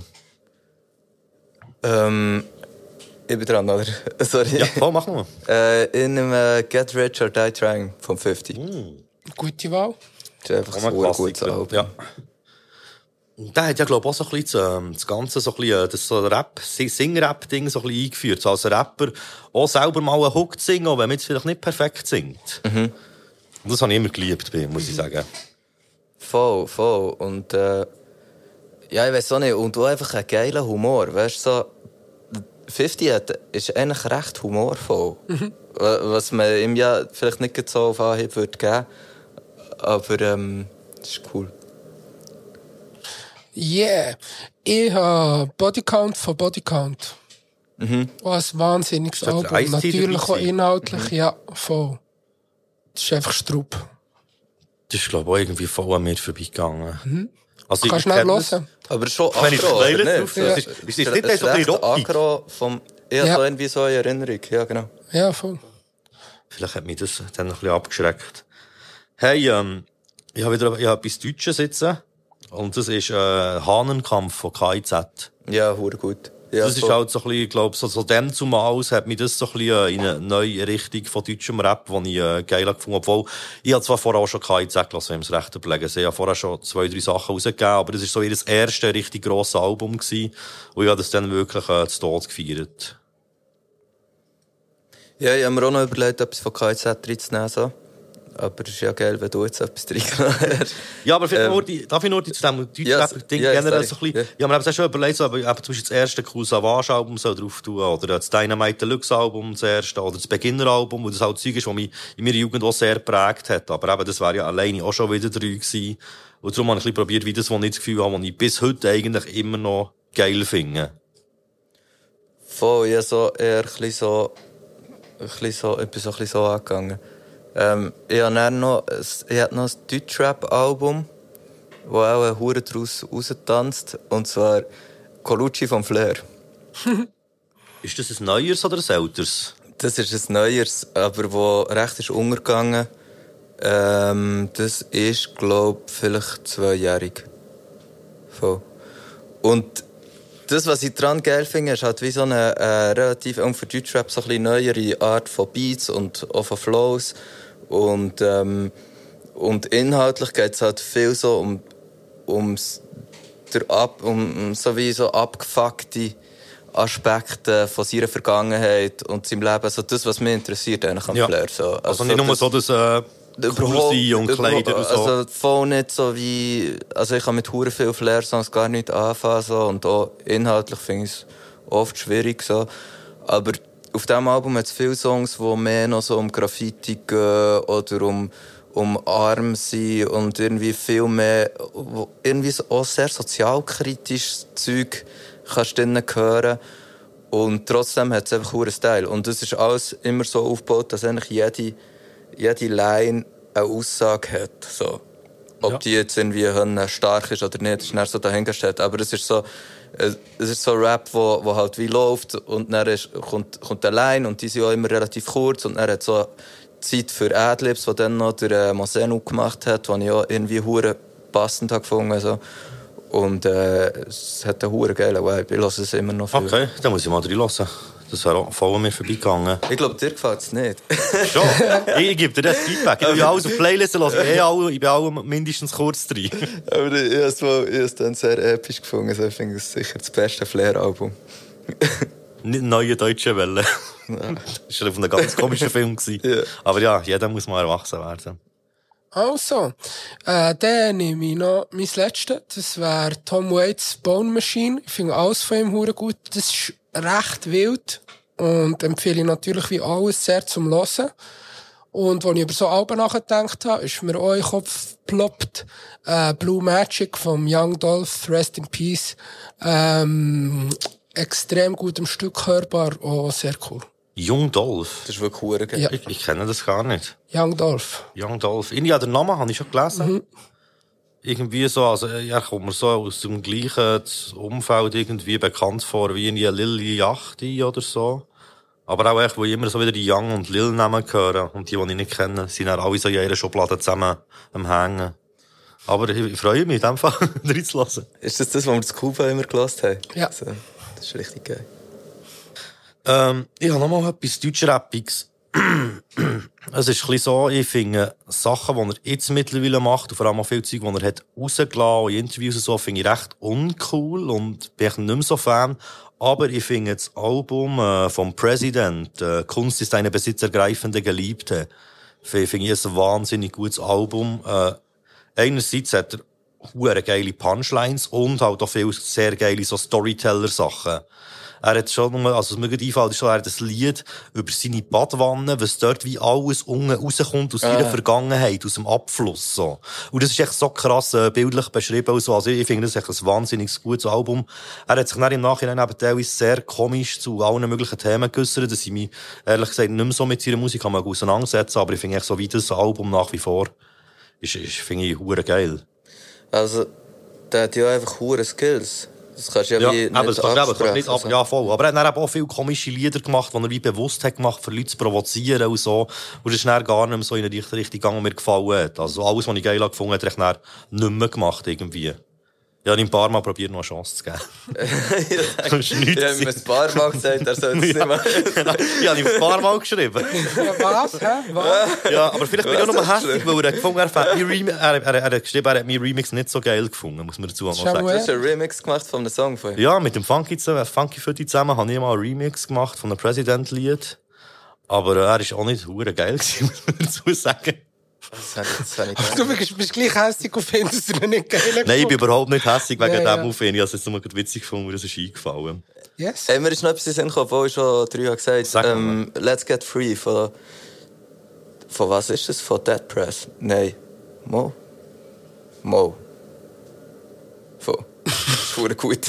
Ähm, ich bin dran, oder? Sorry. Ja, voll, machen wir. Äh, in einem äh, Get Rich or Die Trying vom fifty. Mm. Gute Wahl. Das ist einfach so ein gutes Album. Ja. Und der hat ja, glaube ich, auch so ein bisschen das, ähm, das Ganze, so ein bisschen, das so Rap, Sing-Rap-Ding so ein bisschen eingeführt. So als Rapper auch selber mal einen Hook zu singen, auch wenn man jetzt vielleicht nicht perfekt singt. Mhm. Und das habe ich immer geliebt, muss ich sagen. Voll, voll. Und, äh, ja, ich weiss auch nicht. Und auch einfach einen geilen Humor. Weißt du, so, fifty hat, ist eigentlich recht humorvoll. Mhm. Was man ihm ja vielleicht nicht so auf Anhieb würde geben. Aber, ähm, das ist cool. Yeah. Ich habe Bodycount von Bodycount. Mhm. Oh, ein wahnsinniges Ist das der Album. Ice-T Natürlich dabei auch gewesen? inhaltlich, ja, voll. Das ist einfach Strupp. Das ist, glaube ich, auch irgendwie voll an mir vorbeigegangen. Mhm. Also, Kannst ich du nicht kenne das- hören. Aber schon Wenn ich Agro, die Playlist oder drauf- nicht? Ja. Das Ist- ist ist nicht das so ein bisschen recht rockig? Agro vom... Ich habe Ja. so irgendwie so eine Erinnerung. Ja, genau. Ja, voll. Vielleicht hat mich das dann ein bisschen abgeschreckt. Hey, ähm, ich habe wieder, ich habe etwas Deutsches sitzen. Und das ist, äh, Hahnenkampf von K I Z. Ja, hure gut. Ja, das ist voll. halt so ein bisschen, ich glaube, so, so dem zumals hat mich das so ein bisschen äh, in eine neue Richtung von deutschem Rap, die ich äh, geil gefunden habe. Obwohl, ich habe zwar vorher auch schon K I Z gelassen, wenn ich es recht überlegen. Sie haben vorher schon zwei, drei Sachen rausgegeben, aber das war so ihr erstes richtig grosses Album gewesen. Und ich habe das dann wirklich äh, zu Tod gefeiert. Ja, ich habe mir auch noch überlegt, etwas von K I Z reinzunehmen. So. Aber es ist ja geil, wenn du jetzt etwas reingenommen hast. Ja, aber vielleicht Ähm, nur die, darf ich nur die zu dem ja, Deutschrap-Ding ja, generell sorry. so ein bisschen, Ja. ja, ja, man hat es schon überlegt, so, aber, aber zum Beispiel das erste Cool Savage-Album so drauf tun, oder das Dynamite Deluxe-Album das erste, oder das Beginner-Album, wo das halt Zeug ist, was mich in meiner Jugend auch sehr geprägt hat. Aber eben, das wäre ja alleine auch schon wieder drei gewesen. Und darum habe ich ein bisschen probiert, wie das, was ich das Gefühl habe, was ich bis heute eigentlich immer noch geil finde. Voll, ja, so eher ein bisschen so, ein bisschen so, ich bin so ein bisschen so angegangen. Ähm, ich habe dann noch, ich hatte noch ein Deutschrap-Album, wo auch ein Hure draus raustanzt, und zwar Colucci vom Flair. Ist das ein neueres oder ein älteres? Das ist ein neueres, aber wo recht ist untergegangen. Ähm, das ist, glaube ich, vielleicht zweijährig. Voll. Und das, was ich daran geil finde, ist halt wie so eine äh, relativ, auch für Deutschrap, so ein bisschen neuere Art von Beats und auch von Flows. Und, ähm, und inhaltlich geht es halt viel so um, ums, der Ab, um so wie so abgefuckte Aspekte von seiner Vergangenheit und seinem Leben. Also das, was mich interessiert eigentlich am Ja. Flair. So. Also, Also nicht nur das- so, dass, äh, cool sein und Kleider und so. Also voll nicht so wie... Also ich kann mit hure viel Flair-Songs gar nicht anfangen. So. Und auch inhaltlich finde ich es oft schwierig. So. Aber auf diesem Album hat es viele Songs, die mehr noch so um Graffiti gehen oder um, um arm sein und irgendwie viel mehr... wo irgendwie so auch sehr sozialkritisches Zeug kannst du drinnen hören. Und trotzdem hat es einfach hure Style. Und es ist alles immer so aufgebaut, dass eigentlich jede... jede Line eine Aussage hat. So. Ob Ja. die jetzt irgendwie stark ist oder nicht, ist dann so dahingestellt. Aber es ist so, es ist so Rap, wo, wo halt wie läuft und dann ist, kommt, kommt eine Line und die sind auch immer relativ kurz und dann hat so Zeit für Adlibs, die dann noch der äh, Mosenu gemacht hat, die ich auch irgendwie hure passend habe gefunden. So. Und äh, es hat einen hure geilen Vibe. Ich höre es immer noch viel. Okay, dann muss ich mal reinhören. Das wäre auch voll an mir vorbeigegangen. Ich glaube, dir gefällt es nicht. Schon. Ich, ich gebe dir das Feedback. Ich bin ja alles auf Playlisten los. Ich bin eh alle, ich bin alle mindestens kurz drin. Aber ich habe es mal- ich habe es dann sehr episch gefunden. Also ich finde es sicher das beste Flair-Album. Nicht neue deutsche Welle. Das war auf einem ganz komischen Film. Ja. Aber ja, jeder muss mal erwachsen werden. Also, äh, dann nehme ich noch mein letztes. Das wäre Tom Waits Bone Machine. Ich finde alles von ihm hure gut. Das ist recht wild und empfehle ich natürlich wie alles sehr zum Hören. Und als ich über so Alben nachgedacht habe, ist mir auch in den Kopf geploppt, äh, Blue Magic vom Young Dolph, Rest in Peace. Ähm, extrem gut im Stück hörbar, auch sehr cool. Young Dolph? Das ist wirklich hure geil. Ja. Ich, ich kenne das gar nicht. Young Dolph. Young Dolph. Ja, den Namen habe ich schon gelesen. Mhm. Irgendwie so, also, er kommt mir so aus dem gleichen Umfeld irgendwie bekannt vor wie in Lil Yachty oder so. Aber auch echt, wo immer so wieder die Young und Lil Namen hören. Und die, die ich nicht kenne, sind dann alle so in ihrer Schublade zusammen am Hängen. Aber ich, ich freue mich, in dem Fall reinzulassen. Ist das das, was wir zu Kuba immer gehört haben? Ja. Also, das ist richtig geil. Ähm, ich habe noch mal etwas Deutschrappiges. Es ist ein bisschen so, ich finde Sachen, die er jetzt mittlerweile macht, und vor allem auch viele Zeug, die er hat rausgelassen, in Interviews und so, finde ich recht uncool und bin ich nicht mehr so Fan. Aber ich finde das Album äh, vom President, äh, Kunst ist eine besitzergreifende Geliebte, finde ich ein wahnsinnig gutes Album. Äh, einerseits hat er hure geile Punchlines und halt auch viele sehr geile so Storyteller-Sachen. Er hat schon nur, also was mir gerade einfällt, ist schon, er hat ein Lied über seine Badwanne, was dort wie alles unten rauskommt aus seiner Ah. Vergangenheit, aus dem Abfluss, so. Und das ist echt so krass, äh, bildlich beschrieben und so. Also ich finde das echt ein wahnsinnig gutes Album. Er hat sich dann im Nachhinein eben teilweise sehr komisch zu allen möglichen Themen geäussert, dass ich mich, ehrlich gesagt, nicht mehr so mit seiner Musik kann auseinandersetzen, aber ich finde echt so wie das Album nach wie vor, ist, ist finde ich hure geil. Also, der hat ja einfach hure Skills. Das kannst du ja, Ja, wie aber das nicht kannst du eben, kannst du nicht ab, absprechen, ja, voll. Aber er hat dann eben auch viele komische Lieder gemacht, die er wie bewusst hat gemacht, für Leute zu provozieren und so. Und das ist dann gar nicht mehr so in eine Richtung gegangen, die mir gefallen hat. Also alles, was ich geil gefunden habe, hat er dann nicht mehr gemacht, irgendwie. Ich habe ihm ein paar Mal probiert, noch eine Chance zu geben. ich Das ist nichts. Ich habe ihm ein paar Mal gesagt, er soll es nicht machen. Ich habe ihm ein paar Mal geschrieben. Was? Hä? Was? Ja, aber vielleicht bin ich auch Was nur ist das hässlich, weil er hat gefunden, er, fand mein Remix, er, er, er hat geschrieben, er hat meinen Remix nicht so geil gefunden, muss man dazu auch noch sagen. Du hast einen Remix gemacht von einem Song von ihm. Ja, mit dem Funky, zusammen- Funky Footy zusammen habe ich mal einen Remix gemacht von einem President-Lied. Aber äh, er war auch nicht hure geil gewesen, muss man dazu sagen. Das habe ich, das habe ich gedacht. Du bist, bist gleich hässlich auf ihn, dass du ihn nicht geil Nein, ich bin überhaupt nicht hässlich wegen Ja, dem ja. auf ihn. Ich habe es jetzt nur gerade witzig gefunden, mir das ist eingefallen. Yes. Hey, mir ist noch etwas in den Sinn gekommen, wo ich schon drei Jahre gesagt Sag habe. mal. Ähm, Let's Get Free von... Von was ist das? Von Dead Press? Nein. Mo? Mo. Von. Das ist verdammt gut.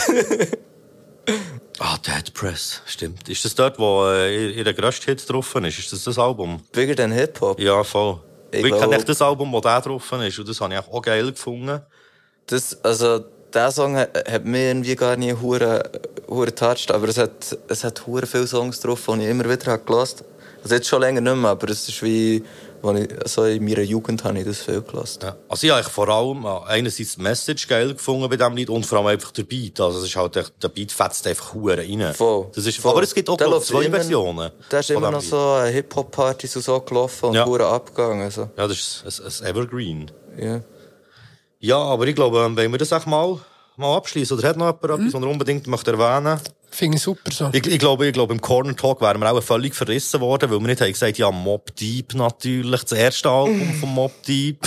Ah, Dead Press, stimmt. Ist das dort, wo äh, ihr grösster Hit drauf ist? Ist das das Album? Bigger than Hip-Hop? Ja, voll. Ich Ich glaub- kenne echt das Album, wo der drauf ist. Und das habe ich auch geil gefunden. Das, also, der Song hat, hat mich irgendwie gar nie hure hure getoucht, aber es hat, es hat hure viele Songs drauf, die ich immer wieder habe gehört. Also jetzt schon länger nicht mehr, aber es ist wie, als ich, also in meiner Jugend habe ich das viel gehört. Ja. Also ich habe eigentlich vor allem äh, einerseits die Message geil gefunden bei diesem Lied und vor allem einfach der Beat. Also es ist halt echt, der Beat fetzt einfach hure rein. Voll. Das ist, Voll. aber es gibt auch Der glaub, läuft zwei immer- Versionen. Da ist von immer dem noch Lied. so an Hip-Hop-Partys und so gelaufen und Ja. hure abgegangen. Also. Ja, das ist ein, ein Evergreen. Ja. Ja, aber ich glaube, ähm, wenn wir das echt mal, mal abschließen, oder hat noch jemand etwas, was er unbedingt möchte erwähnen? Finde ich super so. Ich, ich glaube, ich glaube, im Corner Talk wären wir auch völlig verrissen worden, weil wir nicht haben gesagt, ja, Mobb Deep natürlich, das erste Album von Mobb Deep.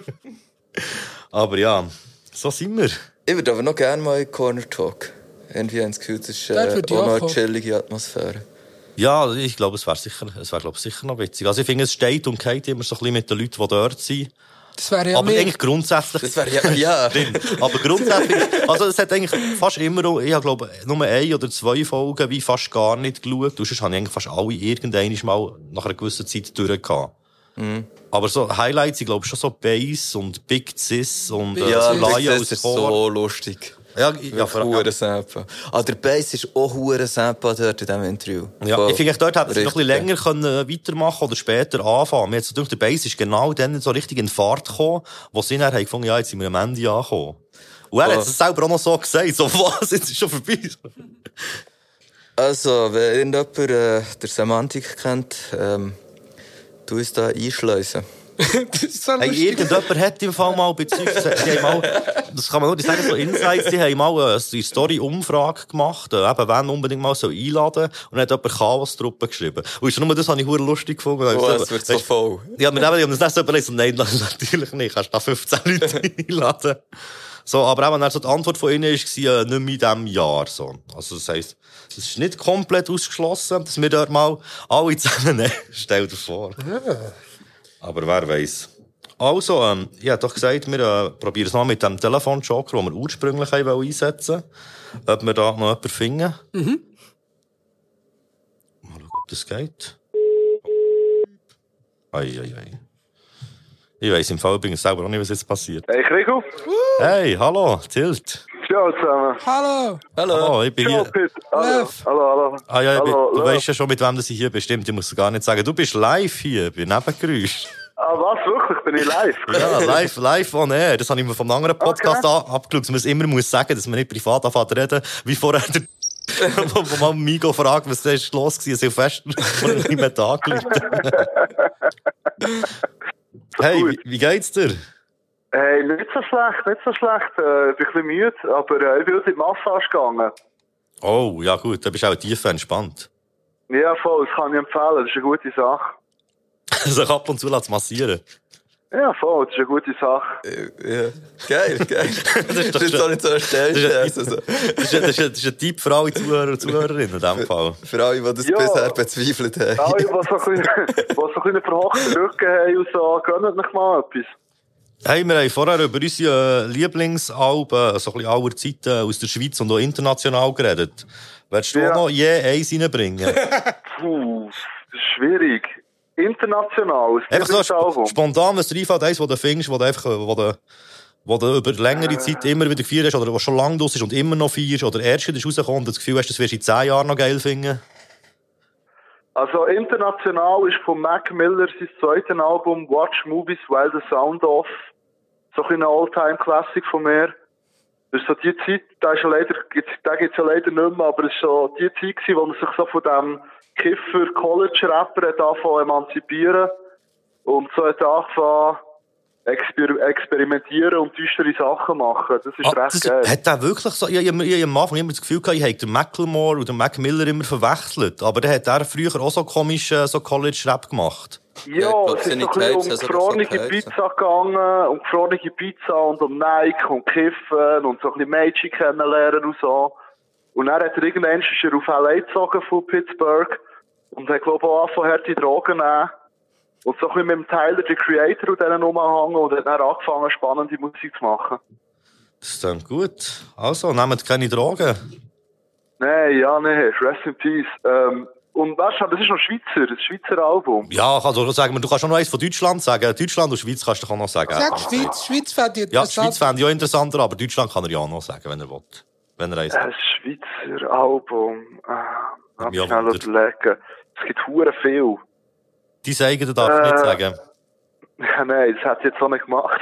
Aber ja, so sind wir. Ich würde aber noch gerne mal in Corner Talk. Irgendwie habe ich das Gefühl, das ist Dort äh, würde ich auch auch noch eine kommen. chillige Atmosphäre. Ja, ich glaube, es wäre sicher, es wäre, glaube ich, sicher noch witzig. Also ich finde, es steht und geht immer so ein bisschen mit den Leuten, die dort sind. Das wäre ja Aber mehr. eigentlich grundsätzlich. Das wäre ja... ja. Stimmt. Aber grundsätzlich, also es hat eigentlich fast immer, ich habe glaube nur ein oder zwei Folgen wie fast gar nicht geschaut. Und sonst habe ich eigentlich fast alle irgendwann mal nach einer gewissen Zeit durchgehabt. Mhm. Aber so Highlights, ich glaube schon so Bass und Big Sis und äh, Ja, Laia das aus ist Chor. so lustig. Ja, ja, vor allem. Hure Sampa. Ah, der Bass ist auch hure Sampa dort in diesem Interview. Ja, Voll. ich finde, dort hätte sie noch ein bisschen Richtig. länger können weitermachen oder später anfangen. Mir hat so gedacht, der Bass ist genau dann so richtig in Fahrt gekommen, wo sie dann haben gefunden, ja, jetzt sind wir am Ende angekommen. Und er Oh. hat es selber auch noch so gesagt, so, was, jetzt ist schon vorbei. Also, wenn irgendjemand äh, der Semantik kennt, ähm, tu uns da einschleusen. Das ist so Hey, lustig. irgendjemand hat im Fall mal bezüglich, die haben mal, das kann man nur nicht sagen, so Insights, die haben mal eine Story-Umfrage gemacht, äh, eben, wenn unbedingt mal so einladen, und dann hat jemand Chaos-Truppe geschrieben. Und nur das habe ich verdammt lustig gefunden. Oh, es wird so weißt, voll. Ja, wir haben das so überlegt, so, nein, natürlich nicht, kannst da fünfzehn Leute einladen. So, aber eben, dann so die Antwort von ihnen war, äh, nicht mehr in diesem Jahr, so. Also, das heisst, es ist nicht komplett ausgeschlossen, dass wir dort mal alle zusammennehmen. Stell dir vor. Ja. Aber wer weiss. Also, ähm, ich habe doch gesagt, wir äh, probieren es mal mit dem Telefonjoker, den wir ursprünglich haben einsetzen wollten. Ob wir da noch jemanden finden. Mhm. Mal schauen, ob das geht. Ei, ei, ei. Ich weiss im Fall übrigens selber auch nicht, was jetzt passiert. Hey, Krigo. Hey, hallo, Tilt. Ciao zusammen. Hallo. Hallo. Hallo, ich bin Ciao, hier. Pit. Hallo, Lev. hallo, hallo. Ah ja, ich bin, Hallo, du Lev. weißt ja schon, mit wem das ich hier bestimmt. Ich muss gar nicht sagen. Du bist live hier, bei Nebengeräusch. Ah, was, wirklich? Bin ich live? Ja, live, live on air. Das habe ich mir vom anderen Podcast Okay. okay. abgeschaut, dass man es immer muss sagen, dass man nicht privat anfängt zu reden, wie vorher der wo wo man Migo fragt, was da ist los war, Silvester, und nicht mehr Tag liegt. Hey, wie, wie geht's dir? Hey, nicht so schlecht, nicht so schlecht. Äh, ich bin ein bisschen müde, aber äh, ich bin heute in die Massage gegangen. Oh, ja gut, da bist du auch tief entspannt. Ja, voll, das kann ich empfehlen, das ist eine gute Sache. Sich ab und zu lassen massieren. Ja, voll, das ist eine gute Sache. Ja. Geil, geil. Das ist doch Das ist doch nicht so eine Stelle. Das ist ein, das ist ein, das ist ein, das ist ein Tipp für alle Zuhörer und Zuhörerinnen in diesem Fall. Für alle, die das Ja. bisher bezweifelt haben. Alle, die so ein bisschen, die so ein bisschen verhockten Rücken haben und so, gönnt nicht mal etwas. Hey, wir haben vorher über unsere äh, Lieblingsalben, so ein bisschen aller Zeiten aus der Schweiz und auch international geredet. Willst du Ja. auch noch je eins reinbringen? Puh, das ist schwierig. International, das Einfach so Lieblingsalbum. sp- spontan, was dir einfällt, eins, das du findest, wo du einfach, wo du, wo du über längere Äh. Zeit immer wieder gefeiert hast, oder was schon lange draus ist und immer noch feierst, oder erst wieder rauskommt und das Gefühl hast, das wirst du in zehn Jahren noch geil finden. Also international ist von Mac Miller sein zweites Album Watch Movies While the Sound Off. So ein All-Time-Classic von mir. Das ist so die Zeit, da ist ja leider, da gibt's ja leider nicht mehr, aber es ist so die Zeit gewesen, wo man sich so von dem Kiffer-College-Rapper hat angefangen emanzipieren und so hat angefangen exper experimentieren und düstere Sachen machen. Das ist Ah, recht das, geil. hat der wirklich so, ich, ich, ich, am Anfang immer das Gefühl gehabt, ich hätte den Macklemore und den Mac Miller immer verwechselt. Aber der hat der früher auch so komisch, äh, so College-Rap gemacht. Ja, Ja, ich glaub, es ist seine so ein bisschen Tapes, um also gefrorene so Tapes. Pizza gegangen, um gefrorene Pizza und um Nike und Kiffen und so ein bisschen Mädchen kennenlernen und so. Und dann hat er irgendwann ist er auf L A gezogen von Pittsburgh und hat, glaube ich, auch angefangen, harte Drogen nehmen. Und so ein bisschen mit dem Tyler, the Creator, und denen rumhängen und hat dann angefangen, spannende Musik zu machen. Das ist dann gut. Also, nehmt keine Drogen. Nein, ja, nein, rest in peace. Ähm, und weißt du, das ist noch Schweizer, das Schweizer Album. Ja, also sagen wir, du kannst auch noch eins von Deutschland sagen. Deutschland und Schweiz kannst du auch noch sagen. Sag Schweiz, Schweiz fände ich Ja, die interessant. Schweiz fände ich auch interessanter, aber Deutschland kann er ja auch noch sagen, wenn er will. Wenn er eins Das hat. Schweizer Album. Ah, lass Ja, mich schnell Wunder. überlegen. Es gibt hure viel. Die eigenen darf ich Äh. nicht sagen. Ja, nein, das hat sie jetzt auch nicht gemacht.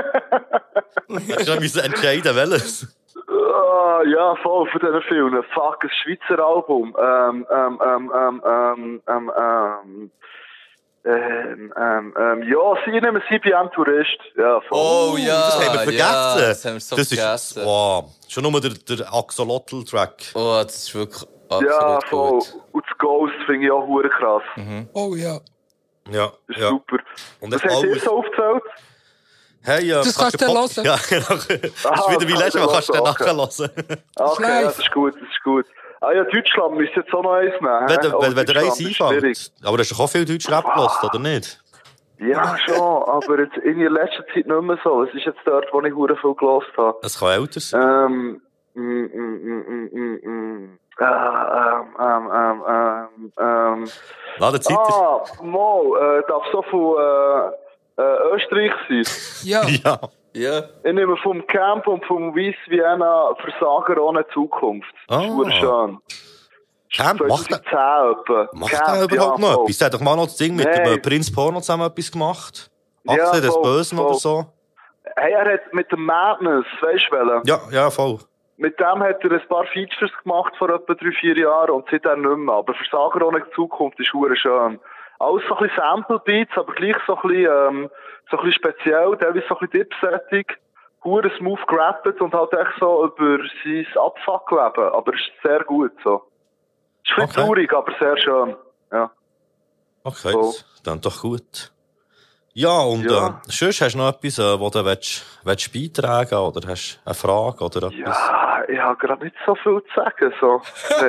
Ich müssen entscheiden, welches. Ah, ja, voll von diesen Filmen. Fuck, ein Schweizer Album. Ähm, ähm, ähm, ähm, ähm, ähm, ähm, ähm, ähm, ähm, ja, sie nehmen C B N Tourist. Ja, voll. Oh ja, Das haben wir vergessen. ja, das haben wir so das vergessen. Ist, wow. Schon nur der, der Axolotl-Track. Oh, das ist wirklich Ja, absolut voll. gut. Und das Ghost finde ich auch hure krass. Oh ja. Ja, Das ist ja. super. Und Was das habt ihr alles. so aufgezählt? Hey, äh, Das kannst du Pod- hören. Ja, genau. Das ist Aha, wieder wie das letztes Mal, kannst kannst du du dann hören. nachhören. Okay, live. ja, das ist gut, das ist gut. Ah ja, Deutschland müsst ihr jetzt auch noch eins nehmen. Wenn, hä? wenn, Oh, wenn dir Deutschland eins ist schwierig. einfällt. Aber du hast doch auch viel Deutsch Rap gehört, oder nicht? Ja, schon, aber jetzt in der letzten Zeit nicht mehr so. Es ist jetzt dort, wo ich hure viel gelost habe. Es kann älter sein. Ähm, mm, mm, mm, mm, mm, mm. Ah, ähm, ähm, ähm, ähm, ähm. Lass die Zeit. Ah, mal, äh, darf so von, äh, äh, Österreich sein. Ja. Ja. Ja. Ich nehme vom Camp und vom Weiss Vienna Versager ohne Zukunft. Das ist Ah. hure schön. Camp, macht er, zwanzig zehn etwa. macht Camp, er überhaupt ja, noch voll. etwas? Der hat doch mal noch das Ding mit Nein. dem Prinz Porno zusammen etwas gemacht. Ja, Achse des voll, Bösen voll. oder so. Hey, er hat mit dem Madness, weisst du welchen? Ja, ja, voll. Mit dem hat er ein paar Features gemacht vor etwa drei, vier Jahren und seitdem nicht mehr. Aber Versager ohne Zukunft ist hure schön. alles so ein bisschen Sample-Beats, aber gleich so ein bisschen, ähm, so ein bisschen speziell, teilweise so ein bisschen dipsettig, hure smooth gerappt und halt echt so über sein Abfuck-Leben, aber es ist sehr gut, so. Es ist ein bisschen Okay. traurig, aber sehr schön, ja. Okay, So. das dann doch gut. Ja, und Ja. Äh, sonst hast du noch etwas, äh, wo du willst, willst beitragen oder hast du eine Frage oder etwas? Ja, ich habe gerade nicht so viel zu sagen, so.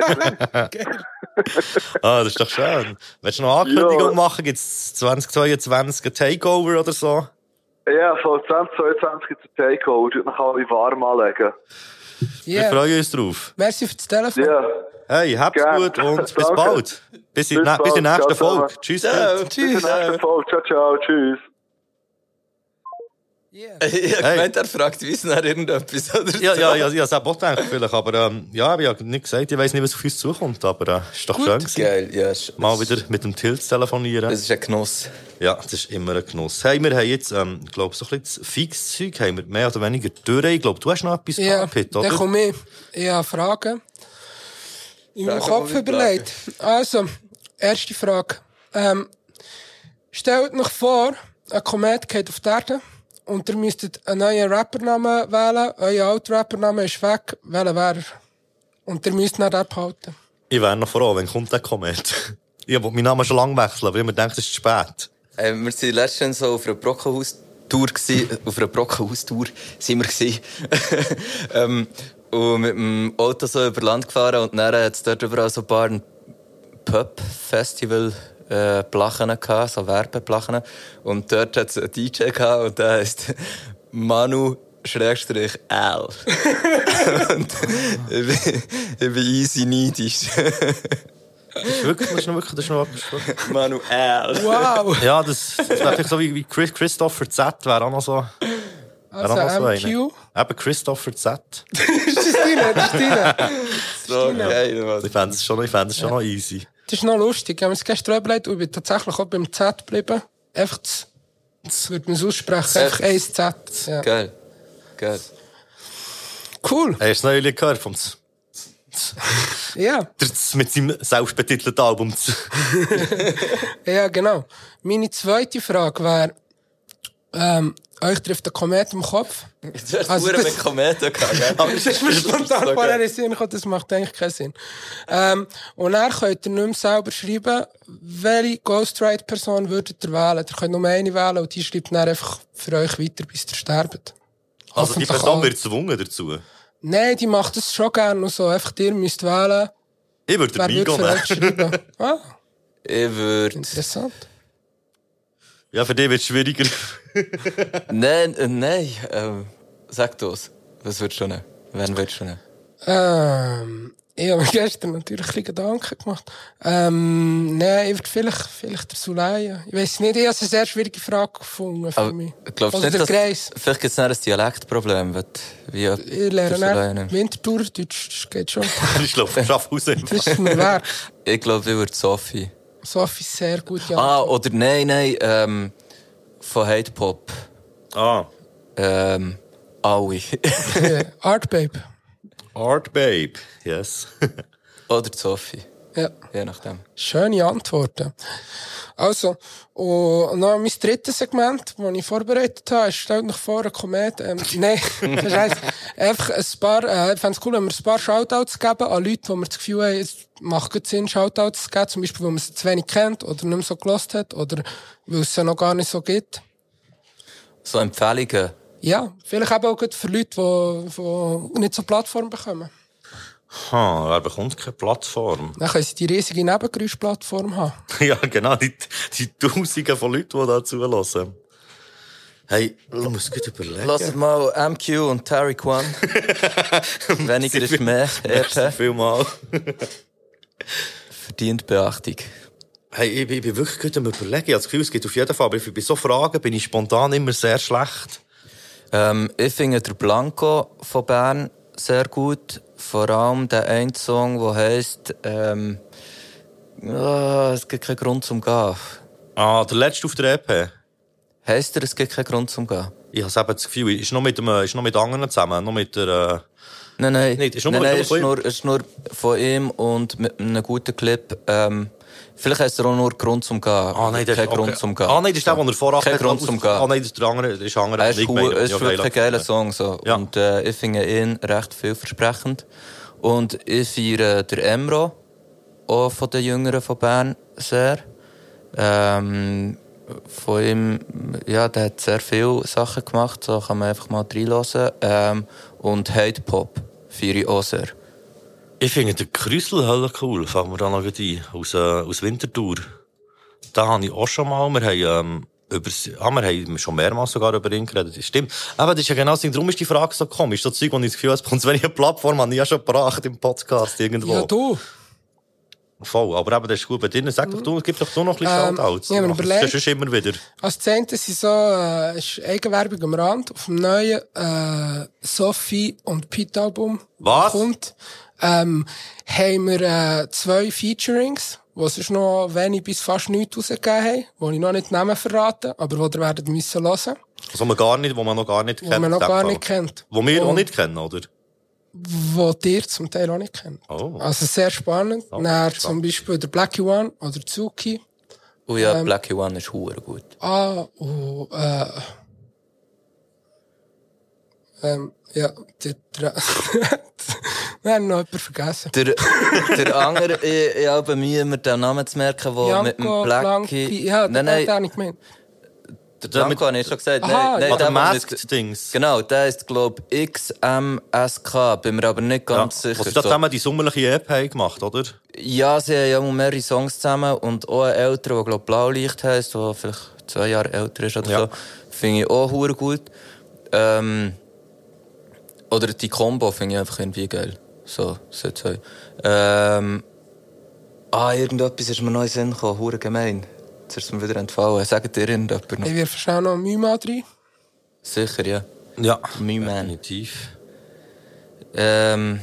Ah, das ist doch schön. Willst du noch eine Ankündigung Ja. machen? Gibt es zwanzig zweiundzwanzig ein Takeover oder so? Ja, so zwanzig zweiundzwanzig gibt es ein Takeover, ich noch alle warm anlegen. Wir Yeah. freuen uns drauf. Merci für das Telefon. Ja. Hey, hab's Gerne. gut und bis Danke. bald. Bis in, Bis ne- bis in der bald. nächsten Ciao, zusammen. Folge. Tschüss. Ja, Bild. Bis zur nächsten tschüss. Folge. Ciao, ciao, tschüss. Yeah. Ich habe Hey. gemeint, er fragt uns nach irgendetwas. Oder Ja, so. ja, ja, ja, ich habe auch gedacht, vielleicht, aber ähm, ja, ich habe nicht gesagt, ich weiss nicht, was auf uns zukommt, aber äh, ist doch schön gewesen. Geil, ja. ist- Mal wieder mit dem Tilt telefonieren. Das ist ein Genuss. Ja, das ist immer ein Genuss. Hey, wir haben jetzt, ähm, ich glaube, so ein bisschen das Fixzeug haben wir mehr oder weniger durch. Ich glaube, du hast noch etwas Ja, gehabt, Pitt, oder? dann komme ich. Ich habe Fragen in meinem Fragen, Kopf die wir überlegt. Also, erste Frage. Ähm, stellt euch vor, ein Komet geht auf die Erde und ihr müsstet einen neuen Rappernamen wählen. Euer alter Rappername ist weg. Welcher wäre er? Und ihr müsst nicht abhalten. Ich wäre noch froh, wenn kommt der Komet. Ich wollte meinen Namen schon lange wechseln, aber ich mir gedacht, es ist zu spät. Äh, wir waren letztens so auf einer Brockenhaus-Tour. gewesen. Auf einer Brockenhaus-Tour sind wir. gewesen. ähm, und mit dem Auto so über Land gefahren und dann hat es dort überall so ein paar Pub-Festival äh, Plachen gehabt, so Werbeplachen. Und dort hat es einen D J gehabt und der heisst Manu Schrägstrich L. Und ich bin, ich bin easy neidisch. Das ist wirklich, das ist noch wirklich, das ist noch wirklich. Manu L. Wow! Ja, das, das wäre vielleicht so wie, wie Chris, Christopher Z, wäre auch noch so, wäre Also, auch noch so M Q. einer. Eben Christopher Z. Das ist deine, das ist deine. So geil, Mann. Ich fände es schon, ich fände es schon noch easy. Das ist noch lustig. Ich habe mir das gestern überlegt und ich bin tatsächlich auch beim Z geblieben. Einfach das, das würde man es aussprechen. Einfach eins Z. Ja. Geil. Geil. Cool. Hast du das neue Lied gehört vom Z? Ja. Der Z mit seinem selbstbetitelten Album Z. Ja, genau. Meine zweite Frage wäre, ähm, euch trifft der Komet im Kopf. Du hast Also also das- mit Kometen gehabt, gell? Aber das ist mir spontan so vorher in geil. den Sinn gekommen, das macht eigentlich keinen Sinn. Ähm, und dann könnt ihr nicht mehr selber schreiben, welche Ghostwrite-Person würdet ihr wählen. Ihr könnt nur eine wählen und die schreibt dann einfach für euch weiter, bis ihr sterbt. Also die Hoffentlich Person alle. wird gezwungen dazu. Nein, die macht das schon gerne und so. Einfach ihr müsst wählen, Ich würde wer dabei würde für euch gehen. schreiben. Ah, Ich würde... interessant. Ja, für dich wird es schwieriger. Nein, äh, nein. Ähm, sag das. Was würdest du nehmen? Wen würdest du nehmen? Ähm, ich habe mir gestern natürlich ein bisschen Gedanken gemacht. Ähm, nein, ich würde vielleicht, vielleicht der Suleia. Ich weiss nicht, ich habe eine sehr schwierige Frage gefunden für Aber mich. glaubst du Oder nicht, der dass... Kreis. Vielleicht gibt es ein Dialektproblem, weil- wie Ich lerne der dann nimmt. Winterthur, Deutsch, das geht schon. Ich glaube, Schaffhausen. Das ist mir wert. Ich glaube, ich würde Sophie. Sophie ist sehr gut, ja. Ah, oder nein, nein, ähm, von Hate Pop. Ah. Ähm, Aui. Äh, Art Babe. Art Babe, yes. Oder Sophie. Ja. Je nachdem. Schöne Antworten. Also, und noch mein drittes Segment, das ich vorbereitet habe, ist, stellt euch vor, ein Komet, ähm, nein, das heisst, einfach ein paar, äh, ich fände es cool, wenn wir ein paar Shoutouts geben an Leute, wo wir das Gefühl haben, es macht gut Sinn, Shoutouts zu geben, zum Beispiel, weil man sie zu wenig kennt oder nicht mehr so gelost hat oder weil es sie noch gar nicht so gibt. So Empfehlungen. Ja, vielleicht eben auch gut für Leute, die, die nicht so Plattform bekommen. Ha, er bekommt keine Plattform. Dann können sie die riesige Nebengeräuschplattform haben. Ja, genau, die, die Tausende von Leuten, die da zuhören. Hey, ich muss gut überlegen. Lass mal M Q und Tariq One. Weniger ist mehr. Merci E P. vielmal. Verdient Beachtung. Hey, ich, bin- ich bin wirklich gut am Überlegen. Ich habe das Gefühl, es geht auf jeden Fall. Aber bei so Fragen bin ich spontan immer sehr schlecht. Ähm, ich finde der Blanco von Bern sehr gut. Vor allem der eine Song, der heisst, ähm, ah, es gibt keinen Grund zum Gehen. Ah, der letzte auf der E P. Heisst er, es gibt keinen Grund zum Gehen? Ich habe eben das Gefühl, ist noch mit, einem, ist noch mit anderen zusammen. Noch mit der, Nein, nein. Nein, ist nur, nein, nein, ist nur, ist nur, ist nur von ihm und mit einem guten Clip. Ähm, vielleicht heisst er auch nur Grund zum Gehen. Ah, nein, das Kein ist Grund okay. zum Gehen. Ah, nein, das ist der, den er vorab Kein hat. Grund zum Gehen. Ah, nein, das ist der andere. Das ist andere. Er ist, cool, es ist ja, wirklich geil. ein geiler Song. So. Ja. Und äh, ich finde ihn recht vielversprechend. Und ich feiere den Emro, auch von den Jüngeren von Bern, sehr. Ähm, von ihm, ja, der hat sehr viele Sachen gemacht, so kann man einfach mal reinhören. Ähm, und Hate Pop feiere ich auch sehr. Ich finde den Krüssel hella cool, fangen wir da noch ein, aus, äh, aus Winterthur. Da habe ich auch schon mal, wir haben, ähm, über, ah, wir haben schon mehrmals sogar über ihn geredet, das stimmt. Aber das ist ja genau das Ding, darum ist die Frage so komisch, so Zeug, wo ich das Gefühl habe, wenn ich eine Plattform habe, ich ja schon gebracht im Podcast irgendwo. Ja, du. Voll, aber eben, das ist gut bei dir. Sag doch du, gib doch du noch ein bisschen Ähm, Shoutouts. ich habe mir überlegt- Das ist immer wieder. Als Zehnte sind so, äh, ist Eigenwerbung am Rand auf dem neuen, äh, Sophie und Pete Album. Was? Kommt, ähm, haben wir, äh, zwei Featurings, wo es noch wenig bis fast nichts rausgegeben haben, wo ich noch nicht die Namen verrate, aber wo ihr werdet müssen hören. Also, man gar nicht, wo man noch gar nicht Wo kennt. man noch in dem gar Fall. nicht kennt. Wo wir auch Und- nicht kennen, oder? Wo ihr zum Teil auch nicht kennt. Oh. Also sehr spannend. Oh, Dann spannend. zum Beispiel der Blackie One oder Zuki. Oh ja, Ähm, Blackie One ist hure gut. Ah, oh, äh, ähm, ja, der, der wir haben noch jemanden vergessen. Der, der andere, ich, ich habe Mühe, mir den Namen zu merken, der mit dem Janko, Blackie... Blanki, ja, nein, den nein, habe ich gemeint. der Blanco habe ich schon gesagt. Aha, nein, nein, ja. Ah, der der, der nicht- Masked-Dings. Genau, der ist, glaube ich, X M S K. Bin mir aber nicht Ja. ganz sicher. Was sie da So. zusammen die sommerliche E P haben gemacht, oder? Ja, sie haben ja mal mehrere Songs zusammen und auch einen älteren, der, glaube ich, Blaulicht heisst, der vielleicht zwei Jahre älter ist oder Ja. so. Finde ich auch hure gut. Ähm, oder die Combo finde ich einfach irgendwie geil. So, so zwei. Ähm, ah, irgendetwas ist mir noch in den Sinn gekommen, hure gemein. Jetzt ist es mir wieder entfallen. Sagt dir irgendjemand noch? Ich wirf schnell noch Müma rein. Sicher, ja. Ja. My Man. Definitiv. Ähm,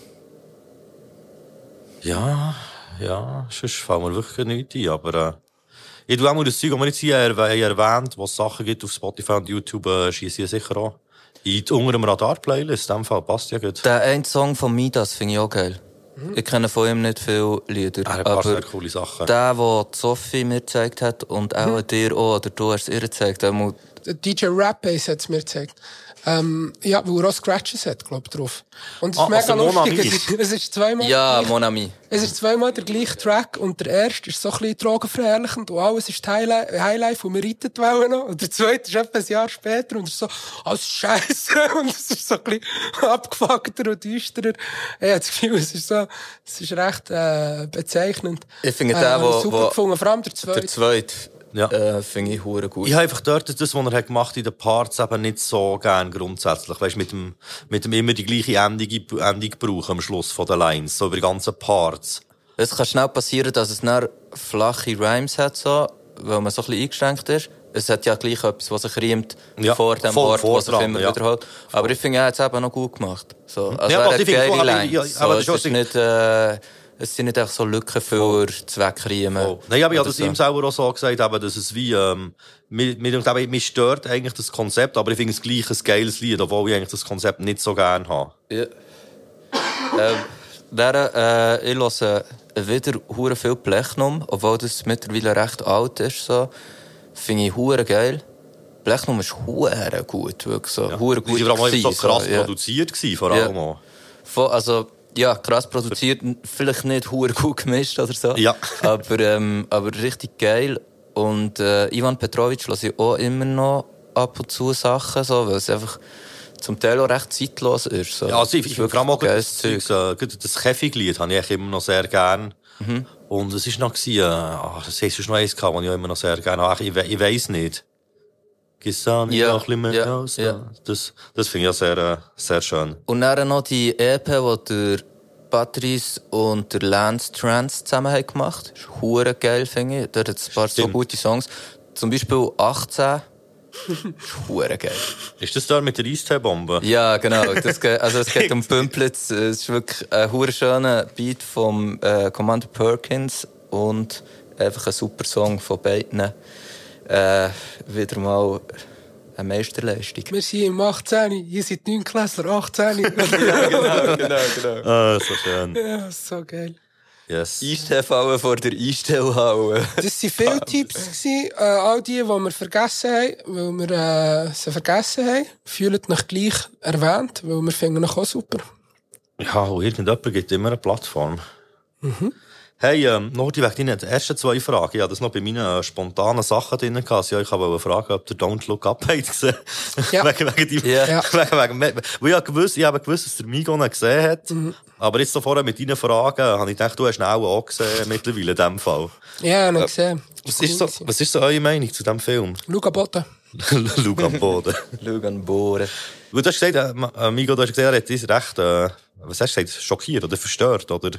Ja, ja, sonst fallen mir wirklich nichts ein, aber, äh, ich tue auch mal das Zeug, das wir jetzt hier erwäh- erwähnt, wo es Sachen gibt auf Spotify und YouTube, äh, schiesse ich sicher auch in die unter dem Radar-Playlist. In dem Fall passt ja gut. der eine Song von Midas finde ich auch geil. Ich kenne von ihm nicht viele Lieder. Er hat ein paar aber sehr coole Sachen. der, den Sophie mir gezeigt hat und auch dir auch, oder du hast es ihr gezeigt, der muss... Der D J Rap Bass hat es mir gezeigt. Ähm, ja, wo er auch Scratches hat, glaub ich, drauf. Und es ist Ah, mega also Mon lustig. Ami. Es ist, es ist zweimal Ja, gleich- Mon Ami. Es ist zweimal der gleiche Track und der erste ist so ein bisschen drogenverherrlichend und alles ist die Highlight, Highlight von mir reiten die Wellen noch. Und der zweite ist etwa ein Jahr später und ist so, alles Scheiße. Und es ist so ein bisschen abgefuckter und düsterer. Ich habe das Gefühl, es ist so, es ist recht, äh, bezeichnend. Ich finde Äh, den, habe ich wo- super wo- gefunden, vor allem der zweite. Der zweite Ja. äh, finde ich hure gut. Ich habe einfach dort das, was er hat gemacht in den Parts, eben nicht so gern grundsätzlich. Weißt, mit dem, mit dem immer die gleiche Endung, Endung brauchen am Schluss von den Lines, so über die ganzen Parts. Es kann schnell passieren, dass es dann flache Rhymes hat, so, weil man so ein bisschen eingeschränkt ist. Es hat ja gleich etwas, was sich riemt Ja, vor dem voll Wort, was sich vordran, immer ja. wiederholt. Aber ich finde, er hat es eben noch gut gemacht. So, also Ja, er was hat ich finde, geile voll, aber ich- Lines. ja, So, aber das es, ist ist auch- nicht, äh, es sind nicht einfach so Lückenfüller, Zweckriemen. Oh. Nein, aber ich habe oder das ihm selber auch so gesagt, eben, dass es wie, ähm, mir, mir, denkt eben, mir stört eigentlich das Konzept, aber ich finde es gleich ein geiles Lied, obwohl ich eigentlich das Konzept nicht so gern habe. Ja. ähm, dann, äh, ich höre wieder hure viel Blechnum, obwohl das mittlerweile recht alt ist. So. Finde ich hure geil. Blechnum ist hure gut, wirklich so. Ja. Hure Die gut waren vor allem so gewesen, krass so, ja. produziert gewesen, vor Ja. allem auch. Vo- Also, ja, krass produziert, vielleicht nicht hure gut gemischt oder so. Ja. aber, ähm, aber richtig geil. Und äh, Ivan Petrovic lasse ich auch immer noch ab und zu Sachen, so, weil es einfach zum Teil auch recht zeitlos ist. So. Ja, also ich, Es ich ist vor allem auch geiles das, Zeug, äh, das Käfiglied habe ich eigentlich immer noch sehr gern. Mhm. Und es ist noch gewesen, äh, ah, das heisst, es ist noch eins gehabt, das ich auch immer noch sehr gern habe. Ich, we- ich weiss nicht. Gisani, Ja, noch ein bisschen mehr ja, aus. ja. Das, das finde ich ja sehr, äh, sehr schön. Und dann noch die E P, die der Patrice und der Lance Trance zusammen haben gemacht. Das ist hure geil, finde ich. Dort hat es ein paar so Stimmt. gute Songs. Zum Beispiel achtzehn. Das ist hure geil. Ist das da mit der Eistee-Bombe? Ja, genau. Das geht, also es geht um Pümplitz. Es ist wirklich ein hure schöner Beat vom äh, Commander Perkins und einfach ein super Song von beiden. Äh, wieder mal eine Meisterleistung. Wir sind im achtzehn, hier sind neun Klässler, achtzehn. Ja, genau, genau, genau. Ah, so schön. Ja, so geil. Yes. Einstellhalle vor der Einstellhalle. Das waren viele Tipps, gewesen, äh, all die, die wir vergessen haben, weil wir äh, sie vergessen haben. Fühlt euch gleich erwähnt, weil wir finden euch auch super. Ja, und irgendjemand gibt immer eine Plattform. Mhm. Hey, ähm, noch die wegen deinen ersten zwei Fragen. Ich hatte das noch bei meinen äh, spontanen Sachen drin gehabt. Ja, ich wollte fragen, ob der Don't Look Up habt gesehen. Ja. wegen, wegen die, Ja. wegen, wegen, weil ich habe gewusst, ich habe gewusst, dass der Migo ihn gesehen hat. Mhm. Aber jetzt so vorher mit deinen Fragen, habe ich gedacht, du hast ihn auch gesehen, mittlerweile in diesem Fall. Ja, ich habe gesehen. Was ist, so, was ist so eure Meinung zu diesem Film? Schau am Boden. Schau am Boden. Schau an den Boden. Du hast gesagt, äh, Migo, du hast gesehen, er hat uns recht, äh, was hast du gesagt, schockiert oder verstört, oder?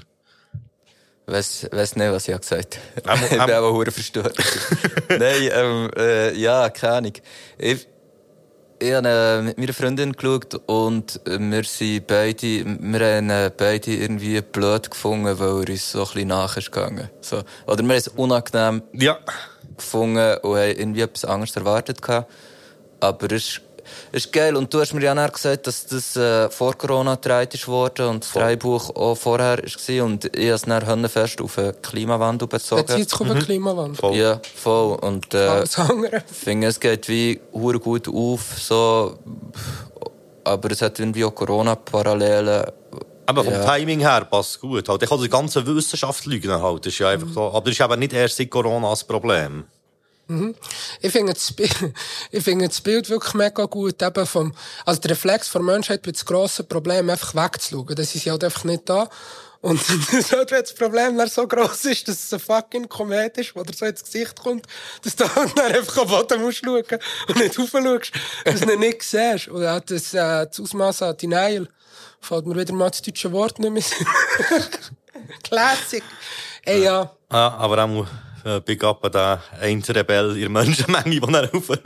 Ich weiss, weiss nicht, was ich habe gesagt Ähm, habe. Ich bin ähm. aber verdammt verstört. Nein, ähm, äh, ja, keine Ahnung. Ich, ich habe äh, mit meiner Freundin geschaut und wir sind beide, wir haben äh, beide irgendwie blöd gefunden, weil er uns so ein bisschen nach ist gegangen. So. Oder wir haben es unangenehm ja. gefunden und haben irgendwie etwas anderes erwartet gehabt. Aber es ist, es ist geil. Und du hast mir ja auch gesagt, dass das äh, vor Corona gedreht ist worden und das Drehbuch auch vorher war. Und ich habe es dann fest auf den Klimawandel bezogen. Bezieht sich auf den Klimawandel. Voll. Ja, voll. Und äh, Alles andere. ich finde, es geht wie hure gut auf. So. Aber es hat irgendwie auch Corona-Parallelen. Aber vom Ja. Timing her passt gut. Halt, ich kann die ganze Wissenschaft lügen. Halt. Das ist ja einfach so. Aber das ist eben nicht erst seit Corona das Problem. Mhm. Ich finde das Bild, ich finde das Bild wirklich mega gut, eben vom, also der Reflex der Menschheit bei das grosse Problem einfach wegzuschauen. Das ist ja halt einfach nicht da. Und das halt, wenn das Problem dann so gross ist, dass es ein fucking Komet ist, wo dir so ins Gesicht kommt, dass du halt dann einfach am Boden musst schauen und nicht raufschaust, dass du ihn nicht siehst. Und auch das, äh, das Ausmaß an Denial. Fällt mir wieder mal das deutsche Wort nicht mehr. Classic. Ey, ja. Ja, aber auch äh, Big Up an den einen Rebell in der Menschenmenge, die er aufhört.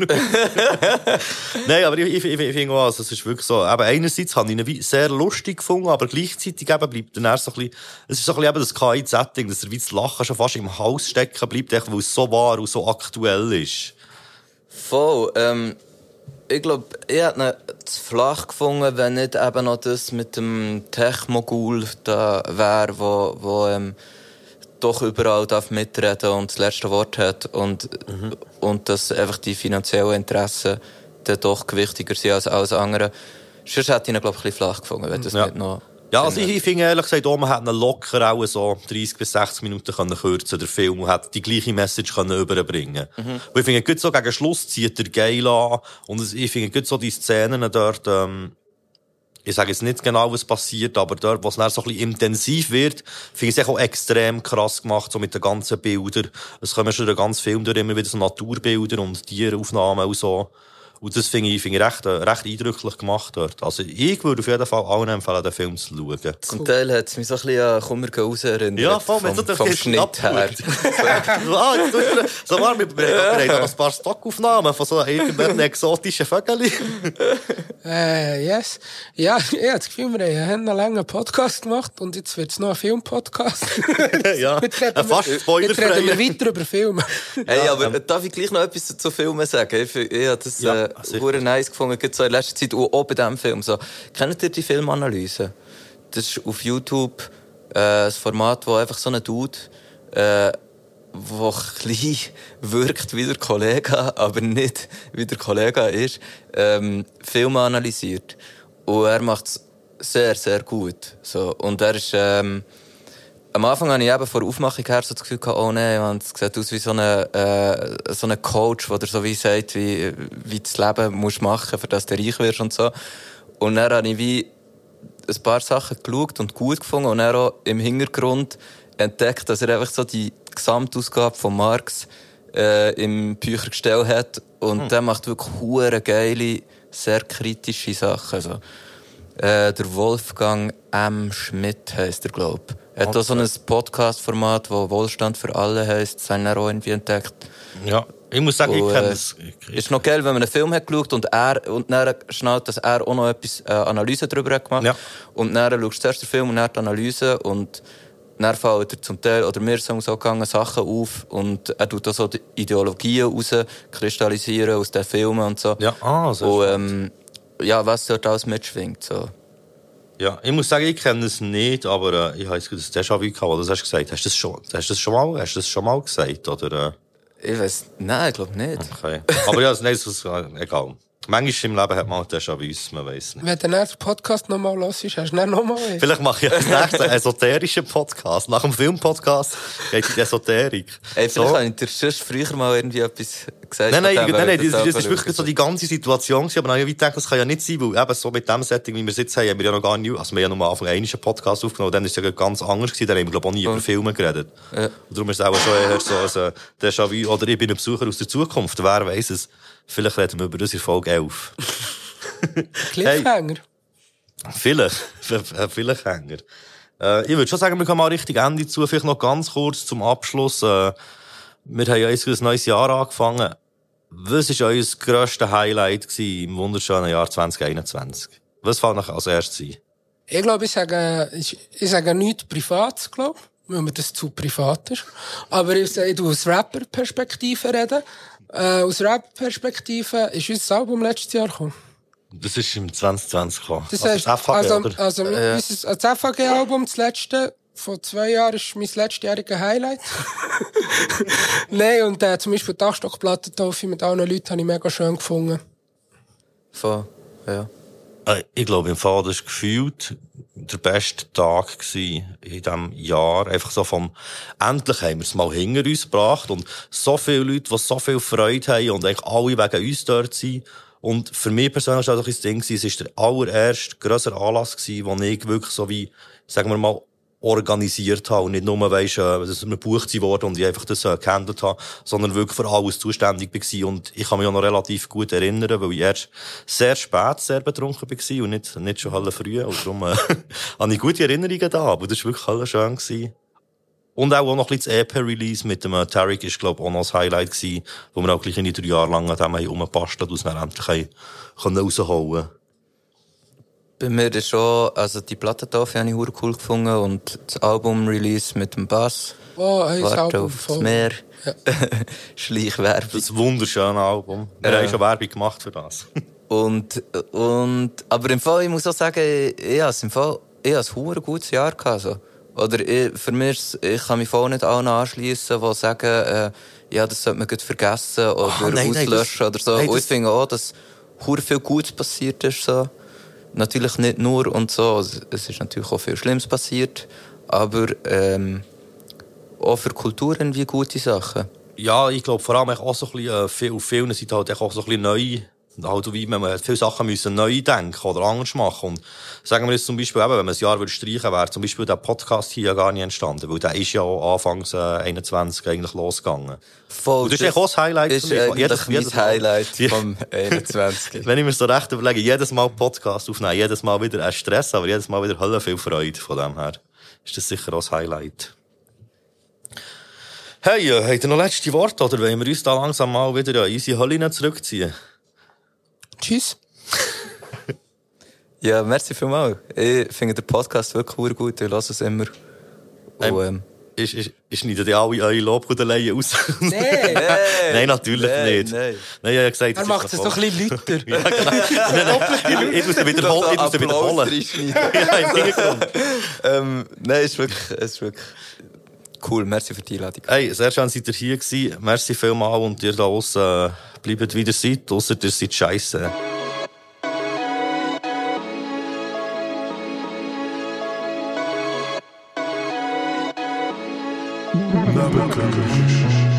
Nein, aber ich, ich, ich, ich finde auch, also, es ist wirklich so, eben einerseits habe ich ihn wie sehr lustig gefunden, aber gleichzeitig eben bleibt dann so ein bisschen, es ist so ein bisschen eben das K I-Setting, dass er wie das Lachen schon fast im Hals stecken bleibt, weil es so wahr und so aktuell ist. Voll. Ähm, ich glaube, ich hätte ihn zu flach gefunden, wenn nicht eben noch das mit dem Tech-Mogul da wäre, wo, wo ähm, doch überall darf mitreden und das letzte Wort hat und, mhm. und dass einfach die finanziellen Interessen dann doch gewichtiger sind als alles andere. Sonst hätte ich ihn, glaube ich, ein bisschen flach gefunden, wenn das ja. nicht noch... Ja, also ich, ich finde ehrlich gesagt, man hätte ihn locker auch so dreißig bis sechzig Minuten können kürzen, der Film, und hätte die gleiche Message können überbringen. Mhm. Und ich finde, gut so gegen Schluss zieht er geil an, und ich finde, gut so die Szenen dort, ähm, ich sage jetzt nicht genau, was passiert, aber dort, wo es dann so ein bisschen intensiv wird, finde ich es auch extrem krass gemacht, so mit den ganzen Bildern. Es kommen schon den ganzen Film durch immer wieder so Naturbilder und Tieraufnahmen und so. Und das finde ich, finde ich recht, recht eindrücklich gemacht dort. Also ich würde auf jeden Fall allen empfehlen, den Film zu schauen. Zum Teil hat es mich so ein bisschen an Kummerghaus erinnert. Ja, voll, vom, vom, vom Schnitt her. ah, jetzt tust du, so war, wir, wir, wir haben noch ein paar Stockaufnahmen von so irgendwelchen exotischen Vögeln. Äh, yes. Ja, ich habe das Gefühl, wir haben einen langen Podcast gemacht und jetzt wird es noch ein Film-Podcast. Ja, jetzt reden fast wir, spoilerfrei. jetzt reden wir weiter über Filme. Hey, aber darf ich gleich noch etwas zu Filmen sagen? Ich, ich habe das Ja, äh, sehr nice gefunden, gerade so in letzter Zeit, und auch bei diesem Film. So. Kennt ihr die Filmanalyse? Das ist auf YouTube äh, ein Format, wo einfach so ein Dude, äh, wo klein wirkt wie der Kollege, aber nicht wie der Kollege ist, ähm, Filme analysiert. Und er macht es sehr, sehr gut. So. Und er ist, ähm, am Anfang hatte ich eben vor der Aufmachung her so das Gefühl gehabt, oh nein, man, es sieht aus wie so ein äh, so ein Coach, der dir so wie sagt, wie, wie du das Leben musst machen, für das du reich wirst und so. Und dann habe ich wie ein paar Sachen geschaut und gut gefunden und dann auch im Hintergrund entdeckt, dass er einfach so die Gesamtausgabe von Marx äh, im Büchergestell hat. Und hm. der macht wirklich hure geile, sehr kritische Sachen. Also, äh, der Wolfgang M. Schmidt heisst er, glaube ich. Er hat okay. auch so ein Podcast-Format, das Wohlstand für alle heisst. Das habe ich auch irgendwie entdeckt. Ja, ich muss sagen, und, ich kenne äh, das. Es ist noch geil, wenn man einen Film hat geschaut und er, und dann schnallt, dass er auch noch etwas, äh, Analyse darüber hat gemacht. Ja. Und dann schaust du zuerst den Film und dann die Analyse und dann fallen er zum Teil, oder mir sind so gegangen, Sachen auf und er tut auch so die Ideologien rauskristallisieren aus den Filmen und so. Ja, ah, so. Und, ähm, ja, was dort alles mitschwingt, so. Ja, ich muss sagen, ich kenne es nicht, aber äh, ich habe das Déjà-vu gehabt, was du hast gesagt. Hast du das schon, hast du das schon mal, hast du das schon mal gesagt, oder? Äh? Ich weiss, nein, ich glaube nicht. Okay. Aber ja, nein, das ist äh, egal. Manchmal im Leben hat man Déjà-vus, man weiss nicht. Wenn du den Podcast nochmal hörst, hast du dann nochmal einen. Vielleicht mache ich als nächstes einen esoterischen Podcast. Nach dem Filmpodcast geht die Esoterik. Ey, vielleicht so. habe ich dir sonst früher mal irgendwie etwas gesagt. Nein, nein, dem, nein, nein, das, das, das ist wirklich so die ganze Situation gewesen, aber dann habe ich gedacht, das kann ja nicht sein, weil eben so mit dem Setting, wie wir es jetzt haben, haben wir ja noch gar nicht, also wir haben ja nur am Anfang einen Podcast aufgenommen, dann ist es ja ganz anders gewesen, dann haben wir, glaube ich, auch nie über Filme geredet. Ja. Und darum ist es auch schon eher so ein Déjà-vu, oder ich bin ein Besucher aus der Zukunft, wer weiss es. Vielleicht reden wir über das in Folge elf. Cliffhanger. Hey, vielleicht. Vielleicht Hänger. Äh, ich würde schon sagen, wir kommen mal richtig Ende zu. Vielleicht noch ganz kurz zum Abschluss. Äh, wir haben ja jetzt ein neues Jahr angefangen. Was war euer grösstes Highlight gewesen im wunderschönen Jahr zwanzig einundzwanzig? Was fällt euch als erstes ein? Ich glaube, ich sage, ich, ich sage nichts Privates, glaube ich, weil mir das zu privat ist. Aber ich, ich tue aus Rapper-Perspektive reden. Äh, aus Rap-Perspektive ist unser Album letztes Jahr gekommen. Das ist im zwanzig zwanzig gekommen. Das heißt, das F H G, also, oder? Also, äh. unser, das F H G-Album, das letzte, von zwei Jahren, ist mein letztjähriges Highlight. Nein, und äh, zum Beispiel die Dachstockplattentaufe mit allen Leuten habe ich mega schön gefunden. Voll, ja. Ich glaube, im Fall, das war gefühlt der beste Tag in diesem Jahr. Einfach so vom, endlich haben wir es mal hinter uns gebracht und so viele Leute, die so viel Freude haben und eigentlich alle wegen uns dort sind. Und für mich persönlich war das ein Ding, es war der allererste grössere Anlass, wo ich wirklich so wie, sagen wir mal, organisiert habe und nicht nur, weisst, dass mir gebucht wurde und ich einfach das äh, gehandelt habe, sondern wirklich für alles zuständig war. Und ich kann mich auch noch relativ gut erinnern, weil ich erst sehr spät sehr betrunken war und nicht, nicht schon alle früh. Und darum äh, habe ich gute Erinnerungen da, aber das war wirklich alle schön gewesen. Und auch noch ein bisschen das E P-Release mit dem äh, Tarek ist, glaube ich, auch noch das Highlight gewesen, wo wir auch gleich in drei Jahre lang an dem haben rumgepasst und dann endlich können rausholen können. Bei mir ist schon, also die Plattentaufe habe ich sehr cool gefunden und das Album-Release mit dem Bass. Oh, ein Warte Album auf voll. das Meer. Ja. Schleichwerbung. Das wunderschöne Album. Wir ja. haben schon Werbung gemacht für das. und, und, aber im Fall, ich muss auch sagen, ich habe im Fall, ich habe ein sehr gutes Jahr gehabt, so. Oder ich, für mich, ich kann mich voll nicht allen anschliessen, die sagen, äh, ja, das sollte man gut vergessen oder oh, nein, auslöschen nein, das, oder so. Nein, und ich finde auch, dass sehr viel Gutes passiert ist, so. Natürlich nicht nur und so, es ist natürlich auch viel Schlimmes passiert, aber ähm, auch für Kultur irgendwie gute Sachen. Ja, ich glaube vor allem auch so ein bisschen, äh, viel, auf vielen Seiten halt auch so ein bisschen neu, halt wie man viele Sachen müssen neu denken oder anders machen. Und sagen wir jetzt zum Beispiel, eben, wenn man ein Jahr würde streichen, wäre zum Beispiel der Podcast hier ja gar nicht entstanden, weil der ist ja auch Anfangs äh, einundzwanzig eigentlich losgegangen. Voll, und das ist eigentlich auch das Highlight ist eigentlich jedes, mein jedes Highlight Mal. vom einundzwanzig. Wenn ich mir so recht überlege, jedes Mal Podcast aufnehmen, jedes Mal wieder ein Stress, aber jedes Mal wieder Hölle viel Freude. Von dem her ist das sicher auch das Highlight. Hey, äh, habt ihr noch letzte Worte, oder wollen wir uns da langsam mal wieder in unsere Hölle zurückziehen? Tschüss. Ja, merci vielmals. Ich finde den Podcast wirklich gut, ich höre es immer. Und, ähm, Ich, ich, ich schneide die alle eure Lobhudeleien aus. Nein! Nein, natürlich nee, nicht. Nein. Nein, ich habe gesagt, er macht es doch ein bisschen lauter. Ja, genau. Ich, ich muss ihn wiederholen. Ich muss ihn wiederholen. Ja, ähm, nein, es ist wirklich, es ist wirklich cool. Merci für die Einladung. Hey, sehr schön, seid ihr hier gewesen. Merci vielmals und ihr da draussen äh, bleibt wieder seid, ausser ihr seid scheisse. Never